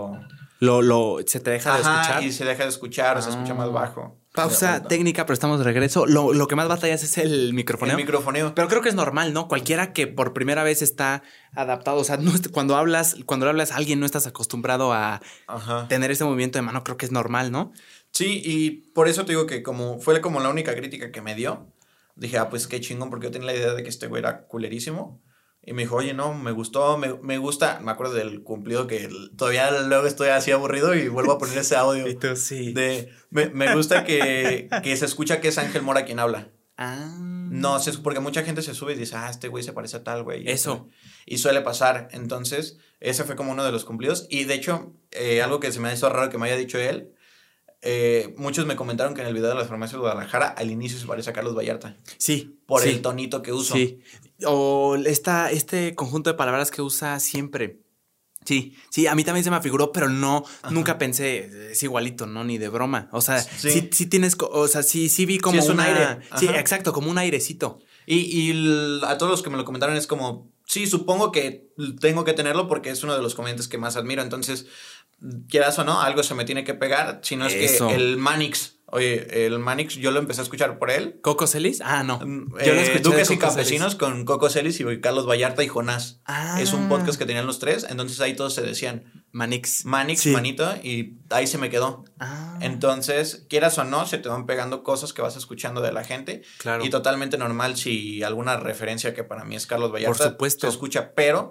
se te deja de escuchar. Y se deja de escuchar, o se escucha más bajo. Pausa técnica, pero estamos de regreso. Lo que más batallas es el microfoneo. El microfoneo. Pero creo que es normal, ¿no? Cualquiera que por primera vez está adaptado, o sea, cuando le hablas a alguien no estás acostumbrado a tener ese movimiento de mano, creo que es normal, ¿no? Sí, y por eso te digo que fue como la única crítica que me dio. Dije, pues qué chingón, porque yo tenía la idea de que este güey era culerísimo. Y me dijo, oye, no, me gustó, me gusta. Me acuerdo del cumplido que todavía luego estoy así aburrido y vuelvo a poner ese audio. Y tú sí. Me gusta que se escucha que es Ángel Mora quien habla. No, porque mucha gente se sube y dice, este güey se parece a tal güey. Eso. Y suele pasar. Entonces, ese fue como uno de los cumplidos. Y de hecho, algo que se me hizo raro que me haya dicho él, muchos me comentaron que en el video de las farmacias de Guadalajara al inicio se parece a Carlos Vallarta. Sí. Por el tonito que uso. Sí. O este conjunto de palabras que usa siempre. Sí, a mí también se me afiguró, pero nunca pensé, es igualito, ¿no? Ni de broma. O sea, sí tienes, o sea, sí vi como es un aire. Sí, exacto, como un airecito. Y a todos los que me lo comentaron es como, sí, supongo que tengo que tenerlo porque es uno de los comediantes que más admiro. Entonces, quieras o no, algo se me tiene que pegar. Si no es que el Manix. Oye, el Manix, yo lo empecé a escuchar por él. ¿Coco Celis? No. Yo lo escuché Duques y Campesinos con Coco Celis y Carlos Vallarta y Jonás. Es un podcast que tenían los 3. Entonces ahí todos se decían Manix, sí. Manito. Y ahí se me quedó. Entonces, quieras o no, se te van pegando cosas que vas escuchando de la gente. Claro. Y totalmente normal si alguna referencia que para mí es Carlos Vallarta. Por supuesto. Se escucha, pero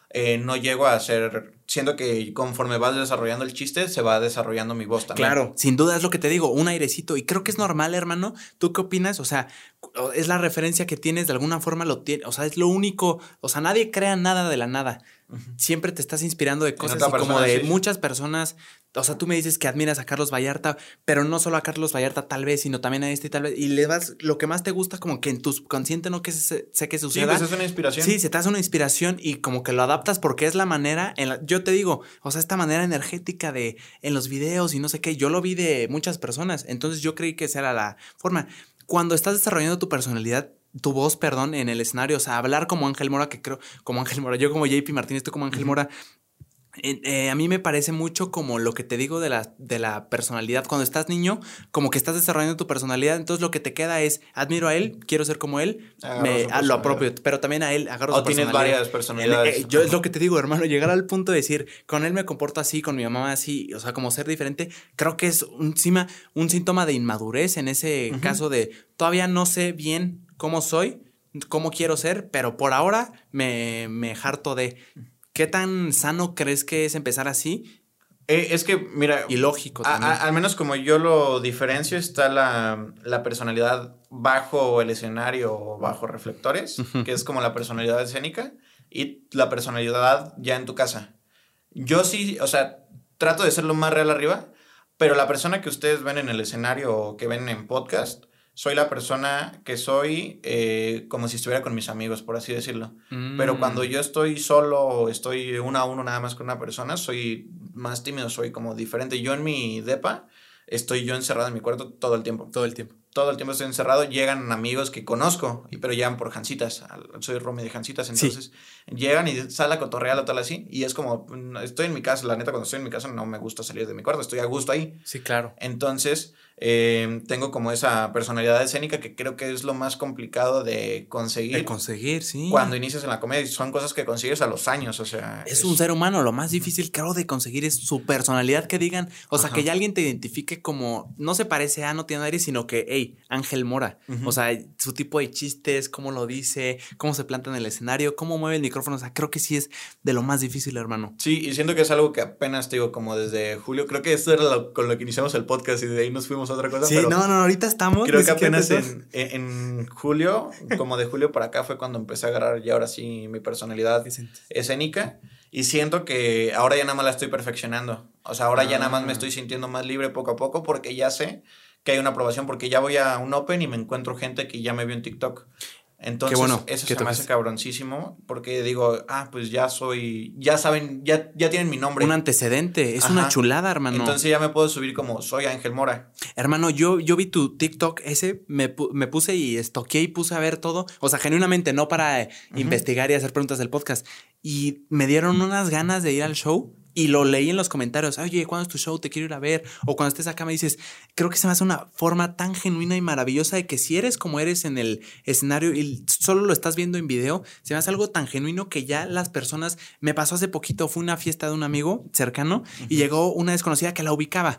no llego a ser... Siento que conforme vas desarrollando el chiste, se va desarrollando mi voz también. Claro, sin duda es lo que te digo, un airecito. Y creo que es normal, hermano. ¿Tú qué opinas? O sea, es la referencia que tienes, de alguna forma lo tienes. O sea, es lo único. O sea, nadie crea nada de la nada. Siempre te estás inspirando de cosas y como de muchas personas. O sea, tú me dices que admiras a Carlos Vallarta, pero no solo a Carlos Vallarta tal vez, sino también a este y tal vez. Y le das lo que más te gusta, como que en tu subconsciente, no que sé que suceda. Sí, pues es una inspiración. Sí, se te hace una inspiración y como que lo adaptas porque es la manera, yo te digo, o sea, esta manera energética de en los videos y no sé qué, yo lo vi de muchas personas, entonces yo creí que esa era la forma. Cuando estás desarrollando tu personalidad, tu voz, perdón, en el escenario, o sea, hablar como Ángel Mora, que creo, como Ángel Mora, yo como JP Martínez, tú como Ángel Mora, a mí me parece mucho como lo que te digo de la personalidad. Cuando estás niño, como que estás desarrollando tu personalidad, entonces lo que te queda es, admiro a él, quiero ser como él, lo apropio, pero también a él agarro su personalidad. O tienes varias personalidades. Yo es lo que te digo, hermano, llegar al punto de decir, con él me comporto así, con mi mamá así, o sea, como ser diferente, creo que es un síntoma de inmadurez en ese caso de, todavía no sé bien cómo soy, cómo quiero ser, pero por ahora me harto de... ¿Qué tan sano crees que es empezar así? Es que, mira... Y lógico también. Al menos como yo lo diferencio, está la personalidad bajo el escenario o bajo reflectores, que es como la personalidad escénica, y la personalidad ya en tu casa. Yo sí, o sea, trato de ser lo más real arriba, pero la persona que ustedes ven en el escenario o que ven en podcast... Soy la persona que soy como si estuviera con mis amigos, por así decirlo. Pero cuando yo estoy solo o estoy uno a uno nada más con una persona, soy más tímido, soy como diferente. Yo en mi depa estoy yo encerrado en mi cuarto todo el tiempo. Todo el tiempo. Todo el tiempo estoy encerrado. Llegan amigos que conozco, pero llegan por Jancitas. Soy roomie de Jancitas, entonces llegan y sale a cotorrear o tal así. Y es como, estoy en mi casa. La neta, cuando estoy en mi casa no me gusta salir de mi cuarto. Estoy a gusto ahí. Sí, claro. Entonces... tengo como esa personalidad escénica que creo que es lo más complicado de conseguir. De conseguir, sí. Cuando inicias en la comedia, son cosas que consigues a los años, o sea... Es un ser humano, lo más difícil, creo, de conseguir es su personalidad, que digan, o sea, que ya alguien te identifique como, no se parece a, no tiene aire, sino que, hey, Ángel Mora. O sea, su tipo de chistes, cómo lo dice, cómo se planta en el escenario, cómo mueve el micrófono, o sea, creo que sí es de lo más difícil, hermano. Sí, y siento que es algo que apenas, te digo, como desde julio, creo que esto era con lo que iniciamos el podcast y de ahí nos fuimos a otra cosa. Sí, pero no, ahorita estamos. Creo que apenas en julio, como de julio para acá fue cuando empecé a agarrar ya ahora sí mi personalidad escénica y siento que ahora ya nada más la estoy perfeccionando. O sea, ahora ya nada más me estoy sintiendo más libre poco a poco porque ya sé que hay una aprobación, porque ya voy a un open y me encuentro gente que ya me vio en TikTok. Entonces, eso se me hace cabroncísimo porque digo, pues ya soy, ya saben, ya tienen mi nombre. Un antecedente, es una chulada, hermano. Entonces ya me puedo subir como soy Ángel Mora. Hermano, yo vi tu TikTok ese, me puse y estoqué y puse a ver todo. O sea, genuinamente, no para investigar y hacer preguntas del podcast. Y me dieron unas ganas de ir al show. Y lo leí en los comentarios, oye, ¿cuándo es tu show? Te quiero ir a ver. O cuando estés acá me dices, creo que se me hace una forma tan genuina y maravillosa de que si eres como eres en el escenario y solo lo estás viendo en video, se me hace algo tan genuino que ya las personas... Me pasó hace poquito, fue una fiesta de un amigo cercano y llegó una desconocida que la ubicaba.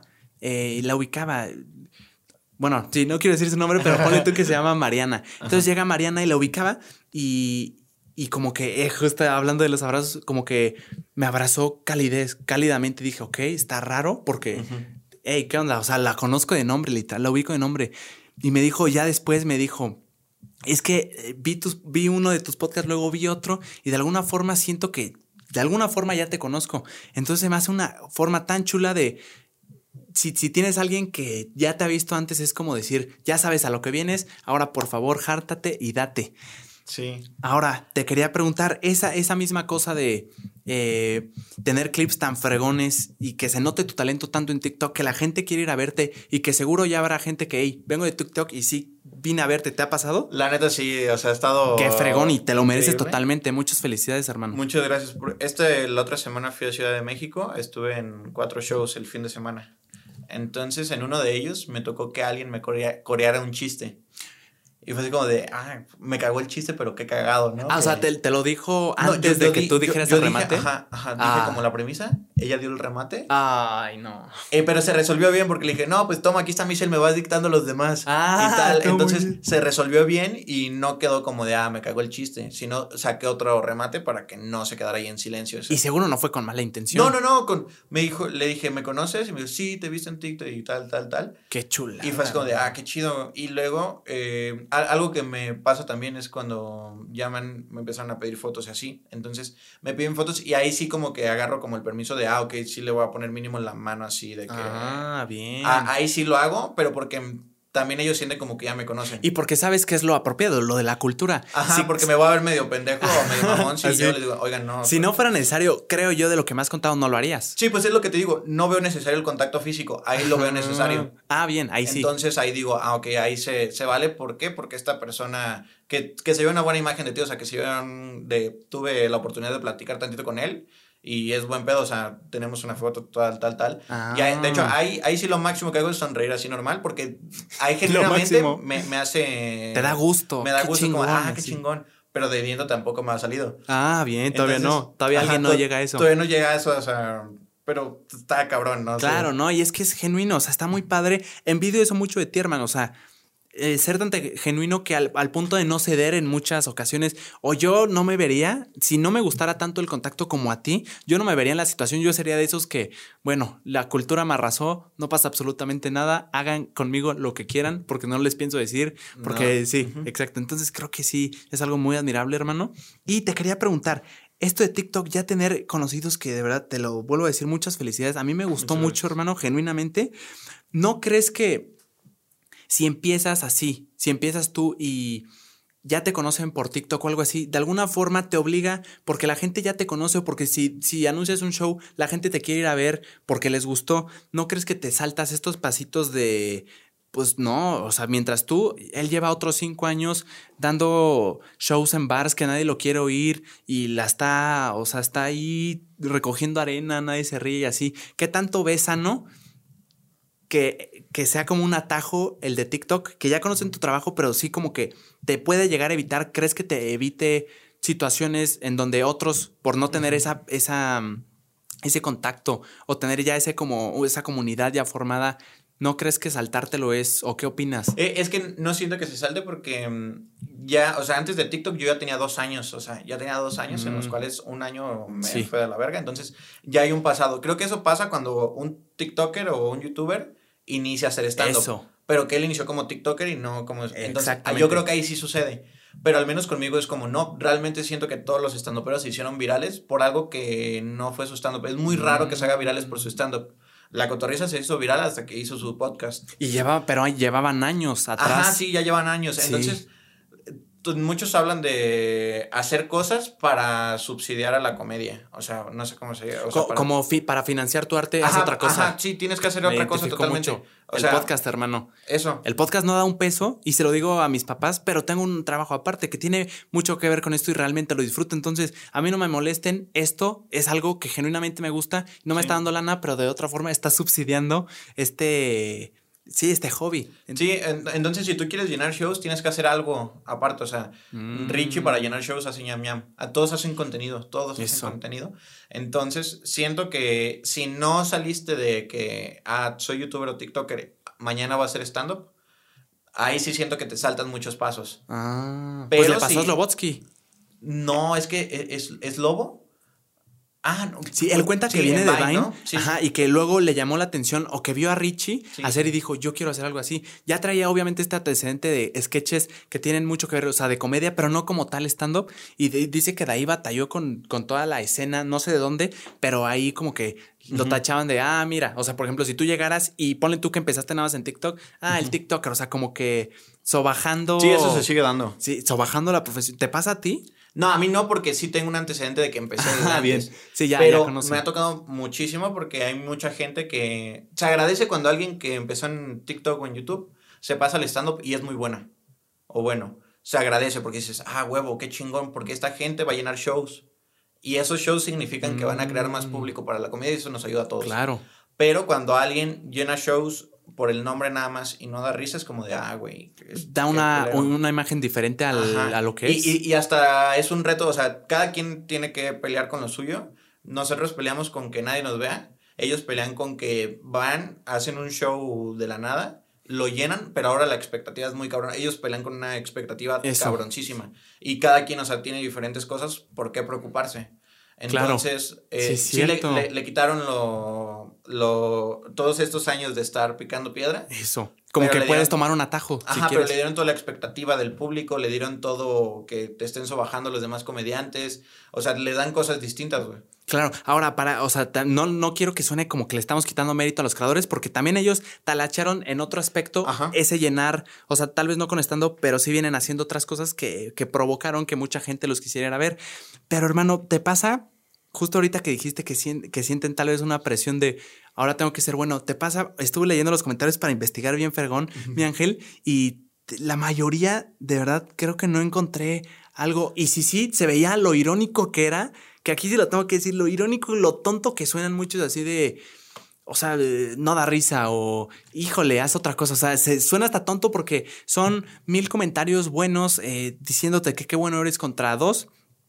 Bueno, sí, no quiero decir su nombre, pero ponle tú que se llama Mariana. Entonces llega Mariana y la ubicaba y como que, justo hablando de los abrazos, como que me abrazó cálidamente. Dije, ok, está raro porque, hey, ¿qué onda? O sea, la conozco de nombre, literal, la ubico de nombre. Y me dijo, ya después me dijo, es que vi uno de tus podcasts, luego vi otro y de alguna forma siento que, de alguna forma ya te conozco. Entonces me hace una forma tan chula de... Si tienes a alguien que ya te ha visto antes, es como decir, ya sabes a lo que vienes, ahora por favor, jártate y date. Sí. Ahora, te quería preguntar, esa misma cosa de tener clips tan fregones y que se note tu talento tanto en TikTok, que la gente quiere ir a verte y que seguro ya habrá gente que, hey, vengo de TikTok y sí vine a verte, ¿te ha pasado? La neta sí, o sea, ha estado... Qué fregón y te lo mereces totalmente. Muchas felicidades, hermano. Muchas gracias. La otra semana fui a Ciudad de México, estuve en 4 shows el fin de semana. Entonces, en uno de ellos me tocó que alguien me coreara un chiste. Y fue así como de, me cagó el chiste, pero qué cagado, ¿no? O sea, te lo dijo antes de que tú dijeras el remate. Dije como la premisa. ella dio el remate. Ay, no. Pero se resolvió bien porque le dije, no, pues toma, aquí está Michelle, me vas dictando los demás. Y tal. Entonces se resolvió bien y no quedó como de, me cagó el chiste. Sino saqué otro remate para que no se quedara ahí en silencio. Y seguro no fue con mala intención. No. Le dije, ¿me conoces? Y me dijo, sí, te he visto en TikTok y tal. Qué chula. Y fue así como de, qué chido. Y luego, algo que me pasa también es cuando llaman, me empezaron a pedir fotos y así. Entonces me piden fotos y ahí sí como que agarro como el permiso de, ok, sí le voy a poner mínimo la mano así de que... bien. Ahí sí lo hago, pero porque también ellos sienten como que ya me conocen. Y porque sabes que es lo apropiado, lo de la cultura. Ajá, sí, porque me voy a ver medio pendejo o medio mamón si yo les digo, oigan, no. Si no fuera necesario, creo yo, de lo que me has contado, no lo harías. Sí, pues es lo que te digo, no veo necesario el contacto físico, ahí lo veo necesario. Bien, ahí sí. Entonces ahí digo, ok, ahí se vale. ¿Por qué? Porque esta persona que se ve una buena imagen de ti, o sea, que tuve la oportunidad de platicar tantito con él. Y es buen pedo, o sea, tenemos una foto tal. Y de hecho, ahí sí lo máximo que hago es sonreír así normal, porque ahí genuinamente me hace... Te da gusto. Me da gusto, chingón, como, qué chingón. Pero de viendo tampoco me ha salido. Bien, todavía no. Todavía alguien no llega a eso. Todavía no llega a eso, o sea... Pero está cabrón, ¿no? Claro, ¿no? Y es que es genuino, o sea, está muy padre. Envidio eso mucho de ti, hermano, o sea... ser tan genuino que al punto de no ceder en muchas ocasiones, o yo no me vería, si no me gustara tanto el contacto como a ti, yo no me vería en la situación, yo sería de esos que, bueno, la cultura me arrasó, no pasa absolutamente nada, hagan conmigo lo que quieran, porque no les pienso decir, porque sí, exacto, entonces creo que sí, es algo muy admirable, hermano. Y te quería preguntar, esto de TikTok, ya tener conocidos que de verdad, te lo vuelvo a decir, muchas felicidades, a mí me gustó mucho, hermano, genuinamente. ¿No crees que si empiezas así, si empiezas tú y ya te conocen por TikTok o algo así, de alguna forma te obliga porque la gente ya te conoce o porque si anuncias un show, la gente te quiere ir a ver porque les gustó? ¿No crees que te saltas estos pasitos de... Pues no, o sea, mientras él lleva otros 5 años dando shows en bars que nadie lo quiere oír y está ahí recogiendo arena, nadie se ríe y así? ¿Qué tanto ves sano que sea como un atajo el de TikTok, que ya conocen tu trabajo, pero sí como que te puede llegar a evitar? ¿Crees que te evite situaciones en donde otros, por no tener ese contacto o tener ya esa comunidad ya formada, no crees que saltártelo es? ¿O qué opinas? Es que no siento que se salte porque ya, o sea, antes de TikTok yo ya tenía 2 años, o sea, en los cuales un año me fue de la verga, entonces ya hay un pasado. Creo que eso pasa cuando un TikToker o un YouTuber inicia a hacer stand-up. Pero que él inició como TikToker y no como... Entonces, yo creo que ahí sí sucede. Pero al menos conmigo es como, no, realmente siento que todos los stand-uperos se hicieron virales por algo que no fue su stand-up. Es muy raro que se haga virales por su stand-up. La Cotorrisa se hizo viral hasta que hizo su podcast. Pero llevaban años atrás. Ajá, sí, ya llevan años. Sí. Entonces, muchos hablan de hacer cosas para subsidiar a la comedia. O sea, no sé cómo se llama. O sea, para financiar tu arte es otra cosa. Ajá, sí, tienes que hacer otra cosa totalmente. Mucho. El podcast, hermano. Eso. El podcast no da un peso y se lo digo a mis papás, pero tengo un trabajo aparte que tiene mucho que ver con esto y realmente lo disfruto. Entonces, a mí no me molesten. Esto es algo que genuinamente me gusta. No me está dando lana, pero de otra forma está subsidiando este hobby. Sí, entonces si tú quieres llenar shows, tienes que hacer algo aparte. O sea, Richie para llenar shows hace ñam ñam. A todos hacen contenido, hacen contenido. Entonces, siento que si no saliste de que, soy youtuber o tiktoker, mañana va a ser stand-up, ahí sí siento que te saltan muchos pasos. Pero pues le pasó a Slobodsky. No, es que es Lobo. No. Sí, él cuenta que viene de Vine, ¿no? Sí. Ajá, y que luego le llamó la atención o que vio a Richie hacer y dijo, yo quiero hacer algo así. Ya traía obviamente este antecedente de sketches que tienen mucho que ver, o sea, de comedia, pero no como tal stand-up. Y dice que de ahí batalló con toda la escena, no sé de dónde, pero ahí como que lo tachaban de, mira, o sea, por ejemplo, si tú llegaras y ponle tú que empezaste nada más en TikTok, el TikToker, o sea, como que sobajando. Sí, eso se sigue dando. Sí, sobajando la profesión. ¿Te pasa a ti? No, a mí no, porque sí tengo un antecedente de que empecé antes. Bien. Sí, pero me ha tocado muchísimo porque hay mucha gente que se agradece cuando alguien que empezó en TikTok o en YouTube se pasa al stand-up y es muy buena. O bueno, se agradece porque dices, huevo, qué chingón, porque esta gente va a llenar shows. Y esos shows significan que van a crear más público para la comedia y eso nos ayuda a todos. Claro. Pero cuando alguien llena shows por el nombre nada más y no da risa, es como de, güey. Da una imagen diferente a lo que es. Y hasta es un reto, o sea, cada quien tiene que pelear con lo suyo, Nosotros peleamos con que nadie nos vea. Ellos pelean con que van, hacen un show de la nada, lo llenan, pero ahora la expectativa es muy cabrón. Ellos pelean con una expectativa cabroncísima. Y cada quien, o sea, tiene diferentes cosas por qué preocuparse. Entonces, claro. sí le quitaron todos estos años de estar picando piedra. Eso. Como que puedes tomar un atajo. Ajá, pero le dieron toda la expectativa del público, le dieron todo que te estén sobajando los demás comediantes. O sea, le dan cosas distintas, güey. Claro, ahora o sea, no quiero que suene como que le estamos quitando mérito a los creadores, porque también ellos talacharon en otro aspecto ese llenar, o sea, tal vez no con stand-up, pero sí vienen haciendo otras cosas que provocaron que mucha gente los quisiera ir a ver. Pero hermano, ¿te pasa? Justo ahorita que dijiste que sienten tal vez una presión de ahora tengo que ser bueno, ¿te pasa? Estuve leyendo los comentarios para investigar bien fregón, mi Ángel, y la mayoría, de verdad, creo que no encontré algo. Y sí, se veía lo irónico que era, que aquí sí lo tengo que decir, lo irónico y lo tonto que suenan muchos así de... O sea, no da risa o híjole, haz otra cosa. O sea, suena hasta tonto porque son 1000 comentarios buenos diciéndote que qué bueno eres contra 2.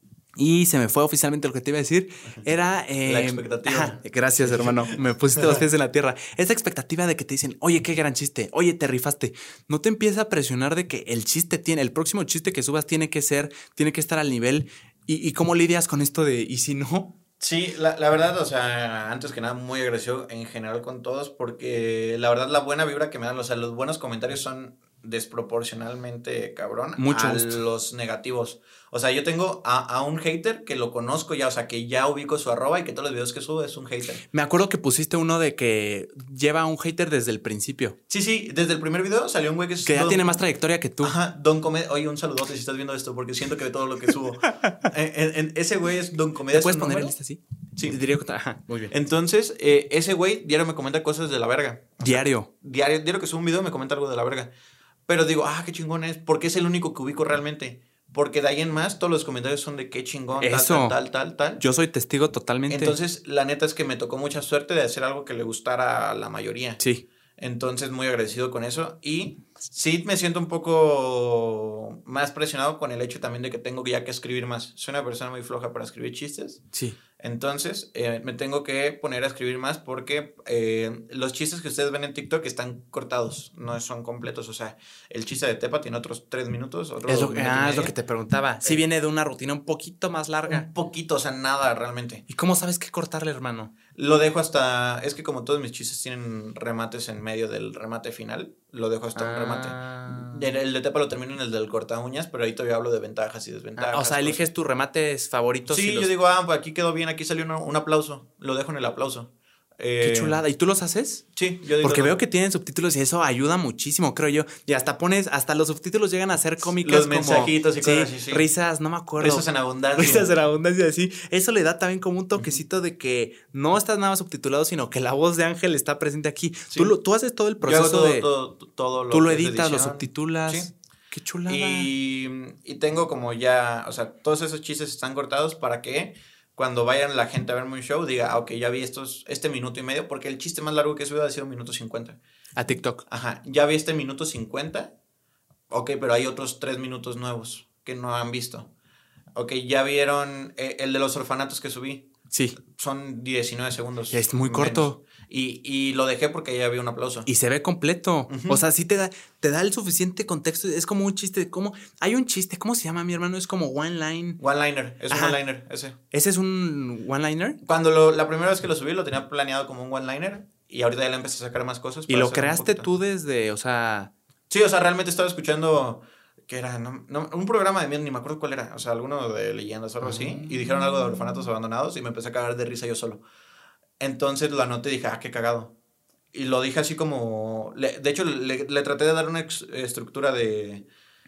Y se me fue oficialmente lo que te iba a decir. Era... la expectativa. Gracias, hermano. Me pusiste los pies en la tierra. Esa expectativa de que te dicen, oye, qué gran chiste. Oye, te rifaste. No te empieza a presionar de que el próximo chiste que subas tiene que estar al nivel. ¿Y cómo lidias con esto de, y si no? Sí, la verdad, o sea, antes que nada, muy agradecido en general con todos, porque la verdad, la buena vibra que me dan, o sea, los buenos comentarios son desproporcionalmente cabrón a los negativos. O sea, yo tengo a un hater que lo conozco ya, o sea, que ya ubico su arroba y que todos los videos que subo es un hater. Me acuerdo que pusiste uno de que lleva a un hater desde el principio. Sí, desde el primer video salió un güey que ya tiene más trayectoria que tú. Ajá, Don Comedia. Oye, un saludote si estás viendo esto, porque siento que de todo lo que subo. Ese güey es Don Comedia. ¿Te puedes poner en lista así? Sí. Diría que ajá, muy bien. Entonces, ese güey diario me comenta cosas de la verga. Diario que subo un video me comenta algo de la verga. Pero digo, qué chingón es, porque es el único que ubico realmente. Porque de ahí en más, todos los comentarios son de qué chingón, tal. Yo soy testigo totalmente. Entonces, la neta es que me tocó mucha suerte de hacer algo que le gustara a la mayoría. Sí. Entonces, muy agradecido con eso. Y sí me siento un poco más presionado con el hecho también de que tengo ya que escribir más. Soy una persona muy floja para escribir chistes. Sí. Entonces, me tengo que poner a escribir más porque los chistes que ustedes ven en TikTok están cortados, no son completos. O sea, el chiste de Tepa tiene otros 3 minutos. Es lo que te preguntaba. Sí viene de una rutina un poquito más larga. Un poquito, o sea, nada realmente. ¿Y cómo sabes qué cortarle, hermano? Lo dejo hasta... Es que como todos mis chistes tienen remates en medio del remate final, lo dejo hasta un remate. El de Tepa lo termino en el del corta uñas, pero ahí todavía hablo de ventajas y desventajas. O sea, eliges tus remates favoritos. Sí, yo digo, pues aquí quedó bien, aquí salió un aplauso. Lo dejo en el aplauso. Qué chulada. ¿Y tú los haces? Sí, yo digo. Porque veo que tienen subtítulos y eso ayuda muchísimo, creo yo. Y hasta los subtítulos llegan a ser cómicas. Los mensajitos y cosas así. Risas, no me acuerdo. Risas en abundancia. Risas en abundancia, así. Eso le da también como un toquecito de que no estás nada más subtitulado, sino que la voz de Ángel está presente aquí. Sí. Tú haces todo el proceso todo tú lo editas, lo subtitulas. Sí. Qué chulada. Y tengo como ya, o sea, todos esos chistes están cortados para que cuando vayan la gente a verme un show diga, ok, ya vi este minuto y medio, porque el chiste más largo que he subido ha sido minuto 50. A TikTok. Ajá, ya vi este minuto 50, ok, pero hay otros 3 minutos nuevos que no han visto. Ok, ya vieron el de los orfanatos que subí. Sí. Son 19 segundos. Es muy corto. Y lo dejé porque ya había un aplauso. Y se ve completo. O sea, sí te da el suficiente contexto. Es como un chiste. Hay un chiste. ¿Cómo se llama, mi hermano? Es como one-line. One-liner. Es un one-liner ese. ¿Ese es un one-liner? La primera vez que lo subí lo tenía planeado como un one-liner. Y ahorita ya le empecé a sacar más cosas. ¿Y lo creaste tú desde, o sea...? Sí, o sea, realmente estaba escuchando... que era? Un programa de miedo, ni me acuerdo cuál era. O sea, alguno de leyendas o algo así. Y dijeron algo de orfanatos abandonados y me empecé a cagar de risa yo solo. Entonces lo anoté y dije, qué cagado. Y lo dije así como... de hecho, le traté de dar una estructura de...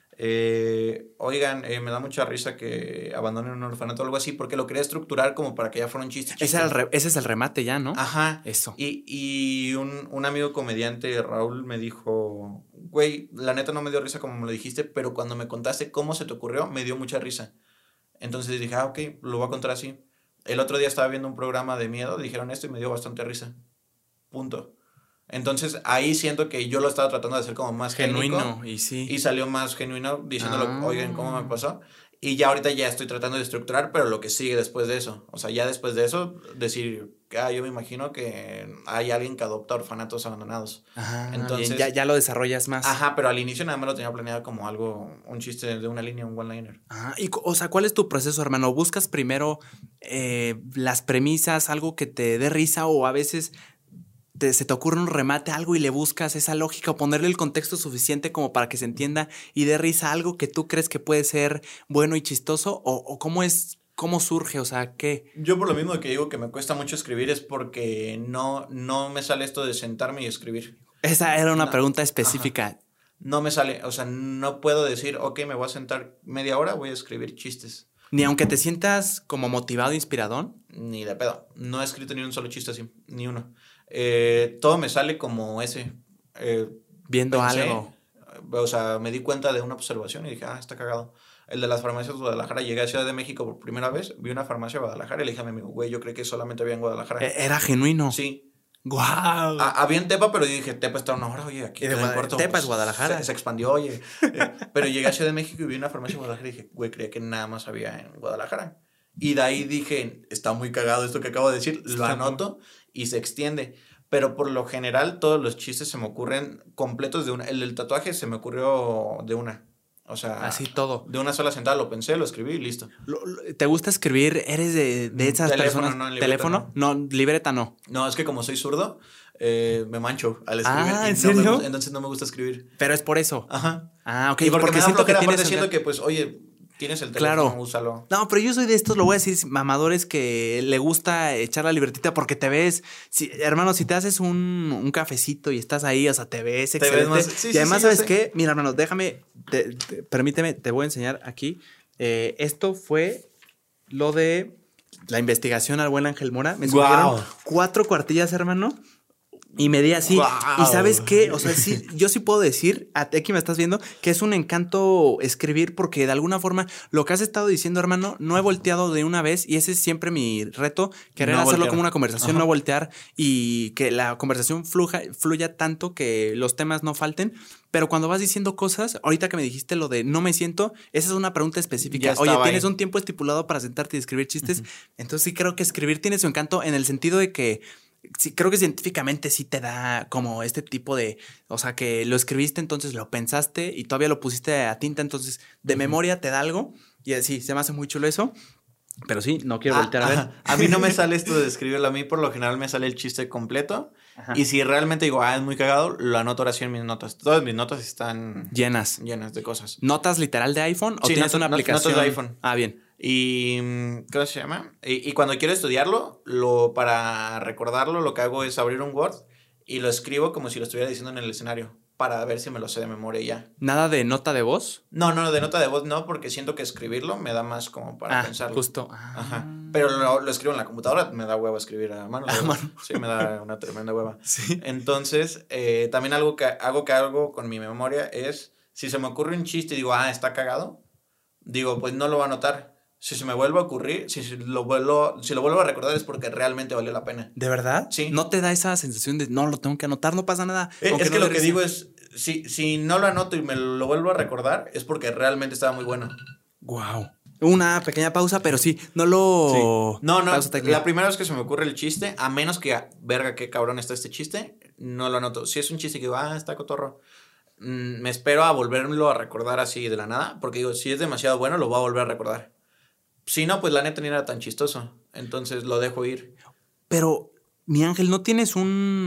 oigan, me da mucha risa que abandonen un orfanato o algo así, porque lo quería estructurar como para que ya fuera un chiste. Ese es el remate ya, ¿no? Ajá. Eso. Y un amigo comediante, Raúl, me dijo, güey, la neta no me dio risa como me lo dijiste, pero cuando me contaste cómo se te ocurrió, me dio mucha risa. Entonces dije, ok, lo voy a contar así. El otro día estaba viendo un programa de miedo, dijeron esto y me dio bastante risa. Punto. Entonces ahí siento que yo lo estaba tratando de hacer como más genuino. Y sí. Y salió más genuino diciéndolo, oigan, ¿cómo me pasó? Y ya ahorita ya estoy tratando de estructurar, pero lo que sigue después de eso. O sea, ya después de eso, decir, yo me imagino que hay alguien que adopta orfanatos abandonados. Ajá, entonces bien, ya lo desarrollas más. Ajá, pero al inicio nada más lo tenía planeado como algo, un chiste de una línea, un one-liner. Ajá, o sea, ¿cuál es tu proceso, hermano? ¿Buscas primero las premisas, algo que te dé risa, o a veces se te ocurre un remate, algo y le buscas esa lógica o ponerle el contexto suficiente como para que se entienda y dé risa algo que tú crees que puede ser bueno y chistoso? ¿O cómo surge? O sea, ¿qué? Yo por lo mismo que digo que me cuesta mucho escribir es porque no me sale esto de sentarme y escribir. Esa era una pregunta específica. Ajá. No me sale, o sea, no puedo decir, ok, me voy a sentar media hora, voy a escribir chistes. Ni aunque te sientas como motivado, inspiradón. Ni de pedo. No he escrito ni un solo chiste así, ni uno. Todo me sale como ese. Viendo algo. O sea, me di cuenta de una observación y dije, está cagado. El de las farmacias de Guadalajara. Llegué a Ciudad de México por primera vez, vi una farmacia de Guadalajara y le dije a mi amigo, güey, yo creo que solamente había en Guadalajara. Era genuino. Sí. ¡Guau! Había en Tepa, pero yo dije, Tepa está a una hora, oye, aquí en Puerto. Tepa es Guadalajara. Se expandió, oye. Pero llegué a Ciudad de México y vi una farmacia en Guadalajara y dije, güey, creía que nada más había en Guadalajara. Y de ahí dije, está muy cagado esto que acabo de decir, lo anoto y se extiende. Pero por lo general todos los chistes se me ocurren completos de una. El del tatuaje se me ocurrió de una. O sea, así todo. De una sola sentada lo pensé, lo escribí y listo. ¿Te gusta escribir? ¿Eres de esas personas? No, ¿Teléfono? No, libreta no. No, es que como soy zurdo, me mancho al escribir. ¿En serio? Entonces no me gusta escribir. Pero es por eso. Ajá. Ok. Y porque siento que tienes siento que, pues, oye, tienes el teléfono, claro. úsalo. No, pero yo soy de estos, lo voy a decir, mamadores que le gusta echar la libertita porque te ves, hermano, si te haces un cafecito y estás ahí, o sea, te ves excelente. Ves más, y además, ¿sabes qué? Mira, hermano, déjame, permíteme, te voy a enseñar aquí. Esto fue lo de la investigación al buen Ángel Mora. Me subieron 4 cuartillas, hermano. Y me di así. Wow. ¿Y sabes qué? O sea, sí, yo sí puedo decir, aquí me estás viendo, que es un encanto escribir porque de alguna forma lo que has estado diciendo, hermano, no he volteado de una vez y ese es siempre mi reto, querer hacerlo como una conversación, ajá, no voltear y que la conversación fluya tanto que los temas no falten. Pero cuando vas diciendo cosas, ahorita que me dijiste lo de no me siento, esa es una pregunta específica. Oye, ¿tienes un tiempo estipulado para sentarte y escribir chistes? Uh-huh. Entonces sí creo que escribir tiene su encanto en el sentido de que sí, creo que científicamente sí te da como este tipo de, o sea, que lo escribiste, entonces lo pensaste y todavía lo pusiste a tinta, entonces de memoria te da algo y así, se me hace muy chulo eso. Pero sí, no quiero voltear a ver. A mí no me sale esto de escribirlo, a mí por lo general me sale el chiste completo. Ajá. Y si realmente digo, es muy cagado, lo anoto ahora sí en mis notas. Todas mis notas están llenas de cosas. ¿Notas literal de iPhone o tienes una aplicación? Notas de iPhone. Bien. Y ¿cómo se llama? Y cuando quiero estudiarlo, para recordarlo, lo que hago es abrir un Word y lo escribo como si lo estuviera diciendo en el escenario para ver si me lo sé de memoria ya. ¿Nada de nota de voz? No, de nota de voz no, porque siento que escribirlo me da más como para pensarlo. Justo. Ajá. Pero lo escribo en la computadora, me da hueva escribir a mano. Sí, me da una tremenda hueva. Sí. Entonces, también algo que hago con mi memoria es, si se me ocurre un chiste y digo, está cagado, digo, pues no lo voy a anotar. Si se me vuelve a ocurrir, si lo vuelvo a recordar es porque realmente valió la pena. ¿De verdad? Sí. ¿No te da esa sensación de no, lo tengo que anotar, no pasa nada? Es que lo que digo es, si no lo anoto y me lo vuelvo a recordar, es porque realmente estaba muy bueno. Wow. Una pequeña pausa, pero sí, no lo... Sí. No, la primera vez que se me ocurre el chiste, a menos que, verga, qué cabrón está este chiste, no lo anoto. Si es un chiste que digo, está cotorro, me espero a volverlo a recordar así de la nada, porque digo, si es demasiado bueno, lo voy a volver a recordar. Si no, pues la neta ni era tan chistoso. Entonces lo dejo ir. Pero, mi Ángel, ¿no tienes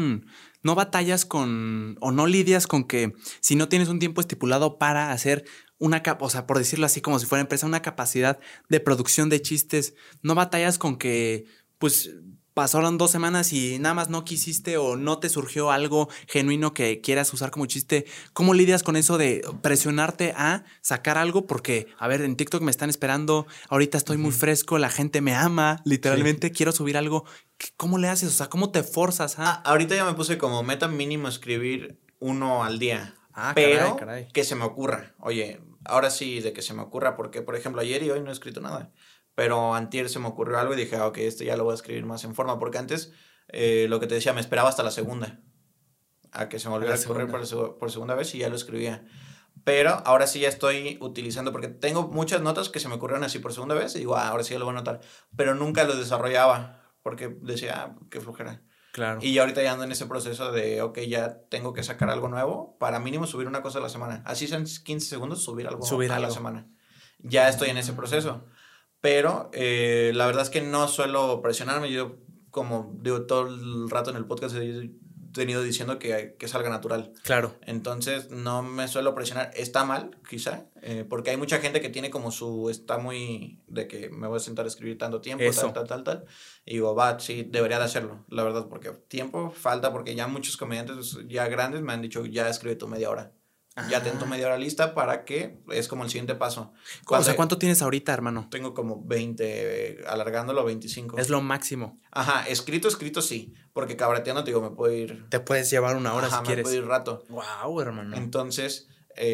no batallas con, o no lidias con que si no tienes un tiempo estipulado para hacer o sea, por decirlo así como si fuera empresa, una capacidad de producción de chistes, no batallas con que, pues, pasaron 2 semanas y nada más no quisiste o no te surgió algo genuino que quieras usar como chiste? ¿Cómo lidias con eso de presionarte a sacar algo? Porque, a ver, en TikTok me están esperando, ahorita estoy muy fresco, la gente me ama, literalmente quiero subir algo. ¿Cómo le haces? O sea, ¿cómo te forzas? Ahorita ya me puse como meta mínimo escribir 1 al día. Pero caray. Que se me ocurra. Oye, ahora sí de que se me ocurra, porque, por ejemplo, ayer y hoy no he escrito nada. Pero antier se me ocurrió algo y dije, ok, ya lo voy a escribir más en forma. Porque antes, lo que te decía, me esperaba hasta la segunda. A que se me volviera a ocurrir por segunda vez y ya lo escribía. Pero ahora sí ya estoy utilizando, porque tengo muchas notas que se me ocurrieron así por segunda vez y digo, ahora sí ya lo voy a anotar. Pero nunca lo desarrollaba porque decía, qué flojera. Claro. Y ahorita ya ando en ese proceso de, ok, ya tengo que sacar algo nuevo para mínimo subir una cosa a la semana. Así sean 15 segundos, subir algo a la semana. Ya estoy en ese proceso. Pero la verdad es que no suelo presionarme. Yo, como digo todo el rato en el podcast, he venido diciendo que salga natural. Claro. Entonces no me suelo presionar. Está mal, quizá, porque hay mucha gente que tiene como está muy de que me voy a sentar a escribir tanto tiempo, tal. Y digo, sí, debería de hacerlo, la verdad, porque tiempo falta, porque ya muchos comediantes ya grandes me han dicho, ya escribe tu media hora. Ya tengo media hora lista para que es como el siguiente paso. O sea, ¿cuánto tienes ahorita, hermano? Tengo como 20, alargándolo a 25. Es lo máximo. Ajá, escrito sí, porque cabreteando, te digo, me puedo ir. Te puedes llevar una hora si quieres. Me puedo ir rato. Wow, hermano. Entonces,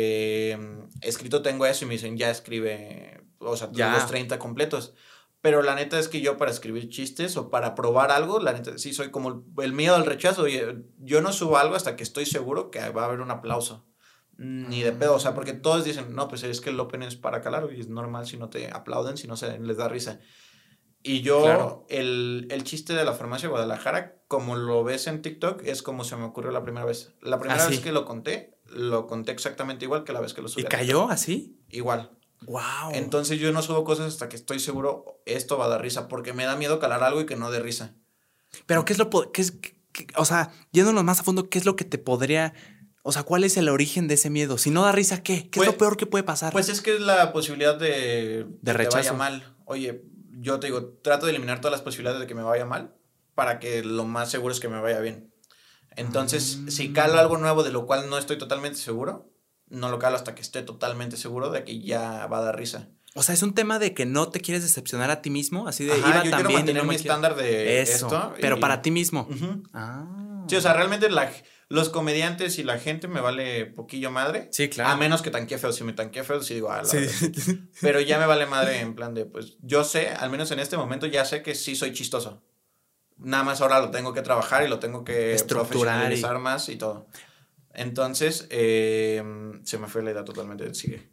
escrito tengo eso y me dicen, ya escribe, o sea, los 30 completos. Pero la neta es que yo para escribir chistes o para probar algo, la neta sí soy como el miedo al rechazo. Yo no subo algo hasta que estoy seguro que va a haber un aplauso. Ni de pedo, o sea, porque todos dicen, no, pues es que el open es para calar y es normal si no te aplauden, si no se les da risa. Y yo, el chiste de la farmacia de Guadalajara, como lo ves en TikTok, es como se me ocurrió la primera vez. La primera vez que lo conté exactamente igual que la vez que lo subí. ¿Y cayó así? Igual. Wow. Entonces yo no subo cosas hasta que estoy seguro esto va a dar risa, porque me da miedo calar algo y que no dé risa. Pero ¿qué es o sea, yéndonos más a fondo, qué es lo que te podría... O sea, ¿cuál es el origen de ese miedo? Si no da risa, ¿qué? ¿Qué es lo peor que puede pasar? Pues es que es la posibilidad de rechazo. Que vaya mal. Oye, yo te digo, trato de eliminar todas las posibilidades de que me vaya mal para que lo más seguro es que me vaya bien. Entonces, si calo algo nuevo de lo cual no estoy totalmente seguro, no lo calo hasta que esté totalmente seguro de que ya va a dar risa. O sea, es un tema de que no te quieres decepcionar a ti mismo, así de yo quiero mantener mi estándar de esto. Pero para ti mismo. Sí, o sea, realmente los comediantes y la gente me vale poquillo madre. Sí, claro. A menos que tanquee feo. Si me tanquee feo, sí digo, Pero ya me vale madre en plan de, pues, yo sé, al menos en este momento, ya sé que sí soy chistoso. Nada más ahora lo tengo que trabajar y lo tengo que profesionalizar más y todo. Entonces, se me fue la idea totalmente. Sigue.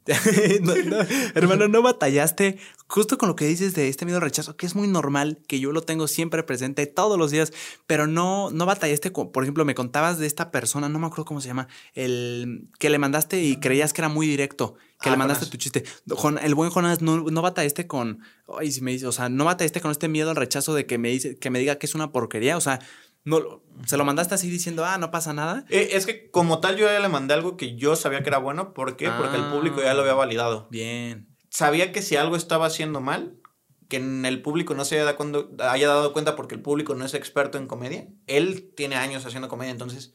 Hermano, no batallaste justo con lo que dices de este miedo al rechazo, que es muy normal, que yo lo tengo siempre presente todos los días, pero no batallaste por ejemplo, me contabas de esta persona, no me acuerdo cómo se llama, el que le mandaste y creías que era muy directo, que le mandaste tu chiste. El buen Jonás, no batallaste con, ay, si me dice, o sea, no batallaste con este miedo al rechazo de que me diga que es una porquería, o sea, no, se lo mandaste así diciendo, no pasa nada. Es que como tal yo ya le mandé algo que yo sabía que era bueno. ¿Por qué? Porque el público ya lo había validado. Bien. Sabía que si algo estaba haciendo mal, que en el público no se haya dado cuenta porque el público no es experto en comedia. Él tiene años haciendo comedia, entonces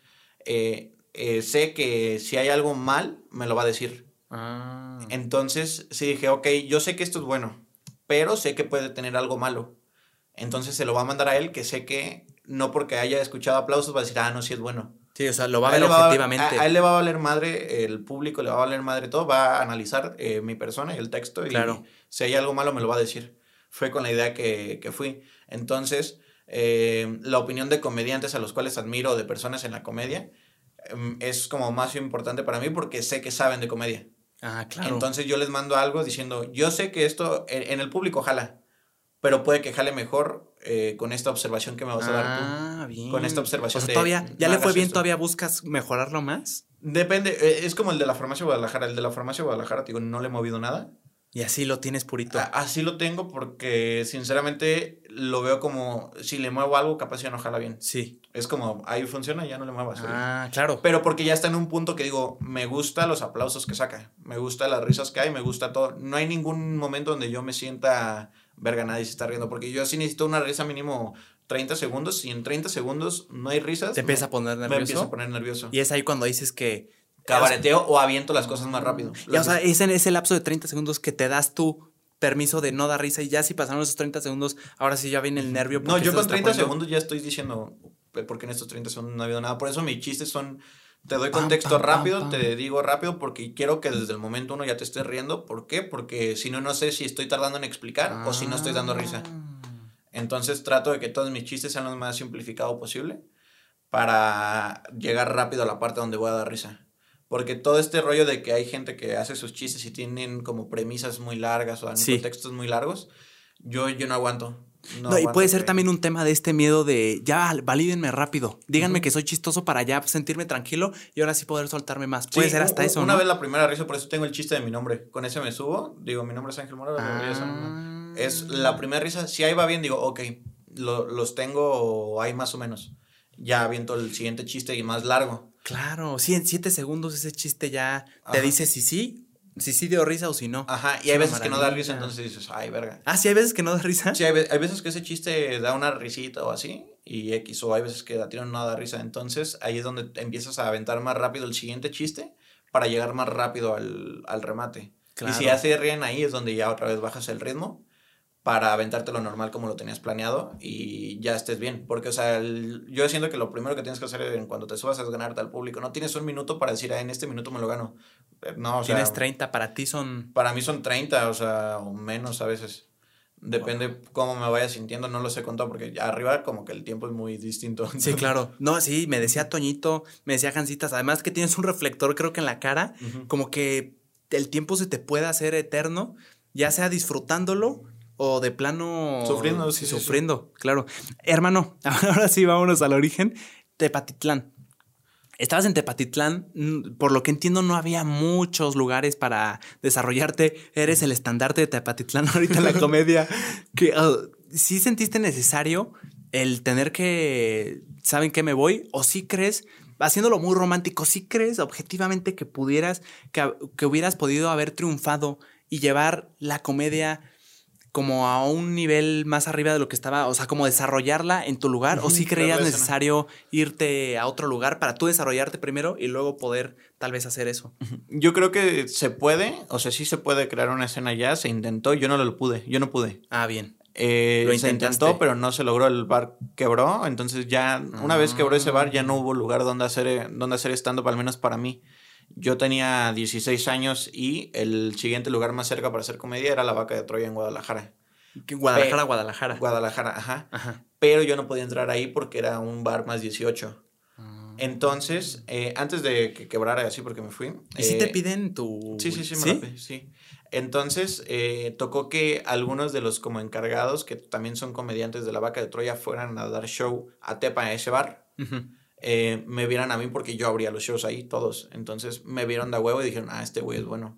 sé que si hay algo mal, me lo va a decir. Entonces sí dije, ok, yo sé que esto es bueno, pero sé que puede tener algo malo. Entonces se lo va a mandar a él, que sé que no porque haya escuchado aplausos va a decir, no, sí es bueno. Sí, o sea, lo va a ver objetivamente. A él le va a valer madre, el público le va a valer madre todo, va a analizar mi persona y el texto. Claro. Y si hay algo malo me lo va a decir. Fue con la idea que fui. Entonces, la opinión de comediantes a los cuales admiro, de personas en la comedia, es como más importante para mí porque sé que saben de comedia. Claro. Entonces yo les mando algo diciendo, yo sé que esto en el público jala, pero puede que jale mejor con esta observación que me vas a dar tú. Bien. Con esta observación. O sea, todavía, ya le fue bien, ¿todavía buscas mejorarlo más? Depende, es como el de la farmacia Guadalajara. El de la farmacia Guadalajara, digo, no le he movido nada. Y así lo tienes purito. Así lo tengo porque sinceramente lo veo como si le muevo algo capaz ya no jala bien. Sí. Es como, ahí funciona, ya no le muevas. Claro. Pero porque ya está en un punto que digo, me gusta los aplausos que saca, me gusta las risas que hay, me gusta todo. No hay ningún momento donde yo me sienta, verga, nadie se está riendo, porque yo sí necesito una risa mínimo 30 segundos. Si en 30 segundos no hay risas, te empieza a poner nervioso. Me empieza a poner nervioso. Y es ahí cuando dices que cabareteo o aviento las cosas más rápido. O sea, es en ese lapso de 30 segundos que te das tú permiso de no dar risa, y ya si pasaron esos 30 segundos, ahora sí ya viene el nervio. No, yo con 30 segundos ya estoy diciendo, porque en estos 30 segundos no ha habido nada. Por eso mis chistes son, te doy contexto rápido, te digo rápido, porque quiero que desde el momento uno ya te estés riendo. ¿Por qué? Porque si no, no sé si estoy tardando en explicar o si no estoy dando risa. Entonces trato de que todos mis chistes sean lo más simplificado posible para llegar rápido a la parte donde voy a dar risa. Porque todo este rollo de que hay gente que hace sus chistes y tienen como premisas muy largas o dan contextos muy largos, yo no aguanto. No, y puede ser también un tema de este miedo de ya valídenme rápido. Díganme que soy chistoso para ya sentirme tranquilo y ahora sí poder soltarme más. Puede ser hasta eso, ¿no? Una vez la primera risa, por eso tengo el chiste de mi nombre. Con ese me subo, digo, mi nombre es Ángel Mora. Es la primera risa. Si ahí va bien, digo, ok, los tengo ahí más o menos. Ya aviento el siguiente chiste y más largo. Claro, sí, en 7 segundos ese chiste ya te dice si sí dio risa o si no. Ajá, y hay veces que no da risa, entonces dices, ay, verga. Ah, sí, hay veces que no da risa. Sí, hay veces que ese chiste da una risita o así, y X, o hay veces que a ti no da risa. Entonces ahí es donde empiezas a aventar más rápido el siguiente chiste para llegar más rápido al remate. Claro. Y si ya se ríen ahí es donde ya otra vez bajas el ritmo para aventarte lo normal como lo tenías planeado y ya estés bien. Porque, o sea, yo siento que lo primero que tienes que hacer en cuando te subas es ganarte al público. No tienes un minuto para decir, en este minuto me lo gano. No, o sea... Tienes 30, para ti son... Para mí son 30, o sea, o menos a veces. Depende cómo me vaya sintiendo, no lo sé contar porque arriba como que el tiempo es muy distinto. Sí, claro. No, sí, me decía Toñito, me decía Jancitas, además que tienes un reflector creo que en la cara, como que el tiempo se te puede hacer eterno, ya sea disfrutándolo o de plano... Sufriendo, sí, sufriendo, claro. Hermano, ahora sí vámonos al origen. Tepatitlán. Estabas en Tepatitlán, por lo que entiendo no había muchos lugares para desarrollarte. Eres el estandarte de Tepatitlán ahorita en la comedia. ¿Sí sentiste necesario el tener que... ¿Saben qué me voy? ¿O sí crees, haciéndolo muy romántico, sí crees objetivamente que pudieras, que hubieras podido haber triunfado y llevar la comedia como a un nivel más arriba de lo que estaba, o sea, como desarrollarla en tu lugar, o sí creías necesario irte a otro lugar para tú desarrollarte primero y luego poder tal vez hacer eso? Yo creo que se puede, o sea, sí se puede crear una escena ya, se intentó, yo no pude. Ah, bien. Se intentó, pero no se logró, el bar quebró, entonces ya, una vez quebró ese bar, ya no hubo lugar donde hacer stand-up, al menos para mí. Yo tenía 16 años y el siguiente lugar más cerca para hacer comedia era la Vaca de Troya en Guadalajara. Guadalajara. Guadalajara, ajá. Pero yo no podía entrar ahí porque era un bar más 18. Entonces, antes de que quebrara así porque me fui. ¿Y si te piden tu...? Sí, sí. Entonces, tocó que algunos de los como encargados, que también son comediantes de la Vaca de Troya, fueran a dar show a Tepa, a ese bar. Me vieran a mí porque yo abría los shows ahí, todos. Entonces me vieron de huevo y dijeron, este güey es bueno.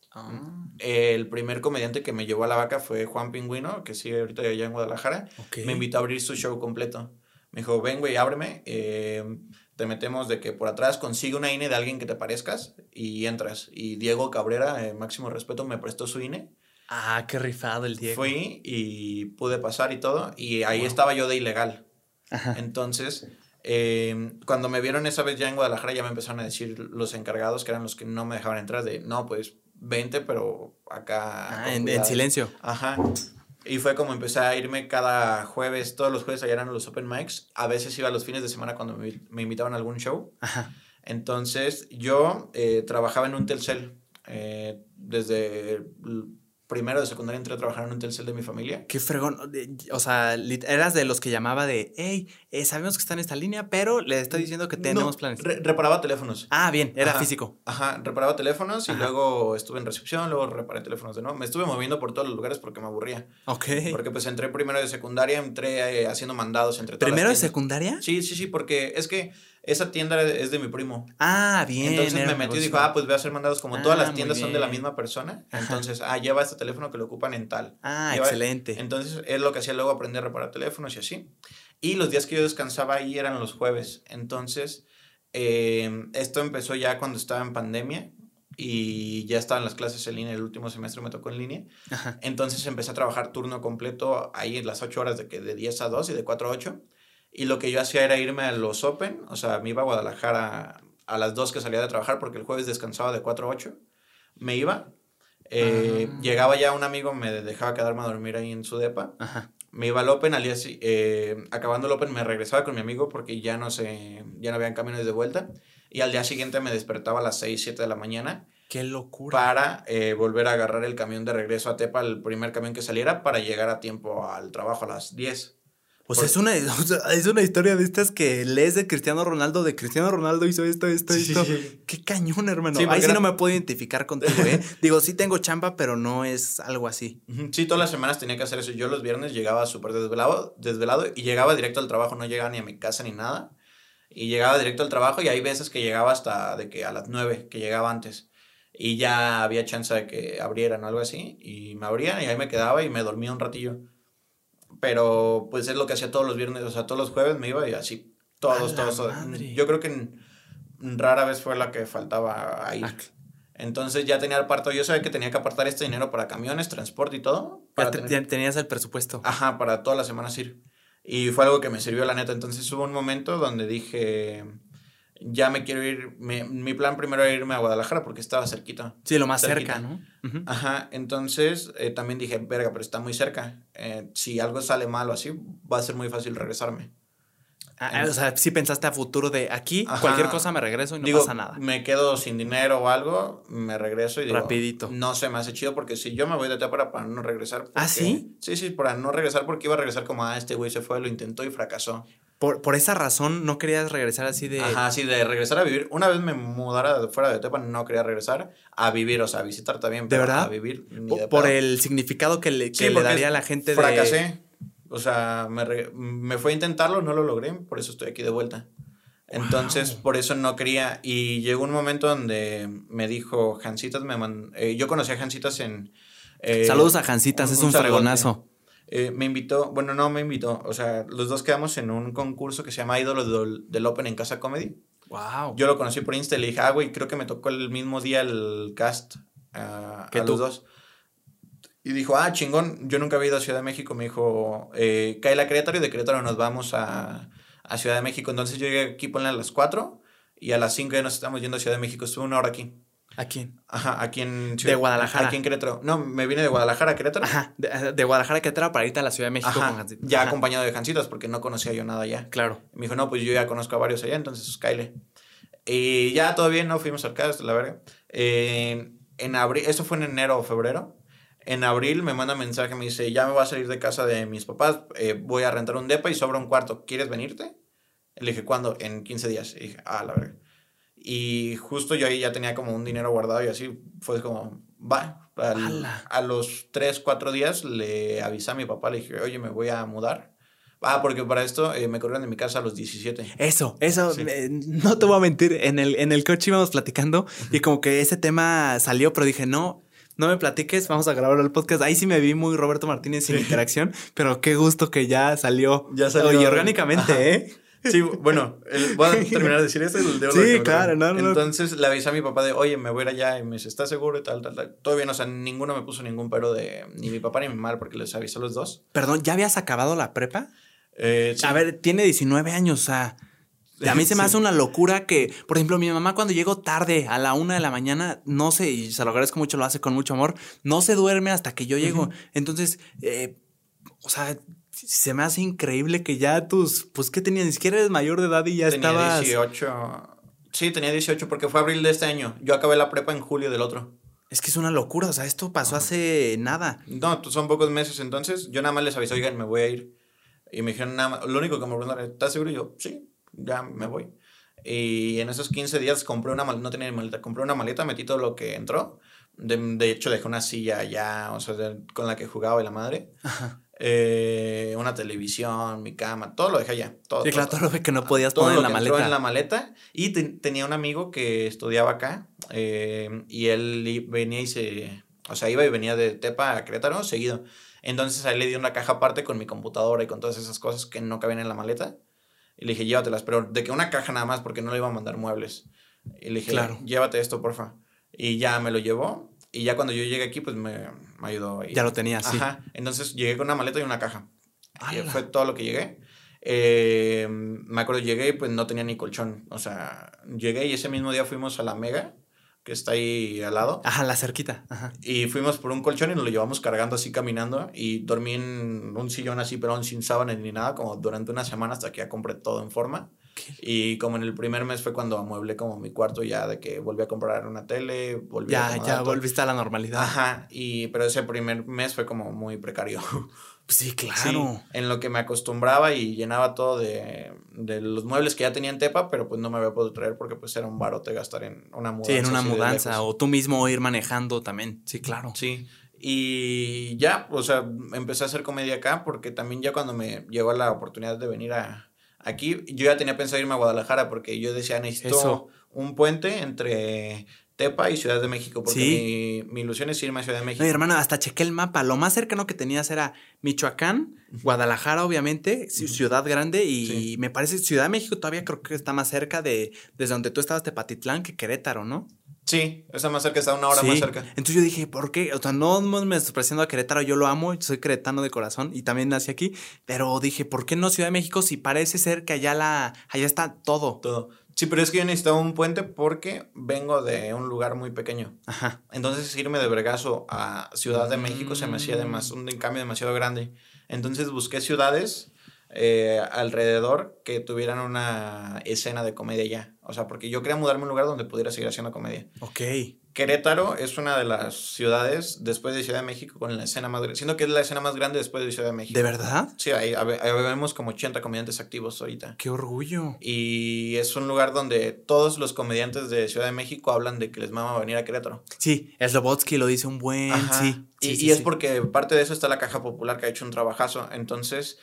El primer comediante que me llevó a la Vaca fue Juan Pingüino, que sigue ahorita allá en Guadalajara. Me invitó a abrir su show completo. Me dijo, ven güey, ábreme, te metemos de que por atrás consigue una INE de alguien que te parezcas y entras. Y Diego Cabrera, máximo respeto, me prestó su INE. Ah, qué rifado el Diego. Fui y pude pasar y todo, y ahí estaba yo de ilegal. Ajá. Entonces... cuando me vieron esa vez ya en Guadalajara ya me empezaron a decir los encargados, que eran los que no me dejaban entrar, de no, pues vente, pero acá en silencio. Ajá. Y fue como empecé a irme cada jueves, todos los jueves allá eran los open mics, a veces iba los fines de semana cuando me invitaban a algún show. Ajá. Entonces yo trabajaba en un Telcel desde primero de secundaria entré a trabajar en un Telcel de mi familia. Qué fregón. O sea, eras de los que llamaba de, hey, sabemos que está en esta línea, pero le estoy diciendo que tenemos planes. Reparaba teléfonos. Ah, bien, era físico. Ajá, reparaba teléfonos y luego estuve en recepción, luego reparé teléfonos de nuevo. Me estuve moviendo por todos los lugares porque me aburría. Ok. Porque pues entré primero de secundaria, entré haciendo mandados entre todas ¿Primero las de secundaria? Sí, porque es que esa tienda es de mi primo. Ah, bien. Entonces me metió y dijo, pues voy a hacer mandados como todas las tiendas son de la misma persona. Entonces, lleva este teléfono que lo ocupan en tal. Excelente. Entonces, es lo que hacía luego, aprender a reparar teléfonos y así. Y los días que yo descansaba ahí eran los jueves. Entonces, esto empezó ya cuando estaba en pandemia y ya estaban las clases en línea. El último semestre me tocó en línea. Ajá. Entonces, empecé a trabajar turno completo ahí en las 8 horas de 10 a 2 y de 4 a 8. Y lo que yo hacía era irme a los Open, o sea, me iba a Guadalajara a las 2 que salía de trabajar porque el jueves descansaba de 4 a 8. Me iba, llegaba ya un amigo, me dejaba quedarme a dormir ahí en su depa. Ajá. Me iba al Open, acabando el Open me regresaba con mi amigo porque ya no habían camiones de vuelta. Y al día siguiente me despertaba a las 6, 7 de la mañana. ¡Qué locura! Para volver a agarrar el camión de regreso a Tepa, el primer camión que saliera, para llegar a tiempo al trabajo a las 10. Pues es una historia de estas que lees de Cristiano Ronaldo hizo esto. Sí. Qué cañón, hermano. Sí, ahí sí no me puedo identificar contigo, ¿eh? Digo, sí tengo chamba, pero no es algo así. Sí, todas las semanas tenía que hacer eso. Yo los viernes llegaba súper desvelado y llegaba directo al trabajo, no llegaba ni a mi casa ni nada. Y llegaba directo al trabajo y hay veces que llegaba hasta de que a las 9, que llegaba antes. Y ya había chance de que abrieran o algo así. Y me abrían y ahí me quedaba y me dormía un ratillo. Pero pues es lo que hacía todos los viernes, o sea, todos los jueves me iba y así, todos. Madre. Yo creo que rara vez fue la que faltaba a ir. Entonces ya tenía apartado, yo sabía que tenía que apartar este dinero para camiones, transporte y todo. Tenías el presupuesto. Ajá, para todas las semanas ir. Y fue algo que me sirvió la neta. Entonces hubo un momento donde dije, ya me quiero ir. Mi plan primero era irme a Guadalajara porque estaba cerquita. Sí, lo más cerca, ¿no? Uh-huh. Ajá, entonces también dije, verga, pero está muy cerca. Si algo sale mal o así, va a ser muy fácil regresarme. O sea, sí pensaste a futuro de aquí, ajá, cualquier cosa me regreso y no pasa nada. Me quedo sin dinero o algo, me regreso y digo, rapidito. No se me hace chido porque si yo me voy de Tepora para no regresar. Porque, ¿ah, sí? Sí, para no regresar porque iba a regresar como, este güey se fue, lo intentó y fracasó. Por esa razón no querías regresar así de... Ajá, sí, de regresar a vivir. Una vez me mudara fuera de Tepa, no quería regresar a vivir, o sea, a visitar también. Pero ¿de verdad? A vivir. Por el significado que le daría a la gente fracasé. O sea, me fue a intentarlo, no lo logré, por eso estoy aquí de vuelta. Entonces, por eso no quería. Y llegó un momento donde me dijo, Jancitas yo conocí a Jancitas en... saludos a Jancitas, es un fregonazo. Me invitó, bueno, no me invitó, o sea, los dos quedamos en un concurso que se llama Ídolos del Open en Casa Comedy. Wow. Yo lo conocí por Insta y le dije, güey, creo que me tocó el mismo día el cast a los dos. Y dijo, chingón, yo nunca había ido a Ciudad de México. Me dijo, cae la Querétaro y de Querétaro nos vamos a Ciudad de México. Entonces yo llegué aquí, ponle a las 4 y a las 5 ya nos estamos yendo a Ciudad de México. Estuve 1 hora aquí. ¿A quién? Ajá, aquí en Ciudad. ¿De Guadalajara? Aquí en Querétaro. No, me vine de Guadalajara a Querétaro. Ajá, de Guadalajara a Querétaro para irte a la Ciudad de México. Ajá, con Jancitas. Ya acompañado de Jancitas porque no conocía yo nada allá. Claro. Me dijo, no, pues yo ya conozco a varios allá, entonces cáele. Y ya todo bien, ¿no? Fuimos al cast, la verga. En abril, eso fue en enero o febrero. En abril me manda mensaje, me dice, ya me voy a salir de casa de mis papás, voy a rentar un depa y sobra un cuarto, ¿quieres venirte? Le dije, ¿cuándo? En 15 días. Y dije, la verga. Y justo yo ahí ya tenía como un dinero guardado y así fue como, va. A los 3, 4 días le avisé a mi papá, le dije, oye, me voy a mudar. Porque para esto me corrieron de mi casa a los 17. Eso, sí. No te voy a mentir, en el coche íbamos platicando y como que ese tema salió, pero dije, no me platiques, vamos a grabar el podcast. Ahí sí me vi muy Roberto Martínez sin interacción, pero qué gusto que ya salió. Oye, orgánicamente, ajá. Sí, bueno, voy a terminar de decir esto. Sí, claro, no. Entonces le avisé a mi papá de, oye, me voy a ir allá. Y me dice, ¿estás seguro? Y tal. Todo bien, o sea, ninguno me puso ningún pero ni mi papá ni mi mamá, porque les avisé a los dos. Perdón, ¿ya habías acabado la prepa? Sí. A ver, tiene 19 años, o sea... A mí se me hace una locura que, por ejemplo, mi mamá cuando llego tarde a la 1 de la mañana, no sé, y se lo agradezco mucho, lo hace con mucho amor, no se duerme hasta que yo llego. Uh-huh. Entonces, o sea, se me hace increíble que ya pues, ¿qué tenías? Ni siquiera eres mayor de edad y ya estabas... Tenía 18. Sí, tenía 18 porque fue abril de este año. Yo acabé la prepa en julio del otro. Es que es una locura, o sea, esto pasó hace nada. No, son pocos meses, entonces yo nada más les avisé, oigan, me voy a ir. Y me dijeron nada más, lo único que me preguntaron, ¿estás seguro? Y yo, sí. Ya me voy. Y en esos 15 días compré una maleta, no tenía ni maleta, compré una maleta, metí todo lo que entró. De hecho, dejé una silla allá, o sea, con la que jugaba y la madre. Ajá. Una televisión, mi cama, todo lo dejé allá. Todo, sí, claro, todo lo que no podías todo poner lo en la que maleta. Entró en la maleta. Y tenía un amigo que estudiaba acá. Y él venía o sea, iba y venía de Tepa a Querétaro seguido. Entonces ahí le di una caja aparte con mi computadora y con todas esas cosas que no cabían en la maleta. Y le dije, llévatelas, pero de que una caja nada más porque no le iba a mandar muebles. Y le dije, claro, llévate esto, porfa. Y ya me lo llevó. Y ya cuando yo llegué aquí, pues me ayudó. Ya lo tenía, sí. Ajá. Entonces llegué con una maleta y una caja. Y fue todo lo que llegué. Me acuerdo, llegué y pues no tenía ni colchón. O sea, llegué y ese mismo día fuimos a la Mega, que está ahí al lado. Ajá, la cerquita. Ajá. Y fuimos por un colchón y nos lo llevamos cargando así caminando. Y dormí en un sillón así, pero sin sábanas ni nada, como durante una semana hasta que ya compré todo en forma. ¿Qué? Y como en el primer mes fue cuando amueblé como mi cuarto ya, de que volví a comprar una tele, ya volviste a la normalidad. Ajá, pero ese primer mes fue como muy precario. Sí, claro. Sí, en lo que me acostumbraba y llenaba todo de los muebles que ya tenía en Tepa, pero pues no me había podido traer porque pues era un barote gastar en una mudanza. Sí, en una así de mudanza lejos. o tú mismo ir manejando también. Sí, claro. Sí, y ya, o sea, empecé a hacer comedia acá porque también ya cuando me llegó la oportunidad de venir aquí, yo ya tenía pensado irme a Guadalajara porque yo decía, necesito un puente entre Tepa y Ciudad de México porque Sí. mi ilusión es irme a Ciudad de No, México. y hermano, hasta chequé el mapa. Lo más cercano que tenías era Michoacán, Guadalajara, obviamente, ciudad grande, y Sí. me parece Ciudad de México todavía creo que está más cerca desde donde tú estabas, Tepatitlán, que Querétaro, ¿no? Sí, está más cerca, está una hora más Sí. cerca. Entonces yo dije, ¿por qué? O sea, no me menospreciando a Querétaro, yo lo amo, soy queretano de corazón y también nací aquí, pero dije, ¿por qué no Ciudad de México si parece ser que allá está todo? Todo. Sí, pero es que yo necesitaba un puente porque vengo de un lugar muy pequeño. Ajá. Entonces irme de Vergazo a Ciudad de México se me hacía un cambio demasiado grande. Entonces busqué ciudades alrededor que tuvieran una escena de comedia ya. O sea, porque yo quería mudarme a un lugar donde pudiera seguir haciendo comedia. Ok. Querétaro es una de las ciudades después de Ciudad de México con la escena más grande. Siento que es la escena más grande después de Ciudad de México. ¿De verdad? Sí, ahí vemos como 80 comediantes activos ahorita. ¡Qué orgullo! Y es un lugar donde todos los comediantes de Ciudad de México hablan de que les mama venir a Querétaro. Sí, Slobodsky lo dice un buen, Ajá. sí. Y es porque parte de eso está la Caja Popular que ha hecho un trabajazo. Entonces,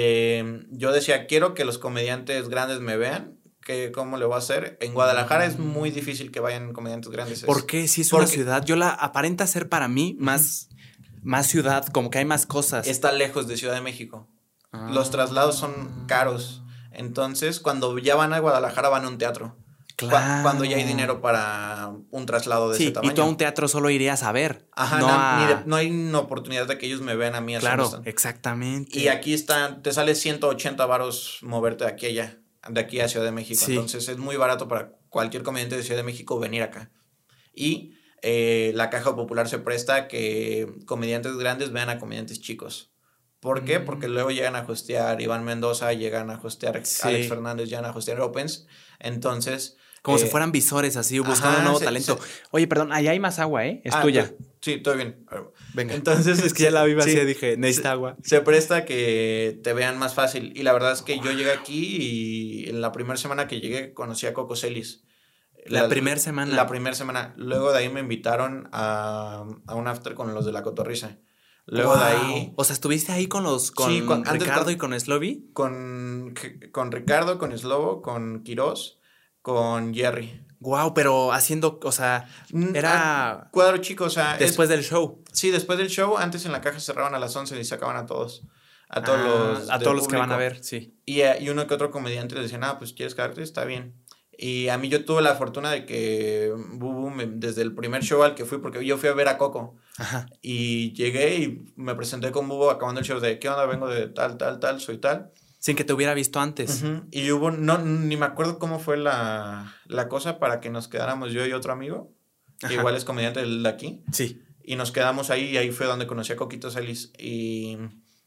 yo decía, quiero que los comediantes grandes me vean. ¿Cómo le voy a hacer? En Guadalajara es muy difícil que vayan comediantes grandes. ¿Por qué? Si es una ciudad, yo la aparenta ser para mí más ciudad, como que hay más cosas. Está lejos de Ciudad de México. Los traslados son caros. Entonces, cuando ya van a Guadalajara, van a un teatro. Claro. Cuando ya hay dinero para un traslado de ese tamaño. Y tú a un teatro solo irías a ver. Ajá, no hay una oportunidad de que ellos me vean a mí. Claro, exactamente. Y aquí te sale 180 varos moverte de aquí a allá, de aquí a Ciudad de México. Sí. Entonces es muy barato para cualquier comediante de Ciudad de México venir acá. Y la Caja Popular se presta a que comediantes grandes vean a comediantes chicos. ¿Por qué? Porque luego llegan a hostear Iván Mendoza, llegan a hostear Alex Fernández, llegan a hostear Opens. Entonces... Como si fueran visores así, buscando un nuevo talento. Oye, perdón, allá hay más agua, ¿eh? Es tuya. Sí, todo bien. Venga. Entonces, es que ya la vi vacía, dije, necesita agua. Se presta a que te vean más fácil. Y la verdad es que yo llegué aquí y en la primera semana que llegué conocí a Coco Celis. La primera semana. La primera semana. Luego de ahí me invitaron a un after con los de La Cotorrisa. Luego de ahí... O sea, ¿estuviste ahí con Ricardo y con Slovi? Con Ricardo, con Slobo, con Quirós, con Jerry. Wow, pero haciendo, o sea, era... Cuadro chico, o sea... Después del show. Sí, después del show. Antes en la caja cerraban a las 11 y sacaban a todos. A todos los que van a ver, sí. Y uno que otro comediante le decía, pues ¿quieres quedarte? Está bien. Y a mí yo tuve la fortuna de que Bubu, desde el primer show al que fui, porque yo fui a ver a Coco. Ajá. Y llegué y me presenté con Bubu acabando el show de, ¿qué onda? Vengo de tal, soy tal. Sin que te hubiera visto antes. Y hubo, ni me acuerdo cómo fue la cosa para que nos quedáramos yo y otro amigo, que igual es comediante de aquí. Sí. Y nos quedamos ahí y ahí fue donde conocí a Coquito Celis. Y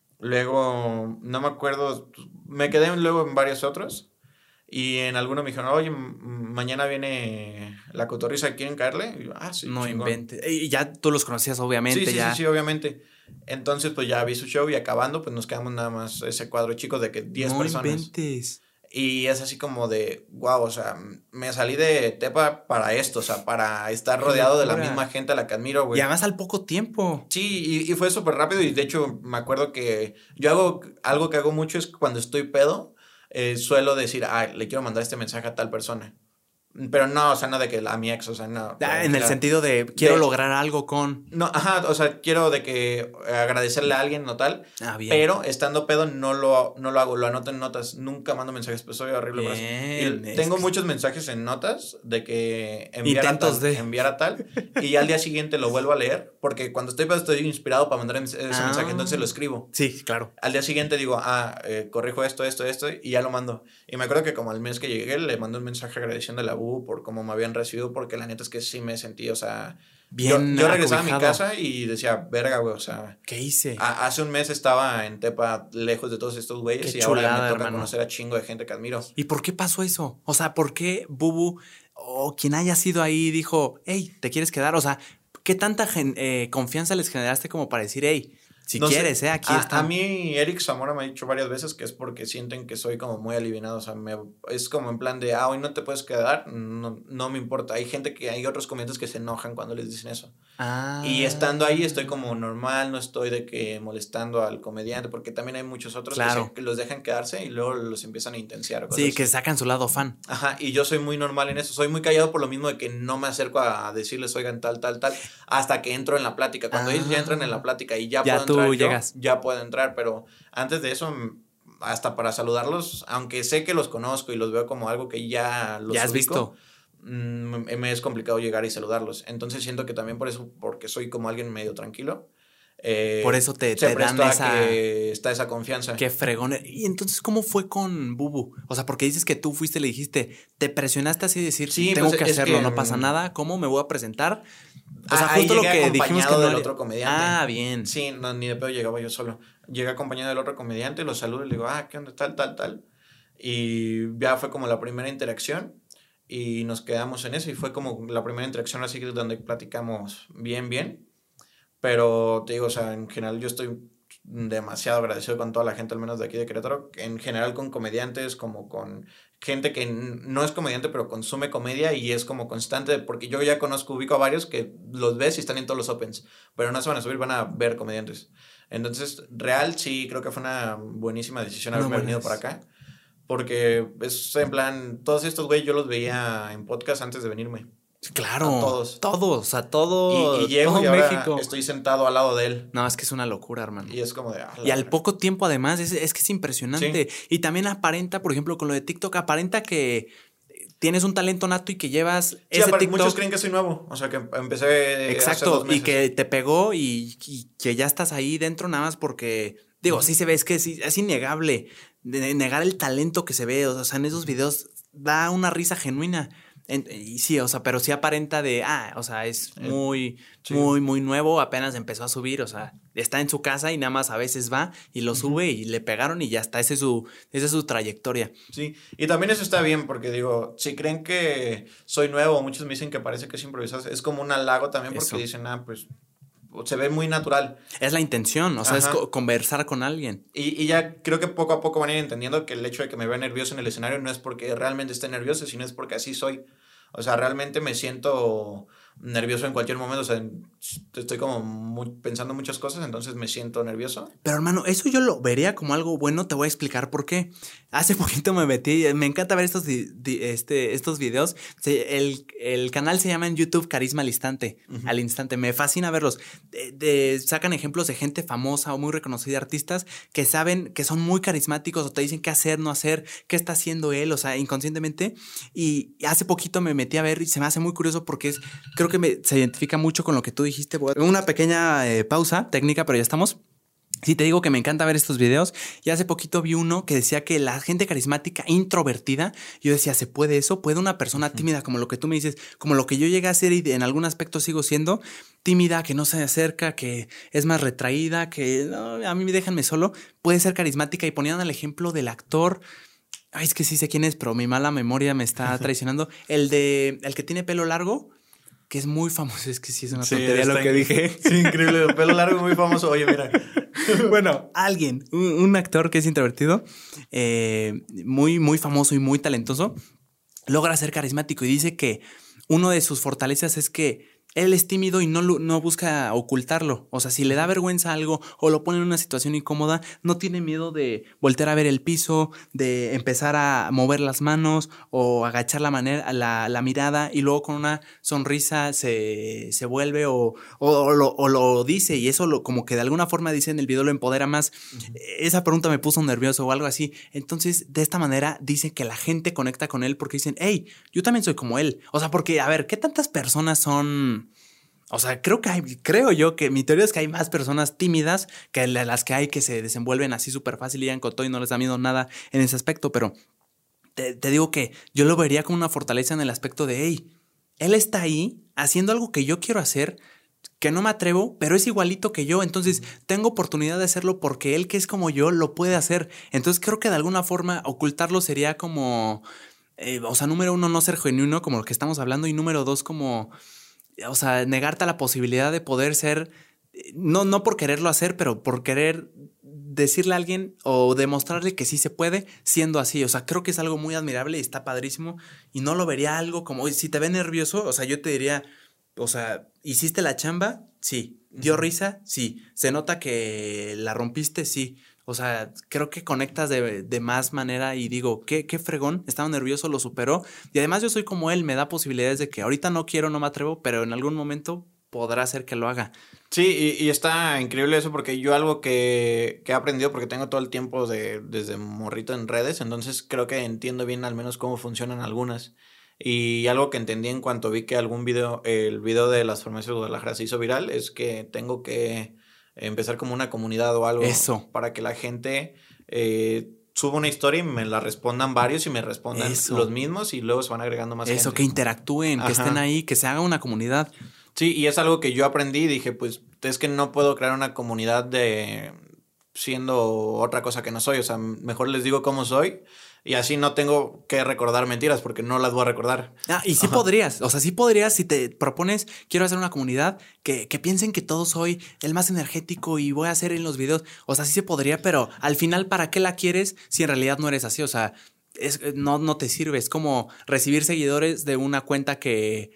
luego, no me acuerdo, me quedé luego en varios otros. Y en alguno me dijeron, oye, mañana viene La Cotorrisa, ¿quieren caerle? Y yo, sí, no inventes. Y ya tú los conocías, obviamente. Sí, obviamente. Entonces, pues ya vi su show y acabando, pues nos quedamos nada más ese cuadro chico de que 10 personas. No inventes. Y es así como de, wow, o sea, me salí de Tepa para esto, o sea, para estar rodeado de la misma gente a la que admiro, güey. Y además al poco tiempo. Sí, y fue súper rápido y de hecho me acuerdo que yo algo que hago mucho es cuando estoy pedo, suelo decir, le quiero mandar este mensaje a tal persona. Pero no, o sea, no de que a mi ex, o sea, no. En el sentido de quiero lograr algo con... No, ajá, o sea, quiero de que agradecerle a alguien o tal. Bien. Pero estando pedo no lo hago, lo anoto en notas. Nunca mando mensajes, pues soy horrible. Bien, y tengo muchos mensajes en notas de que enviar a tal. Y al día siguiente lo vuelvo a leer. Porque cuando estoy pedo estoy inspirado para mandar ese mensaje, entonces lo escribo. Sí, claro. Al día siguiente digo, corrijo esto, y ya lo mando. Y me acuerdo que como al mes que llegué le mandé un mensaje agradeciéndole a Bubu por cómo me habían recibido, porque la neta es que sí me sentí, o sea... Bien yo regresaba a mi casa y decía, verga, güey, o sea... ¿Qué hice? Hace un mes estaba en Tepa, lejos de todos estos güeyes, y chulada, ahora me toca hermano. conocer a chingo de gente que admiro. ¿Y por qué pasó eso? O sea, ¿por qué Bubu o quien haya sido ahí dijo, hey, ¿te quieres quedar? O sea, ¿qué tanta confianza les generaste como para decir, hey, Si no quieres, sé, aquí está. A mí Eric Zamora me ha dicho varias veces que es porque sienten que soy como muy alivianado, o sea, es como en plan de, hoy no te puedes quedar, no me importa. Hay otros comediantes que se enojan cuando les dicen eso. Y estando ahí estoy como normal, no estoy de que molestando al comediante, porque también hay muchos otros que los dejan quedarse y luego los empiezan a intensiar. O cosas sí, que sacan su lado fan. Ajá, y yo soy muy normal en eso, soy muy callado por lo mismo de que no me acerco a decirles, oigan, tal, hasta que entro en la plática. Cuando ellos ya entran en la plática y ya puedo entrar llegas. ya puedo entrar, pero antes de eso, hasta para saludarlos, aunque sé que los conozco y los veo como algo que ya los has ubico, visto. Me es complicado llegar y saludarlos. Entonces siento que también por eso, porque soy como alguien medio tranquilo, por eso te dan que está esa confianza. Qué fregón. Y entonces, ¿cómo fue con Bubu? O sea, porque dices que tú fuiste y le dijiste, te presionaste así de decir, sí, tengo que hacerlo, no pasa nada, ¿cómo me voy a presentar? O sea, justo lo que dijimos que del otro comediante. Bien. Sí, ni de pedo llegaba yo solo. Llegué acompañado del otro comediante, lo saludo y le digo, ¿qué onda? Tal. Y ya fue como la primera interacción y nos quedamos en eso y fue como la primera interacción así donde platicamos bien. Pero te digo, o sea, en general yo estoy demasiado agradecido con toda la gente, al menos de aquí de Querétaro, en general con comediantes, como con gente que no es comediante, pero consume comedia y es como constante, porque yo ya ubico a varios que los ves y están en todos los opens, pero no se van a subir, van a ver comediantes. Entonces, real, sí, creo que fue una buenísima decisión haberme venido para acá, porque es en plan, todos estos güeyes yo los veía en podcast antes de venirme. Claro, a todos. Y llego todo y ahora México. Estoy sentado al lado de él. No, es que es una locura, hermano. Y es como de... Y al poco tiempo, además, es que es impresionante. Sí. Y también aparenta, por ejemplo, con lo de TikTok, aparenta que tienes un talento nato y que llevas ese TikTok. Muchos creen que soy nuevo. O sea, que empecé hace 2 meses. Y que te pegó y que ya estás ahí dentro nada más porque... Digo, sí se ve, es que sí, es innegable. Negar el talento que se ve. O sea, en esos videos da una risa genuina. Y sí, o sea, pero sí aparenta de, o sea, es muy nuevo, apenas empezó a subir, o sea, está en su casa y nada más a veces va y lo sube y le pegaron y ya está, esa es su trayectoria. Sí, y también eso está bien porque digo, si creen que soy nuevo, muchos me dicen que parece que es improvisado, es como un halago también porque dicen, pues se ve muy natural. Es la intención, o sea, es conversar con alguien. Y ya creo que poco a poco van a ir entendiendo que el hecho de que me vea nervioso en el escenario no es porque realmente esté nervioso, sino es porque así soy. O sea, realmente me siento nervioso en cualquier momento. O sea, estoy como pensando muchas cosas, entonces me siento nervioso. Pero hermano, eso yo lo vería como algo bueno. Te voy a explicar por qué. Hace poquito me metí, me encanta ver estos videos. El canal se llama en YouTube Carisma al Instante. Al Instante. Me fascina verlos. Sacan ejemplos de gente famosa o muy reconocida, artistas que saben que son muy carismáticos o te dicen qué hacer, no hacer, qué está haciendo él, o sea, inconscientemente. Y hace poquito me metí a ver y se me hace muy curioso porque creo que se identifica mucho con lo que tú dijiste. Una pequeña pausa técnica, pero ya estamos. Sí, te digo que me encanta ver estos videos. Y hace poquito vi uno que decía que la gente carismática, introvertida, yo decía, ¿se puede eso? ¿Puede una persona tímida, como lo que tú me dices, como lo que yo llegué a ser y en algún aspecto sigo siendo, tímida, que no se acerca, que es más retraída, que no, a mí déjenme solo, puede ser carismática? Y ponían el ejemplo del actor... Ay, es que sí sé quién es, pero mi mala memoria me está traicionando. El que tiene pelo largo, que es muy famoso. Es que sí es una tontería lo que dije. Sí, increíble. El pelo largo, muy famoso. Oye, mira. Bueno, un actor que es introvertido, muy famoso y muy talentoso, logra ser carismático y dice que uno de sus fortalezas es que él es tímido y no busca ocultarlo. O sea, si le da vergüenza algo o lo pone en una situación incómoda, no tiene miedo de voltear a ver el piso, de empezar a mover las manos o agachar la mirada y luego con una sonrisa se vuelve o lo dice y eso como que de alguna forma dice en el video lo empodera más. Esa pregunta me puso nervioso o algo así. Entonces, de esta manera dice que la gente conecta con él porque dicen, hey, yo también soy como él. O sea, porque, a ver, ¿qué tantas personas son...? O sea, creo yo que mi teoría es que hay más personas tímidas que las que hay que se desenvuelven así súper fácil y llegan con todo y no les da miedo nada en ese aspecto. Pero te digo que yo lo vería como una fortaleza en el aspecto de, hey, él está ahí haciendo algo que yo quiero hacer, que no me atrevo, pero es igualito que yo. Entonces tengo oportunidad de hacerlo porque él, que es como yo, lo puede hacer. Entonces creo que de alguna forma ocultarlo sería como, o sea, número 1, no ser genuino como lo que estamos hablando y número 2, como... O sea, negarte a la posibilidad de poder ser no por quererlo hacer, pero por querer decirle a alguien o demostrarle que sí se puede siendo así. O sea, creo que es algo muy admirable y está padrísimo. Y no lo vería algo como, "Oye, si te ve nervioso", o sea, yo te diría, o sea, ¿hiciste la chamba? Sí. ¿Dio risa? Sí. ¿Se nota que la rompiste? Sí. O sea, creo que conectas de más manera y digo, qué fregón, estaba nervioso, lo superó. Y además yo soy como él, me da posibilidades de que ahorita no quiero, no me atrevo, pero en algún momento podrá ser que lo haga. Sí, y está increíble eso porque yo algo que he aprendido porque tengo todo el tiempo desde morrito en redes, entonces creo que entiendo bien al menos cómo funcionan algunas. Y algo que entendí en cuanto vi que el video de las farmacias de Guadalajara se hizo viral, es que tengo que empezar como una comunidad o algo Eso. para que la gente suba una historia y me la respondan varios y me respondan los mismos y luego se van agregando más gente. Eso, que interactúen, que estén ahí, que se haga una comunidad. Sí, y es algo que yo aprendí y dije, pues es que no puedo crear una comunidad de siendo otra cosa que no soy, o sea, mejor les digo cómo soy y así no tengo que recordar mentiras porque no las voy a recordar. Y sí podrías, o sea, sí podrías si te propones, quiero hacer una comunidad que piensen que todo soy el más energético y voy a hacer en los videos, o sea, sí se podría, pero al final, ¿para qué la quieres si en realidad no eres así? O sea, no te sirve, es como recibir seguidores de una cuenta que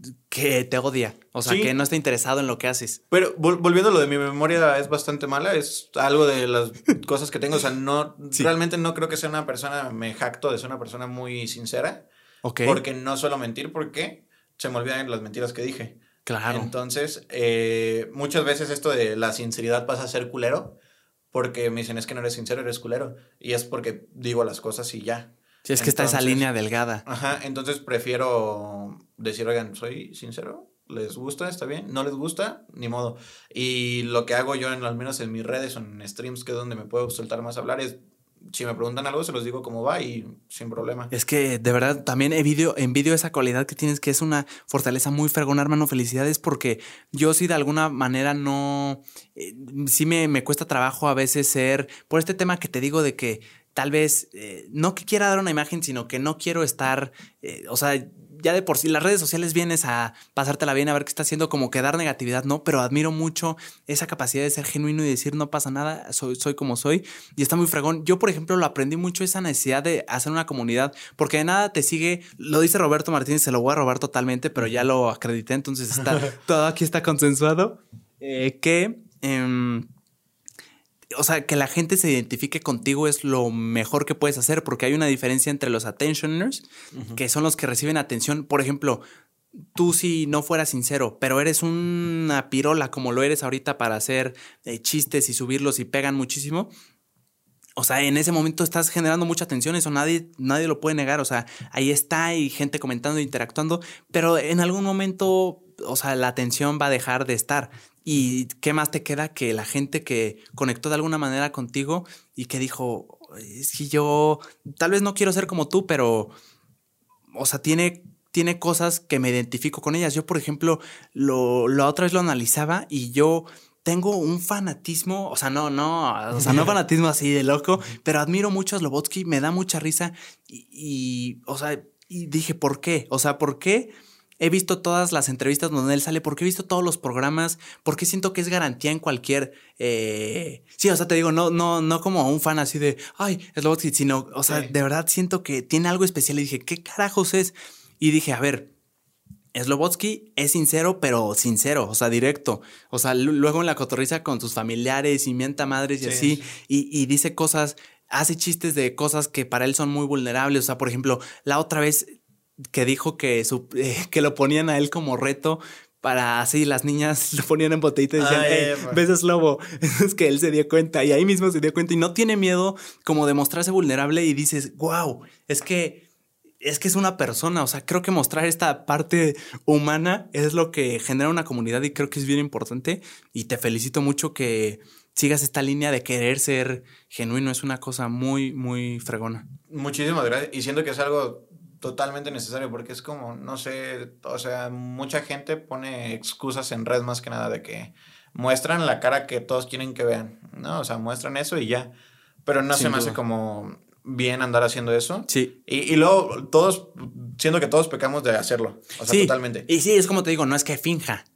te odia, o sea, que no está interesado en lo que haces. Pero volviendo a lo de mi memoria, es bastante mala, es algo de las cosas que tengo, o sea, realmente no creo que sea una persona, me jacto de ser una persona muy sincera, porque no suelo mentir, porque se me olvidan las mentiras que dije. Claro. Entonces, muchas veces esto de la sinceridad pasa a ser culero, porque me dicen, es que no eres sincero, eres culero, y es porque digo las cosas y ya. Sí, es que está esa línea delgada. Ajá, entonces prefiero decir, oigan, soy sincero, ¿les gusta? ¿Está bien? ¿No les gusta? Ni modo. Y lo que hago yo, al menos en mis redes o en streams, que es donde me puedo soltar más a hablar, es, si me preguntan algo, se los digo cómo va y sin problema. Es que de verdad también envidio esa cualidad que tienes, que es una fortaleza muy fregona, hermano. Felicidades, porque yo sí de alguna manera no... sí me cuesta trabajo a veces ser... Por este tema que te digo de que tal vez no que quiera dar una imagen, sino que no quiero estar, o sea, ya de por sí las redes sociales vienes a pasártela bien, a ver qué está haciendo, como que dar negatividad, ¿no? Pero admiro mucho esa capacidad de ser genuino y decir no pasa nada, soy como soy y está muy fregón. Yo, por ejemplo, lo aprendí mucho, esa necesidad de hacer una comunidad, porque de nada te sigue, lo dice Roberto Martínez, se lo voy a robar totalmente, pero ya lo acredité, entonces todo aquí está consensuado, o sea, que la gente se identifique contigo es lo mejor que puedes hacer, porque hay una diferencia entre los attentioners, que son los que reciben atención. Por ejemplo, tú si no fueras sincero, pero eres una pirola como lo eres ahorita para hacer chistes y subirlos y pegan muchísimo. O sea, en ese momento estás generando mucha atención, eso nadie lo puede negar. O sea, ahí está y gente comentando, interactuando, pero en algún momento, o sea, la atención va a dejar de estar. ¿Y qué más te queda que la gente que conectó de alguna manera contigo y que dijo, es que yo tal vez no quiero ser como tú, pero, o sea, tiene cosas que me identifico con ellas? Yo, por ejemplo, la otra vez lo analizaba y yo tengo un fanatismo, o sea, no fanatismo así de loco, pero admiro mucho a Slobodsky, me da mucha risa o sea, y dije, ¿por qué? O sea, ¿por qué? He visto todas las entrevistas donde él sale, porque he visto todos los programas, porque siento que es garantía en cualquier... Sí, o sea, te digo, no como un fan así de, ay, Slobodsky, sino, o sea, de verdad siento que tiene algo especial y dije, ¿qué carajos es? Y dije, a ver, Slobodsky es sincero, pero sincero, o sea, directo. O sea, luego en la cotorriza con sus familiares y mienta madres y así, y dice cosas, hace chistes de cosas que para él son muy vulnerables. O sea, por ejemplo, la otra vez que dijo que lo ponían a él como reto para así las niñas lo ponían en botellita y decían, ¿ves a Slobo? Es que él se dio cuenta y ahí mismo se dio cuenta y no tiene miedo como de mostrarse vulnerable y dices, wow, es que es una persona. O sea, creo que mostrar esta parte humana es lo que genera una comunidad y creo que es bien importante y te felicito mucho que sigas esta línea de querer ser genuino. Es una cosa muy, muy fregona. Muchísimas gracias y siento que es algo totalmente necesario porque es como, no sé, o sea, mucha gente pone excusas en redes más que nada de que muestran la cara que todos quieren que vean, ¿no? O sea, muestran eso y ya, pero no se me hace como bien andar haciendo eso. Sí. Y luego siento que todos pecamos de hacerlo, o sea, totalmente. Y sí, es como te digo, no es que finja,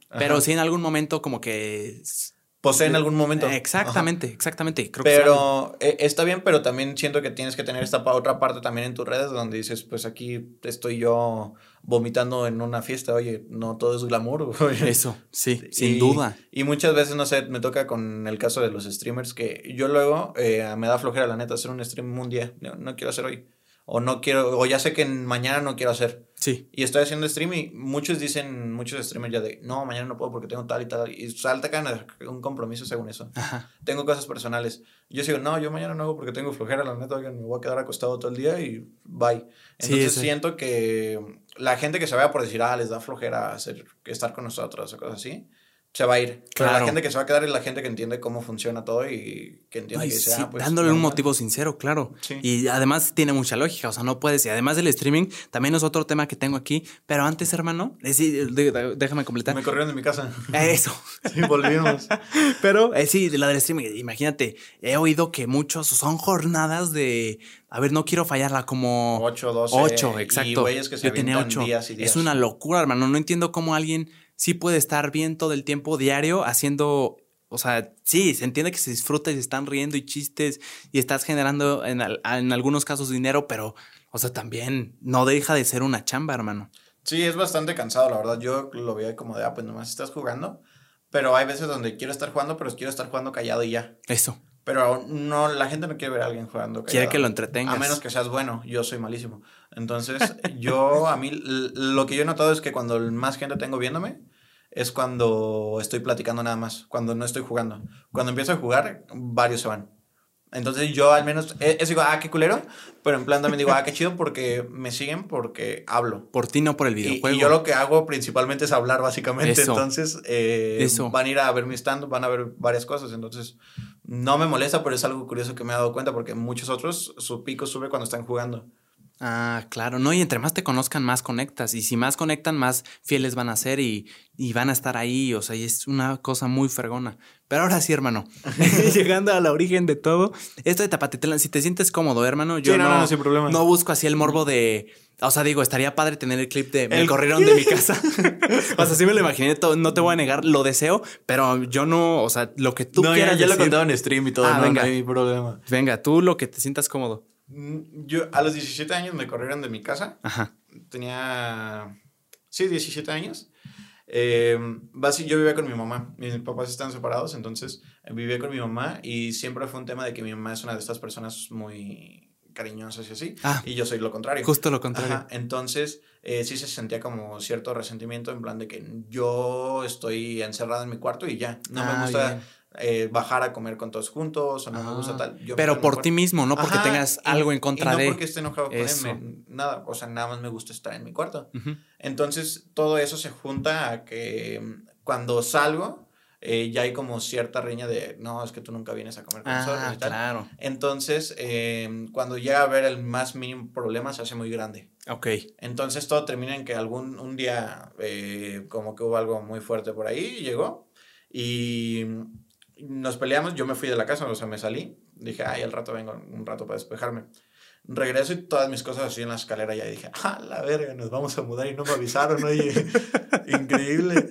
Pero sí en algún momento como que... Posee en algún momento. Exactamente. Creo pero está bien, pero también siento que tienes que tener esta otra parte también en tus redes donde dices, pues aquí estoy yo vomitando en una fiesta, oye, no todo es glamour. Oye. Eso, sí, sin duda. Y muchas veces, no sé, me toca con el caso de los streamers que yo luego me da flojera, la neta, hacer un stream un día, no quiero hacer hoy. O no quiero, o ya sé que mañana no quiero hacer. Sí. Y estoy haciendo stream y muchos streamers ya de, no, mañana no puedo porque tengo tal y tal. Y salta un compromiso según eso. Ajá. Tengo cosas personales. Yo digo, no, yo mañana no hago porque tengo flojera, la neta, oigan, me voy a quedar acostado todo el día y bye. Entonces siento que la gente que se vaya por decir, les da flojera estar con nosotros o cosas así, se va a ir. Claro. Pero la gente que se va a quedar es la gente que entiende cómo funciona todo y que entiende que sea, pues, dándole un motivo sincero, claro. Sí. Y además tiene mucha lógica, o sea, no puedes. Y además del streaming, también es otro tema que tengo aquí. Pero antes, hermano, déjame completar. Me corrieron de mi casa. Eso. Sí, volvimos. Pero sí, de la del streaming, imagínate, he oído que muchos son jornadas de... A ver, no quiero fallarla, como... 8, 12. 8, exacto. Y güeyes que se tenía 8. Días y días. Es una locura, hermano. No entiendo cómo alguien sí puede estar bien todo el tiempo diario haciendo... O sea, sí, se entiende que se disfruta y se están riendo y chistes y estás generando en algunos casos dinero, pero, o sea, también no deja de ser una chamba, hermano. Sí, es bastante cansado, la verdad. Yo lo veía como de, pues nomás estás jugando. Pero hay veces donde quiero estar jugando, pero quiero estar jugando callado y ya. Eso. Pero no, la gente no quiere ver a alguien jugando callado. Quiere que lo entretengas. A menos que seas bueno. Yo soy malísimo. Entonces, a mí, lo que yo he notado es que cuando más gente tengo viéndome, es cuando estoy platicando nada más. Cuando no estoy jugando. Cuando empiezo a jugar, varios se van. Entonces yo al menos, digo, qué culero, pero en plan también digo, qué chido porque me siguen porque hablo. Por ti, no por el videojuego. Y yo lo que hago principalmente es hablar, básicamente. Eso. Entonces van a ir a ver mi stand, van a ver varias cosas. Entonces no me molesta, pero es algo curioso que me he dado cuenta porque muchos otros su pico sube cuando están jugando. Claro, no, y entre más te conozcan, más conectas, y si más conectan, más fieles van a ser y van a estar ahí, o sea, y es una cosa muy fregona. Pero ahora sí, hermano, llegando a la origen de todo, esto de Tepatitlán, si te sientes cómodo, hermano, yo no, sin problema. No busco así el morbo de, o sea, digo, estaría padre tener el clip de me corrieron de mi casa. O sea, sí me lo imaginé, no te voy a negar, lo deseo, pero yo no, o sea, lo que tú quieras ya decir. lo contaba en stream y todo, venga, no hay problema. Venga, tú lo que te sientas cómodo. Yo a los 17 años me corrieron de mi casa. Ajá. Tenía, 17 años. Yo vivía con mi mamá. Mis papás están separados, entonces vivía con mi mamá y siempre fue un tema de que mi mamá es una de estas personas muy cariñosas y así. Y yo soy lo contrario. Justo lo contrario. Ajá. Entonces, sí se sentía como cierto resentimiento en plan de que yo estoy encerrado en mi cuarto y ya. No me gusta bajar a comer con todos juntos o no me gusta tal. Pero por ti mismo, no porque tengas algo en contra de... No porque esté enojado con él, nada. O sea, nada más me gusta estar en mi cuarto. Entonces, todo eso se junta a que cuando salgo... ya hay como cierta riña de no, es que tú nunca vienes a comer con nosotros y tal. Claro. Entonces, cuando llega a haber el más mínimo problema, se hace muy grande. Ok. Entonces todo termina en que un día como que hubo algo muy fuerte por ahí, llegó y nos peleamos, yo me fui de la casa, o sea, me salí, dije, al rato vengo un rato para despejarme. Regreso y todas mis cosas así en la escalera ya dije, la verga, nos vamos a mudar y no me avisaron, oye, increíble.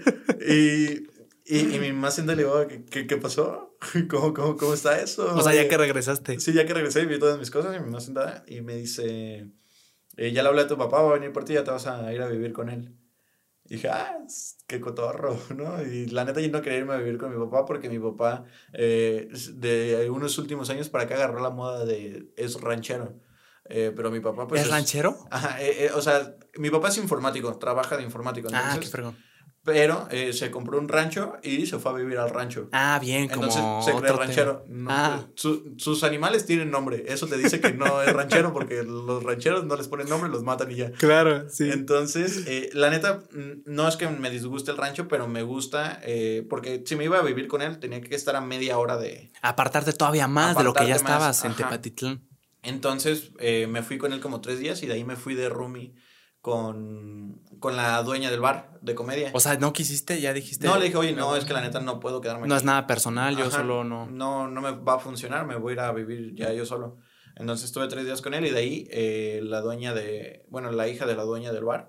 Y mi mamá siempre le digo, ¿qué pasó? ¿Cómo está eso? O sea, ya que regresaste. Sí, ya que regresé y vi todas mis cosas y mi mamá sentada y me dice, ya le hablé a tu papá, va a venir por ti, ya te vas a ir a vivir con él. Y dije, qué cotorro, ¿no? Y la neta yo no quería irme a vivir con mi papá porque mi papá de unos últimos años para acá agarró la moda de es ranchero. Pero mi papá pues... ¿Es ranchero? Ajá, o sea, mi papá es informático, trabaja de informático. Entonces, qué fregón. Pero se compró un rancho y se fue a vivir al rancho. Bien, entonces, como se cree ranchero. No, sus animales tienen nombre. Eso te dice que no es ranchero porque los rancheros no les ponen nombre, los matan y ya. Claro, sí. Entonces, la neta, no es que me disguste el rancho, pero me gusta porque si me iba a vivir con él tenía que estar a media hora de... Apartarte todavía más de lo que ya estabas en Tepatitlán. Entonces, me fui con él como 3 días y de ahí me fui de roomie con la dueña del bar de comedia. O sea, ¿no quisiste? ¿Ya dijiste? No, le dije, oye, no, es que la neta no puedo quedarme aquí. No es nada personal, yo solo no... No me va a funcionar, me voy a ir a vivir ya yo solo. Entonces estuve 3 días con él y de ahí la hija de la dueña del bar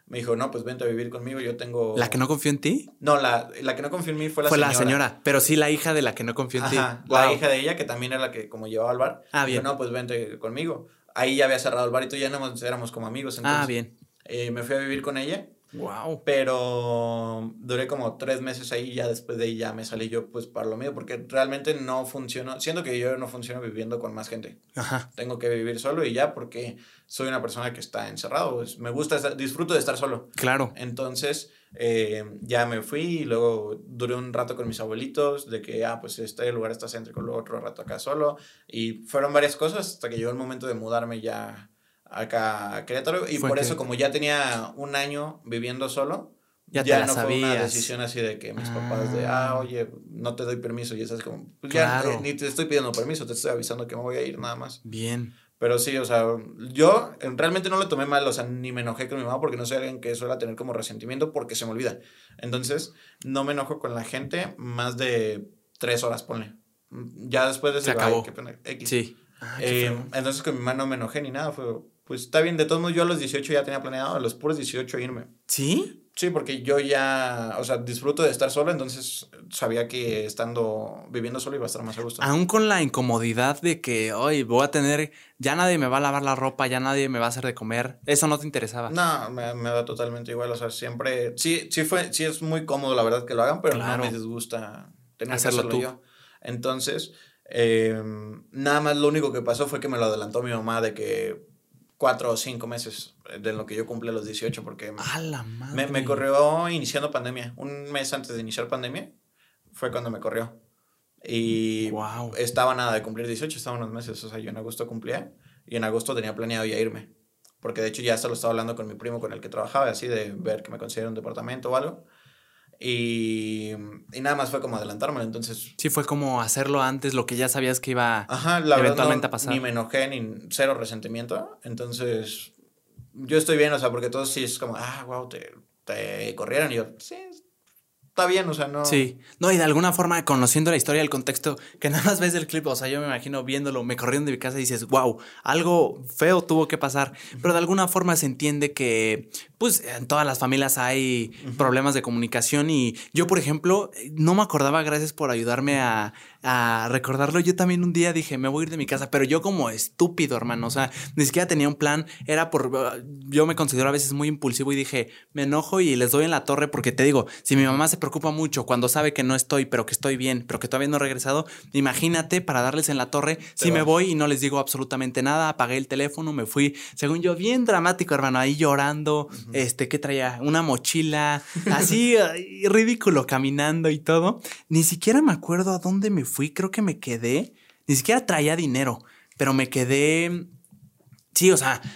Me dijo, no, pues vente a vivir conmigo, yo tengo... ¿La que no confió en ti? No, la que no confió en mí fue la señora. señora. Fue la señora, pero sí la hija de la que no confió en ti. La hija de ella, que también era la que como llevaba al bar. Bien. Dijo, no, pues vente conmigo. Ahí ya había cerrado el bar y tú ya no éramos como amigos. Entonces, bien. Me fui a vivir con ella. Wow. Pero duré como 3 meses ahí y ya después de ahí ya me salí yo pues para lo mío porque realmente no funciono, siento que yo no funciono viviendo con más gente. Ajá. Tengo que vivir solo y ya porque soy una persona que está encerrado, pues, me gusta, disfruto de estar solo. Claro. Entonces ya me fui y luego duré un rato con mis abuelitos de que pues este lugar está céntrico, luego otro rato acá solo y fueron varias cosas hasta que llegó el momento de mudarme ya acá a Querétaro y por eso como ya tenía un año viviendo solo, ya no fue una decisión así de que mis papás de, oye, no te doy permiso y eso es como, pues claro. Ya ni te estoy pidiendo permiso, te estoy avisando que me voy a ir nada más. Bien. Pero sí, o sea, yo realmente no lo tomé mal, o sea, ni me enojé con mi mamá porque no soy alguien que suele tener como resentimiento porque se me olvida. Entonces, no me enojo con la gente más de 3 horas, ponle. Ya después de se acabó. X. Sí. Entonces con mi mamá no me enojé ni nada, fue... Pues está bien, de todos modos yo a los 18 ya tenía planeado, a los puros 18 irme. ¿Sí? Sí, porque yo ya, o sea, disfruto de estar solo, entonces sabía que viviendo solo iba a estar más a gusto. Aún con la incomodidad de que, hoy voy a tener, ya nadie me va a lavar la ropa, ya nadie me va a hacer de comer, ¿eso no te interesaba? No, me da totalmente igual, o sea, siempre, sí es muy cómodo la verdad que lo hagan, pero no me disgusta tener que hacerlo tú. Yo. Entonces, nada más lo único que pasó fue que me lo adelantó mi mamá de que 4 o 5 meses de lo que yo cumplí a los 18 porque la madre. Me corrió iniciando pandemia. Un mes antes de iniciar pandemia fue cuando me corrió. Y estaba nada de cumplir 18, estaba unos meses. O sea, yo en agosto cumplía y en agosto tenía planeado ya irme. Porque de hecho ya hasta lo estaba hablando con mi primo con el que trabajaba, así de ver que me consiguiera un departamento o algo. Y nada más fue como adelantármelo, entonces... Sí, fue como hacerlo antes, lo que ya sabías que iba eventualmente a pasar. Ni me enojé, ni cero resentimiento, entonces yo estoy bien, o sea, porque todos sí es como, wow, te corrieron, y yo, sí, está bien, o sea, no... Sí, no, y de alguna forma, conociendo la historia, el contexto, que nada más ves el clip, o sea, yo me imagino viéndolo, me corrieron de mi casa y dices, wow, algo feo tuvo que pasar, pero de alguna forma se entiende que, pues, en todas las familias hay problemas de comunicación y yo, por ejemplo, no me acordaba, gracias por ayudarme a recordarlo, yo también un día dije, me voy a ir de mi casa, pero yo como estúpido, hermano, o sea, ni siquiera tenía un plan, yo me considero a veces muy impulsivo y dije, me enojo y les doy en la torre porque te digo, si mi mamá se preocupa mucho cuando sabe que no estoy, pero que estoy bien, pero que todavía no he regresado, imagínate para darles en la torre, si me voy y no les digo absolutamente nada, apagué el teléfono, me fui, según yo, bien dramático, hermano, ahí llorando, ¿qué traía? Una mochila, así ridículo, caminando y todo, ni siquiera me acuerdo a dónde me fui, creo que me quedé, ni siquiera traía dinero, pero me quedé, sí, o sea,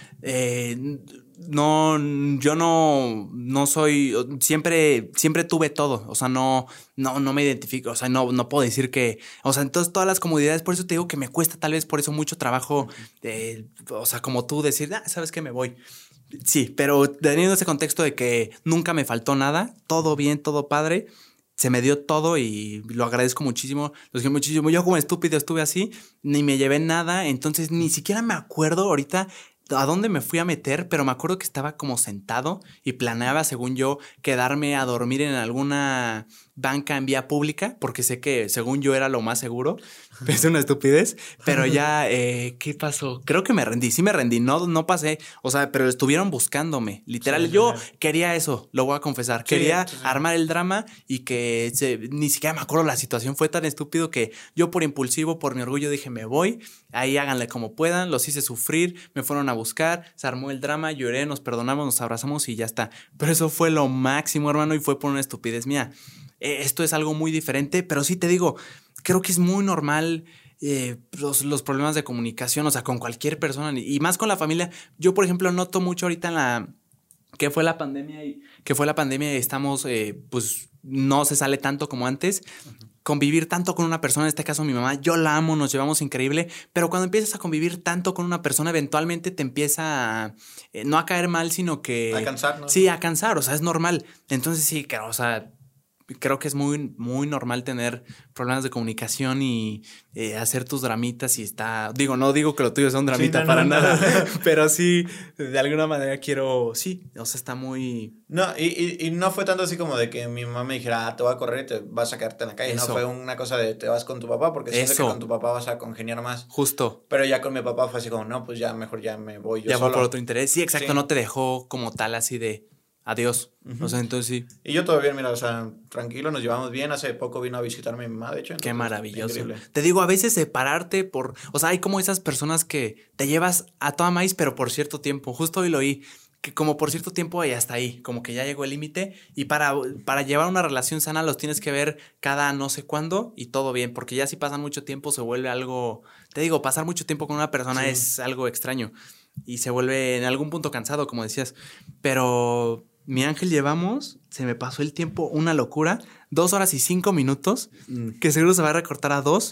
no, yo no soy, siempre tuve todo, o sea, no me identifico, o sea, no puedo decir que, o sea, entonces todas las comodidades, por eso te digo que me cuesta tal vez por eso mucho trabajo, o sea, como tú decir, ¿sabes qué? Me voy. Sí, pero teniendo ese contexto de que nunca me faltó nada, todo bien, todo padre, se me dio todo y lo agradezco muchísimo, lo quiero muchísimo. Yo como estúpido estuve así, ni me llevé nada, entonces ni siquiera me acuerdo ahorita a dónde me fui a meter, pero me acuerdo que estaba como sentado y planeaba, según yo, quedarme a dormir en alguna banca en vía pública, porque sé que según yo era lo más seguro. Es una estupidez, pero ya, ¿qué pasó? Creo que me rendí, sí me rendí, no pasé, o sea, pero estuvieron buscándome, literal, sí, yo quería eso, lo voy a confesar, quería armar el drama y que ni siquiera me acuerdo, la situación fue tan estúpido que yo por impulsivo, por mi orgullo dije, me voy, ahí háganle como puedan, los hice sufrir, me fueron a buscar, se armó el drama, lloré, nos perdonamos, nos abrazamos y ya está, pero eso fue lo máximo, hermano, y fue por una estupidez mía. Esto es algo muy diferente, pero sí te digo, creo que es muy normal los problemas de comunicación, o sea, con cualquier persona y más con la familia. Yo, por ejemplo, noto mucho ahorita que fue la pandemia y estamos, pues no se sale tanto como antes. Convivir tanto con una persona, en este caso mi mamá, yo la amo, nos llevamos increíble, pero cuando empiezas a convivir tanto con una persona, eventualmente te empieza no a caer mal, sino que... A cansar, ¿no? Sí, a cansar, o sea, es normal. Entonces sí, o sea... creo que es muy, muy normal tener problemas de comunicación y hacer tus dramitas y no digo que lo tuyo sea un dramita para nada, pero sí, de alguna manera está muy... No, y no fue tanto así como de que mi mamá me dijera, te voy a correr y te vas a quedarte en la calle. Eso. No, fue una cosa de te vas con tu papá porque sientes que con tu papá vas a congeniar más. Justo. Pero ya con mi papá fue así como, no, pues ya mejor ya me voy yo ya solo. Ya voy por otro interés. Sí, exacto, no te dejó como tal así de adiós. O sea, entonces sí. Y yo todavía, mira, o sea, tranquilo, nos llevamos bien. Hace poco vino a visitarme mi mamá, de hecho. Qué maravilloso. Increíble. Te digo, a veces separarte o sea, hay como esas personas que te llevas a toda maíz, pero por cierto tiempo. Justo hoy lo oí, que como por cierto tiempo y hasta ahí, como que ya llegó el límite. Y para llevar una relación sana los tienes que ver cada no sé cuándo y todo bien. Porque ya si pasan mucho tiempo se vuelve algo... Te digo, pasar mucho tiempo con una persona es algo extraño. Y se vuelve en algún punto cansado, como decías. Pero... Mi Ángel, se me pasó el tiempo, una locura, 2 horas y 5 minutos, que seguro se va a recortar a 2.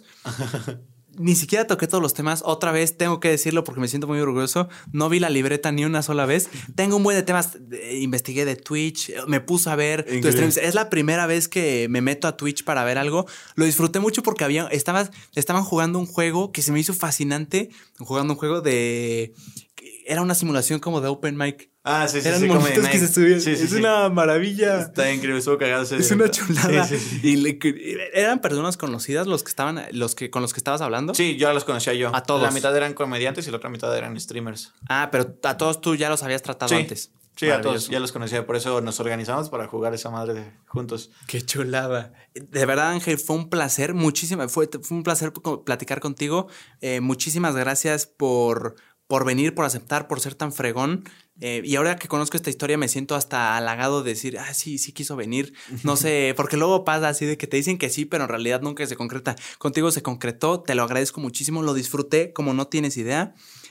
Ni siquiera toqué todos los temas. Otra vez tengo que decirlo porque me siento muy orgulloso. No vi la libreta ni una sola vez. Tengo un buen de temas. Investigué de Twitch. Me puse a ver tu stream. Es la primera vez que me meto a Twitch para ver algo. Lo disfruté mucho porque estaban jugando un juego que se me hizo fascinante. Jugando un juego de... Era una simulación como de open mic. Ah, sí, sí, eran sí. Monitos que se subían. Es una maravilla. Está increíble, estuvo cagado. Es una chulada. Sí. Y ¿eran personas conocidas con los que estabas hablando? Sí, yo los conocía yo. A todos. La mitad eran comediantes y la otra mitad eran streamers. Ah, pero a todos tú ya los habías tratado antes. Sí, a todos ya los conocía. Por eso nos organizamos para jugar esa madre juntos. Qué chulada. De verdad, Ángel, fue un placer. Fue un placer platicar contigo. Muchísimas gracias por venir, por aceptar, por ser tan fregón. Y ahora que conozco esta historia me siento hasta halagado de decir, sí quiso venir. No sé, porque luego pasa así de que te dicen que sí, pero en realidad nunca se concreta. Contigo se concretó, te lo agradezco muchísimo, lo disfruté como no tienes idea.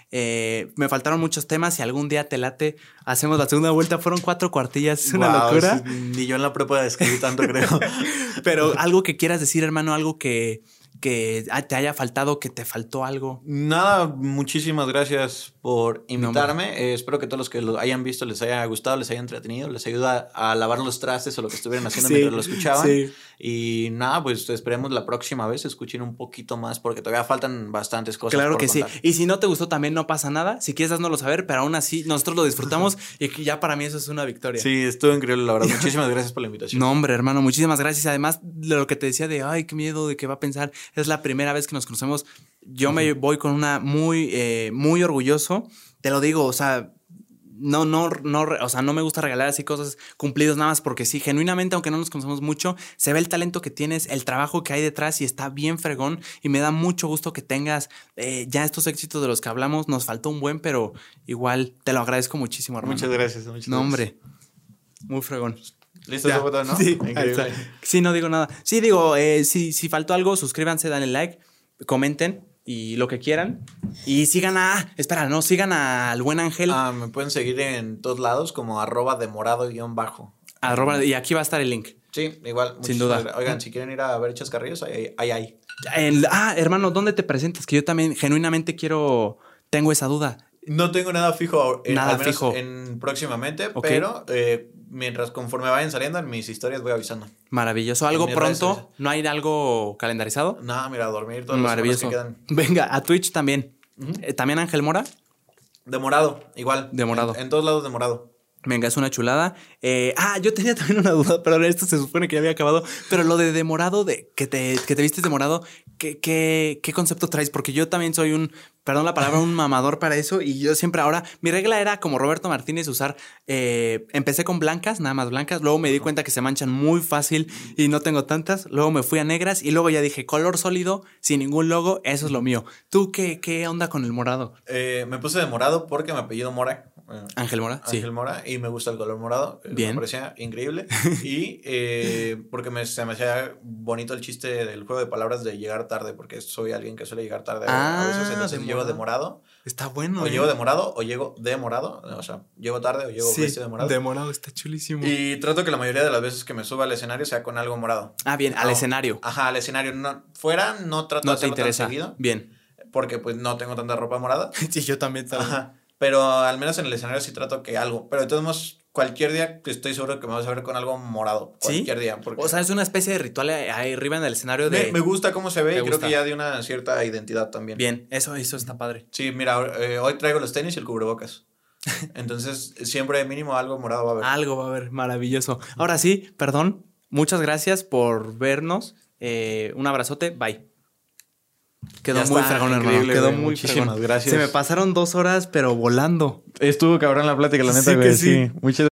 Me faltaron muchos temas y algún día te late, hacemos la segunda vuelta. Fueron 4 cuartillas, es una locura. Ni yo en la prepa escribí tanto, creo. Pero algo que quieras decir, hermano, algo que te haya faltado, que te faltó algo. Nada, muchísimas gracias por invitarme. Espero que todos los que lo hayan visto les haya gustado, les haya entretenido, les ayuda a lavar los trastes o lo que estuvieran haciendo mientras lo escuchaban. Sí. Y nada, pues esperemos la próxima vez escuchen un poquito más porque todavía faltan bastantes cosas. Claro que contar. Sí. Y si no te gustó también no pasa nada. Si quieres dárnoslo saber, pero aún así nosotros lo disfrutamos y ya para mí eso es una victoria. Sí, estuvo increíble, la verdad. Muchísimas gracias por la invitación. No, hombre, hermano, muchísimas gracias. Además de lo que te decía de, ay, qué miedo de qué va a pensar. Es la primera vez que nos conocemos. Yo me voy con una muy orgulloso. Te lo digo, o sea, o sea, no me gusta regalar así cosas cumplidos nada más porque sí, genuinamente, aunque no nos conocemos mucho, se ve el talento que tienes, el trabajo que hay detrás y está bien fregón y me da mucho gusto que tengas ya estos éxitos de los que hablamos. Nos faltó un buen, pero igual te lo agradezco muchísimo, hermano. Muchas gracias. No, hombre, muy fregón. ¿Listo esa foto, no? Sí, increíble. Sí, no digo nada. Sí, digo, si faltó algo, suscríbanse, denle like, comenten y lo que quieran. Y sigan sigan al buen Ángel. Me pueden seguir en todos lados como @demorado_. Y aquí va a estar el link. Sí, igual. Sin duda. Oigan, si quieren ir a ver Chascarrillos, ahí. Hermano, ¿dónde te presentas? Que yo también genuinamente tengo esa duda. No tengo nada fijo, próximamente, okay. Pero conforme vayan saliendo en mis historias voy avisando. Maravilloso. ¿Algo pronto? ¿No hay algo calendarizado? No, mira, a dormir todas las semanas que quedan. Venga, a Twitch también. ¿También Ángel Mora? De morado, igual. De morado. En todos lados de morado. Venga, es una chulada. Yo tenía también una duda, pero esto se supone que ya había acabado. Pero lo de morado, que te vistes de morado, ¿qué concepto traes? Porque yo también soy perdón la palabra, un mamador para eso. Y yo siempre mi regla era como Roberto Martínez usar, empecé con blancas, nada más blancas. Luego me di cuenta que se manchan muy fácil y no tengo tantas. Luego me fui a negras y luego ya dije color sólido, sin ningún logo, eso es lo mío. ¿Tú qué onda con el morado? Me puse de morado porque mi apellido Mora. Ángel Mora, sí. Ángel Mora, y me gusta el color morado. Bien. Me parecía increíble. Y porque se me hacía bonito el chiste del juego de palabras de llegar tarde, porque soy alguien que suele llegar tarde a veces, entonces llego de morado. Está bueno. O llego de morado o llego de morado. O sea, llego tarde o llego vestido de morado. De morado está chulísimo. Y trato que la mayoría de las veces que me suba al escenario sea con algo morado. Bien, al escenario. Ajá, al escenario. Fuera no trato de hacerlo tan seguido. Bien. Porque pues no tengo tanta ropa morada. Sí, yo también. Ajá. Pero al menos en el escenario sí trato que algo. Pero de todos modos, cualquier día estoy seguro que me vas a ver con algo morado. Cualquier día. Porque... O sea, es una especie de ritual ahí arriba en el escenario de... Me gusta cómo se ve y creo que ya de una cierta identidad también. Bien, eso está padre. Sí, mira, hoy traigo los tenis y el cubrebocas. Entonces, siempre mínimo algo morado va a haber. Algo va a haber, maravilloso. Ahora sí, perdón, muchas gracias por vernos. Un abrazote, bye. Quedó muy fregón, hermano. Quedó muy Muchísimas fregón. gracias. Se me pasaron 2 horas, pero volando. Estuvo cabrón la plática, la neta, güey. Sí. Muchas